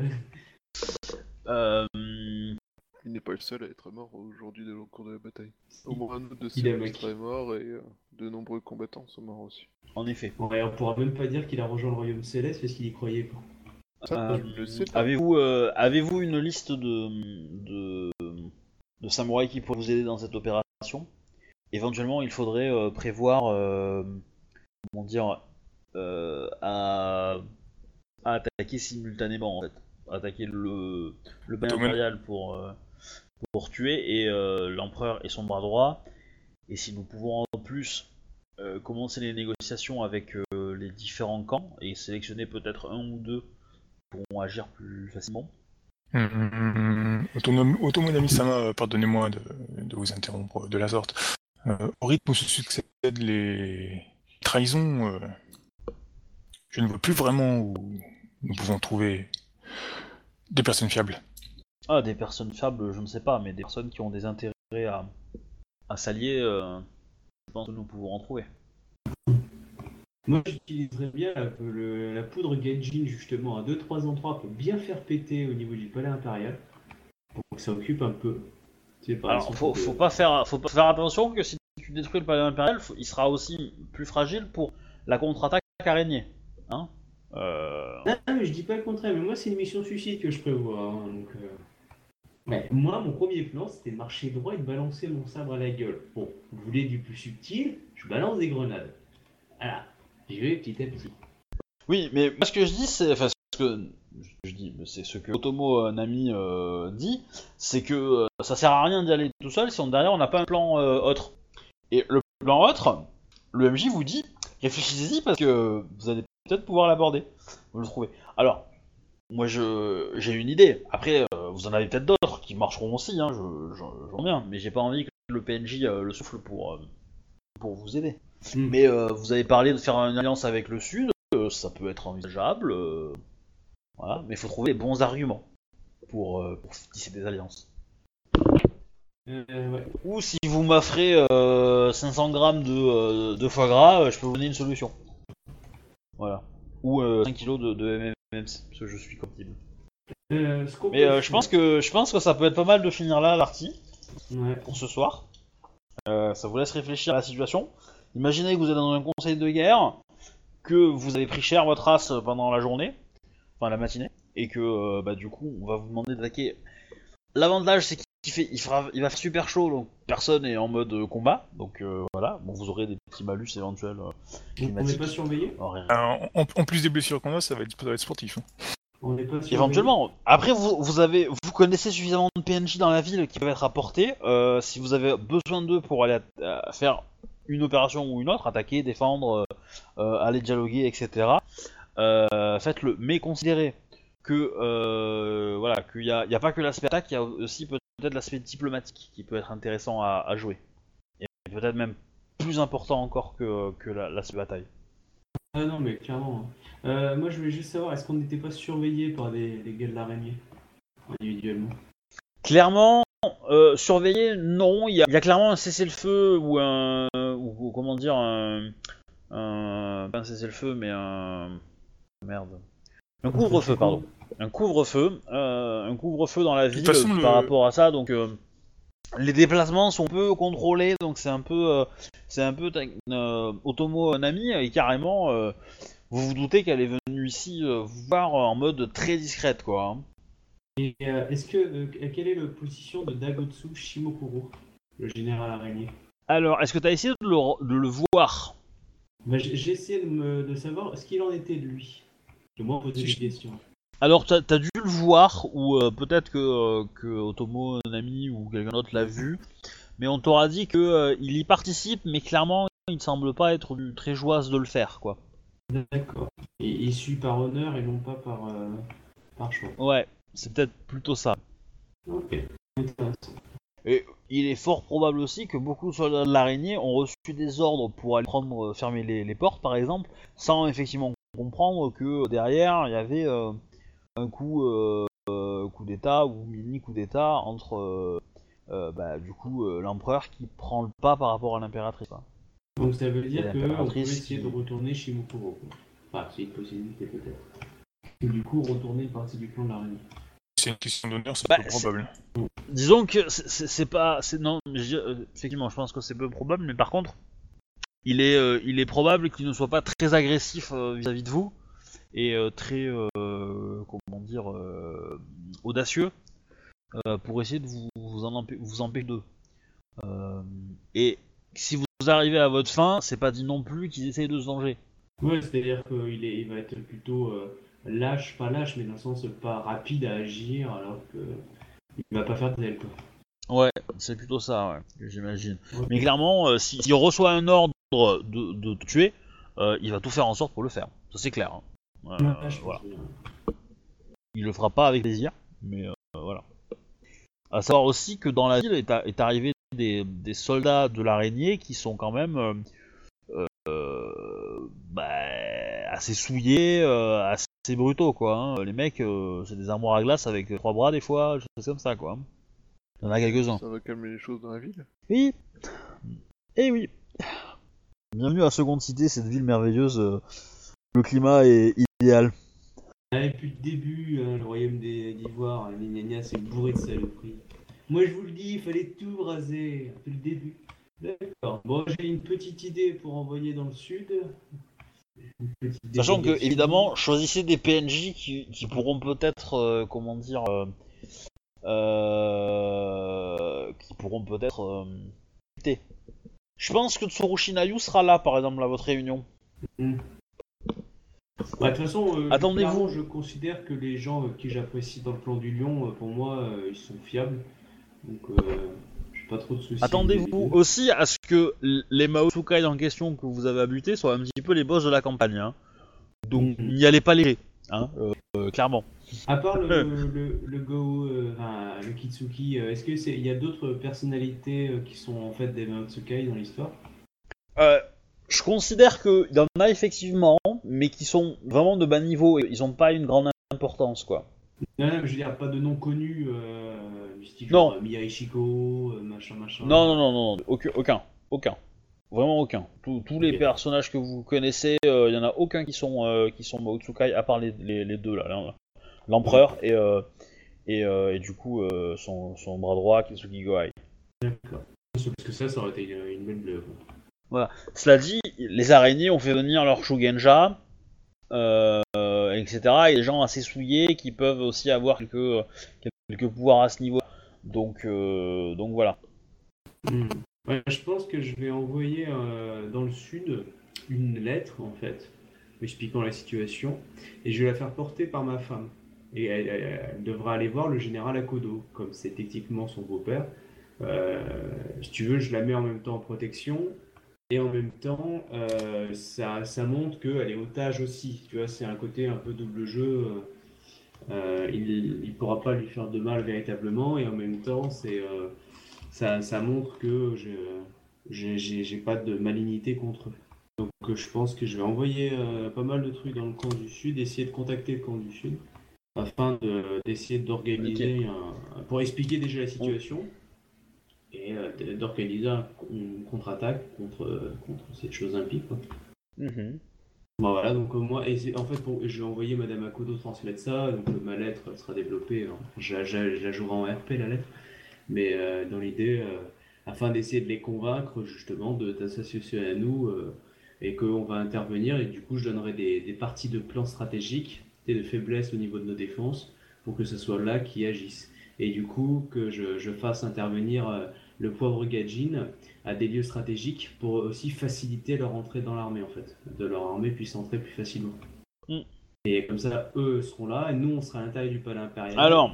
Speaker 2: Il n'est pas le seul à être mort aujourd'hui au cours de la bataille. Au moins un autre de
Speaker 3: Il
Speaker 2: ses
Speaker 3: est
Speaker 2: magistrats est mort et de nombreux combattants sont morts aussi.
Speaker 1: En effet.
Speaker 3: Ouais, on pourra même pas dire qu'il a rejoint le royaume céleste parce qu'il y croyait pas.
Speaker 2: Ça, je ne le sais pas.
Speaker 1: Avez-vous une liste de samouraïs qui pourraient vous aider dans cette opération? Éventuellement, il faudrait prévoir, comment dire, à attaquer simultanément en fait. Attaquer le bain impérial pour tuer et l'empereur et son bras droit. Et si nous pouvons en plus commencer les négociations avec les différents camps et sélectionner peut-être un ou deux pourront agir plus facilement.
Speaker 4: Otomonami-sama, pardonnez-moi de vous interrompre de la sorte. Au rythme où se succèdent les trahisons, je ne vois plus vraiment où nous pouvons trouver des personnes fiables.
Speaker 1: Ah, des personnes fiables, je ne sais pas, mais des personnes qui ont des intérêts à s'allier, je pense que nous pouvons en trouver.
Speaker 3: Moi, j'utiliserais bien la poudre Genjin, justement, à 2-3 endroits pour bien faire péter au niveau du palais impérial. Pour que ça occupe un peu.
Speaker 1: Alors, faut pas faire attention que si tu détruis le palais impérial, il sera aussi plus fragile pour la contre-attaque araignée. Hein
Speaker 3: Non, mais je dis pas le contraire, mais moi, c'est une mission suicide que je prévois. Hein, donc, ouais, moi, mon premier plan, c'était de marcher droit et de balancer mon sabre à la gueule. Bon, vous voulez du plus subtil, je balance des grenades. Voilà. J'y vais petit à petit.
Speaker 1: Oui, mais moi, ce que je dis, c'est... Enfin, c'est ce que Otomo Nami dit, c'est que ça sert à rien d'y aller tout seul si derrière on n'a pas un plan autre. Et le plan autre, le MJ vous dit, réfléchissez-y parce que vous allez peut-être pouvoir l'aborder. Vous le trouvez. Alors, moi j'ai une idée. Après, vous en avez peut-être d'autres qui marcheront aussi, hein, j'en viens. Mais j'ai pas envie que le PNJ le souffle pour vous aider. Mais vous avez parlé de faire une alliance avec le Sud, ça peut être envisageable. Voilà, mais il faut trouver les bons arguments pour tisser des alliances.
Speaker 3: Ouais.
Speaker 1: Ou si vous m'offrez 500 grammes de foie gras, je peux vous donner une solution. Voilà. Ou 5 kilos de MMMs, parce que je suis compatible. Mais je pense que ça peut être pas mal de finir là, l'arty, pour ce soir. Ça vous laisse réfléchir à la situation. Imaginez que vous êtes dans un conseil de guerre, que vous avez pris cher votre race pendant la journée, enfin la matinée, et que du coup on va vous demander d'attaquer. L'avantage c'est il va faire super chaud, donc personne est en mode combat, donc voilà, bon vous aurez des petits malus éventuels climatiques.
Speaker 3: On n'est pas surveillé
Speaker 4: En plus des blessures qu'on a, ça va être sportif. Hein.
Speaker 3: On n'est pas surveillé.
Speaker 1: Éventuellement. Après vous connaissez suffisamment de PNJ dans la ville qui peuvent être apportés. Si vous avez besoin d'eux pour aller faire une opération ou une autre, attaquer, défendre, aller dialoguer, etc. Faites-le, mais considérez que voilà, qu'il y a pas que l'aspect attaque, il y a aussi peut-être l'aspect diplomatique qui peut être intéressant à jouer, et peut-être même plus important encore que l'aspect bataille.
Speaker 3: Ah non, mais clairement. Moi, je voulais juste savoir, est-ce qu'on n'était pas surveillé par des gars de l'araignée individuellement?
Speaker 1: Clairement, surveiller, non. Il y a clairement un cessez-le-feu ou comment dire pas un cessez-le-feu, mais un couvre-feu, pardon. Un couvre-feu dans la ville par rapport à ça. Donc les déplacements sont peu contrôlés, donc c'est un peu Otomo Nami et carrément vous vous doutez qu'elle est venue ici vous voir en mode très discrète quoi. Hein.
Speaker 3: Et quelle est la position de Dagotsu Shimokuro, le général araignée?
Speaker 1: Alors, est-ce que tu as essayé de le voir?
Speaker 3: J'ai essayé de savoir ce qu'il en était de lui. De moi poser des questions.
Speaker 1: Alors, t'as dû le voir, ou peut-être que Otomo Nami ou quelqu'un d'autre l'a vu, mais on t'aura dit que il y participe, mais clairement, il ne semble pas être très joyeux de le faire, quoi.
Speaker 3: D'accord. Et il suit par honneur et non pas par choix.
Speaker 1: Ouais, c'est peut-être plutôt ça.
Speaker 3: Ok, intéressant.
Speaker 1: Et il est fort probable aussi que beaucoup de soldats de l'araignée ont reçu des ordres pour aller fermer les portes, par exemple, sans effectivement comprendre que derrière, il y avait un coup d'état ou mini coup d'état entre du coup l'empereur qui prend le pas par rapport à l'impératrice. Quoi.
Speaker 3: Donc ça veut
Speaker 1: Et
Speaker 3: dire qu'on peut
Speaker 1: l'impératrice
Speaker 3: essayer de retourner chez Mukuro. Quoi. Enfin, c'est une possibilité peut-être. Et du coup, retourner une partie du plan de l'araignée.
Speaker 4: C'est une question d'honneur, c'est
Speaker 1: Bah,
Speaker 4: peu probable.
Speaker 1: Disons que c'est pas... non, effectivement, je pense que c'est peu probable, mais par contre, il est probable qu'il ne soit pas très agressif vis-à-vis de vous, et très, comment dire, audacieux, pour essayer de vous empêcher d'eux. Et si vous arrivez à votre fin, c'est pas dit non plus qu'ils essayent de se venger.
Speaker 3: Ouais, c'est-à-dire qu'il va être plutôt lâche, pas lâche, mais dans le sens pas rapide à agir, alors que il va pas faire tel quoi.
Speaker 1: Ouais, c'est plutôt ça, ouais, j'imagine.
Speaker 3: Okay.
Speaker 1: Mais clairement, s'il reçoit un ordre de te tuer, il va tout faire en sorte pour le faire. Ça c'est clair. Hein. Voilà. Il le fera pas avec plaisir, mais voilà. À savoir aussi que dans la ville est arrivé des soldats de l'araignée qui sont quand même assez souillés, assez brutaux quoi. Hein. Les mecs, c'est des armoires à glace avec 3 bras des fois, des choses comme ça quoi. Il y en a quelques-uns.
Speaker 2: Ça va calmer les choses dans la ville.
Speaker 1: Oui. Eh oui. Bienvenue à Seconde Cité, cette ville merveilleuse. Le climat est idéal.
Speaker 3: Depuis le début, le royaume d'Ivoire, c'est bourré de saloperies. Moi je vous le dis, il fallait tout raser depuis le début. D'accord. Bon, j'ai une petite idée pour envoyer dans le sud.
Speaker 1: Sachant que, évidemment, choisissez des PNJ qui pourront peut-être, qui pourront peut-être lutter. Je pense que Tsurushinayu sera là, par exemple, à votre réunion.
Speaker 3: De toute façon,
Speaker 1: attendez-vous.
Speaker 3: Je considère que les gens qui j'apprécie dans le clan du Lion, pour moi, ils sont fiables. Donc, j'ai pas trop de soucis.
Speaker 1: Attendez-vous aussi à ce que les Maotsukai en question que vous avez butés soient un petit peu les boss de la campagne. Hein. Donc, n'y allez pas léger, hein, clairement.
Speaker 3: À part le Go, le Kitsuki, est-ce que il y a d'autres personnalités qui sont en fait des Maotsukai dans l'histoire?
Speaker 1: Je considère qu'il y en a effectivement, mais qui sont vraiment de bas niveau et ils n'ont pas une grande importance, quoi.
Speaker 3: Non, je veux dire, pas de noms connus, du style
Speaker 1: non.
Speaker 3: Genre, Miya Ishiko, machin.
Speaker 1: Non, aucun. Vraiment aucun. Tous les personnages que vous connaissez, il y en a aucun qui sont Maotsukai, à part les deux là. L'empereur et du coup son bras droit, Kitsuki Gohai.
Speaker 3: D'accord. Parce que ça aurait été une belle bleu.
Speaker 1: Voilà. Cela dit, les araignées ont fait venir leur Shugenja, etc. Et des gens assez souillés qui peuvent aussi avoir quelques pouvoirs à ce niveau. Donc voilà.
Speaker 3: Ouais, je pense que je vais envoyer dans le sud une lettre en fait, expliquant la situation, et je vais la faire porter par ma femme. Et elle devra aller voir le général Akodo, comme c'est techniquement son beau-père. Si tu veux, je la mets en même temps en protection. Et en même temps, ça montre qu'elle est otage aussi. Tu vois, c'est un côté un peu double jeu. Il pourra pas lui faire de mal véritablement. Et en même temps, ça montre que j'ai pas de malignité contre eux. Donc je pense que je vais envoyer pas mal de trucs dans le camp du sud, essayer de contacter le camp du sud, afin d'essayer d'organiser pour expliquer déjà la situation. Et d'organiser une contre-attaque contre cette chose impie quoi. Bon, voilà, donc moi en fait je vais envoyer Madame Akodo transmettre ça, donc ma lettre elle sera développée, je la jouerai en RP la lettre, mais dans l'idée afin d'essayer de les convaincre justement de s'associer à nous et qu'on va intervenir, et du coup je donnerai des parties de plans stratégiques et de faiblesses au niveau de nos défenses pour que ce soit là qui agissent. Et du coup que je fasse intervenir le poivre Gajin à des lieux stratégiques pour aussi faciliter leur entrée dans l'armée en fait, de leur armée puisse entrer plus facilement. Et comme ça, eux seront là et nous on sera à l'intérieur du palais impérial.
Speaker 1: Alors,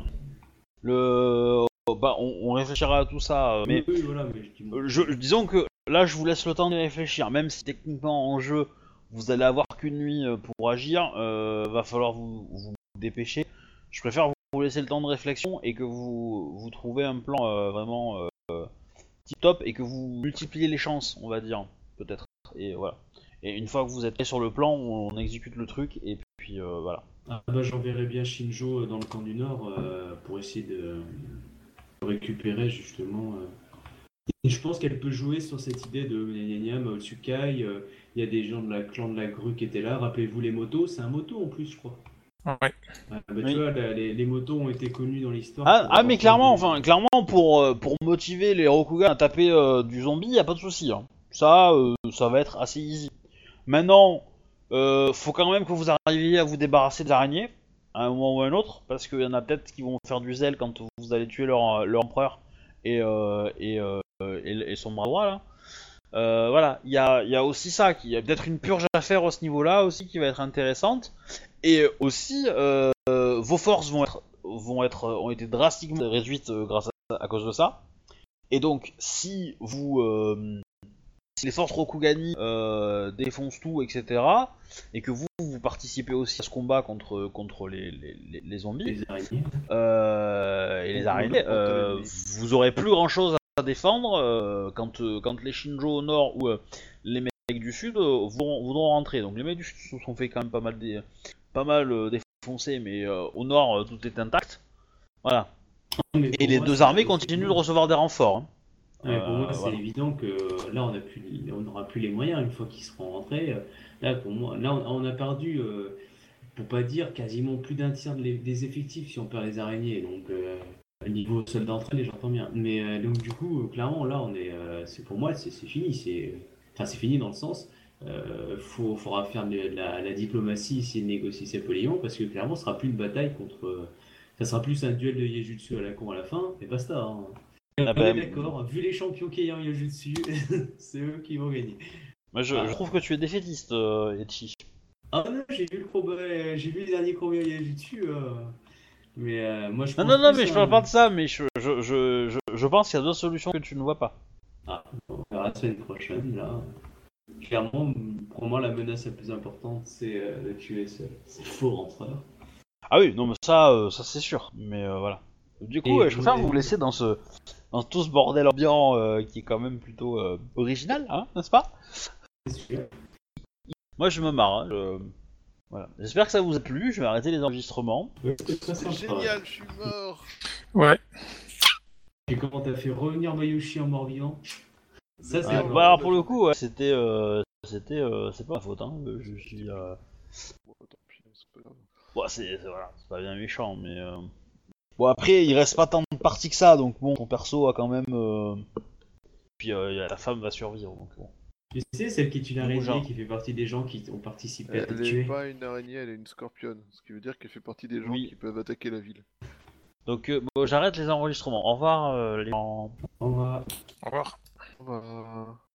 Speaker 1: on réfléchira à tout ça, mais,
Speaker 3: oui, voilà, mais
Speaker 1: disons que là je vous laisse le temps de réfléchir, même si techniquement en jeu vous allez avoir qu'une nuit pour agir, va falloir vous dépêcher. Je préfère vous laisser le temps de réflexion et que vous trouvez un plan vraiment tip top et que vous multipliez les chances, on va dire, peut-être. Et voilà. Et une fois que vous êtes sur le plan, on exécute le truc et puis voilà.
Speaker 3: J'enverrai bien Shinjo dans le camp du Nord pour essayer récupérer justement. Et je pense qu'elle peut jouer sur cette idée de gna gna gna, Mao Tsukai. Il y a des gens de la clan de la grue qui étaient là. Rappelez-vous les motos, c'est un moto en plus, je crois.
Speaker 4: Ouais.
Speaker 3: Bah,
Speaker 1: Oui.
Speaker 3: tu vois, les motos ont été connues dans l'histoire.
Speaker 1: Mais clairement, pour motiver les Rokugan à taper du zombie, y a pas de souci. Hein. Ça va être assez easy. Maintenant, faut quand même que vous arriviez à vous débarrasser des araignées, à un moment ou à un autre, parce qu'il y en a peut-être qui vont faire du zèle quand vous allez tuer leur empereur et son bras droit là. Voilà, il y a aussi ça, il y a peut-être une purge à faire à ce niveau-là aussi qui va être intéressante. Et aussi, vos forces ont été drastiquement réduites grâce à cause de ça. Et donc, si les forces Rokugani défoncent tout, etc., et que vous participez aussi à ce combat contre les zombies
Speaker 3: Les araignées.
Speaker 1: Et les araignées, vous aurez plus grand-chose à défendre quand les Shinjo au nord ou les mecs du sud voudront rentrer. Donc les mecs du sud se sont fait quand même pas mal défoncer, mais au nord tout est intact. Voilà.
Speaker 3: Mais
Speaker 1: Et
Speaker 3: pour
Speaker 1: les
Speaker 3: moi,
Speaker 1: deux
Speaker 3: c'est-
Speaker 1: armées
Speaker 3: c'est
Speaker 1: continuent de
Speaker 3: évident.
Speaker 1: recevoir des renforts. Hein.
Speaker 3: Ouais, pour moi, c'est
Speaker 1: Voilà.
Speaker 3: évident que là, on n'aura plus les moyens une fois qu'ils seront rentrés. Là, pour moi, là, on a perdu, pour pas dire quasiment plus d'un tiers des effectifs si on perd les araignées. Donc, niveau seul d'entraîne, j'entends bien. Mais donc, du coup, clairement, là, pour moi, c'est fini. C'est fini dans le sens. Faudra faire de la diplomatie, essayer de négocier ces polyons, parce que clairement, ce sera plus une bataille contre. Ça sera plus un duel de Yejutsu à la con à la fin, et basta. Hein.
Speaker 1: Ah
Speaker 3: On est
Speaker 1: ben,
Speaker 3: d'accord, vu les champions qu'il y a en Yojutsu, c'est eux qui vont gagner.
Speaker 1: moi, je trouve que tu es défaitiste, Echi.
Speaker 3: Ah non, j'ai vu les derniers combats Yojutsu, mais moi je
Speaker 1: Non,
Speaker 3: pense
Speaker 1: non, non,
Speaker 3: plus
Speaker 1: mais je
Speaker 3: à
Speaker 1: parle pas de ça, mais je pense qu'il y a d'autres solutions que tu ne vois pas.
Speaker 3: Ah, on verra la semaine prochaine, là. Clairement, pour moi, la menace la plus importante, c'est de tuer ces faux rentreurs.
Speaker 1: Ah oui, non, mais ça c'est sûr. Mais voilà. Du coup,
Speaker 3: Et
Speaker 1: je préfère
Speaker 3: vous-
Speaker 1: vous laisser dans tout ce bordel ambiant qui est quand même plutôt original, hein, n'est-ce pas?
Speaker 3: C'est sûr.
Speaker 1: Moi, je me marre. Hein, voilà. J'espère que ça vous a plu. Je vais arrêter les enregistrements.
Speaker 3: C'est très
Speaker 2: C'est
Speaker 3: sympa.
Speaker 2: génial, je suis mort.
Speaker 4: Ouais.
Speaker 3: Et comment t'as fait revenir Mayushi en mort-vivant? Ça, c'est
Speaker 2: Ah,
Speaker 3: encore-
Speaker 1: Bah, alors pour le coup, ouais, c'est pas ma faute. Hein. Je suis.
Speaker 2: Bon, tant pis, c'est pas grave.
Speaker 1: Bon, voilà, c'est pas bien méchant, mais. Bon, après, il reste pas tant de parties que ça, donc bon, ton perso a quand même. Puis ta femme va survivre, donc bon.
Speaker 3: Tu sais, celle qui est une araignée
Speaker 1: Genre.
Speaker 3: qui fait partie des gens qui ont participé à te
Speaker 2: Elle est
Speaker 3: tuer.
Speaker 2: pas une araignée, elle est une scorpionne. Ce qui veut dire qu'elle fait partie des gens
Speaker 1: Oui.
Speaker 2: qui peuvent attaquer la ville.
Speaker 1: Donc, bon, j'arrête les enregistrements. Au revoir, les gens.
Speaker 3: Au revoir.
Speaker 4: Au revoir.
Speaker 2: Voilà.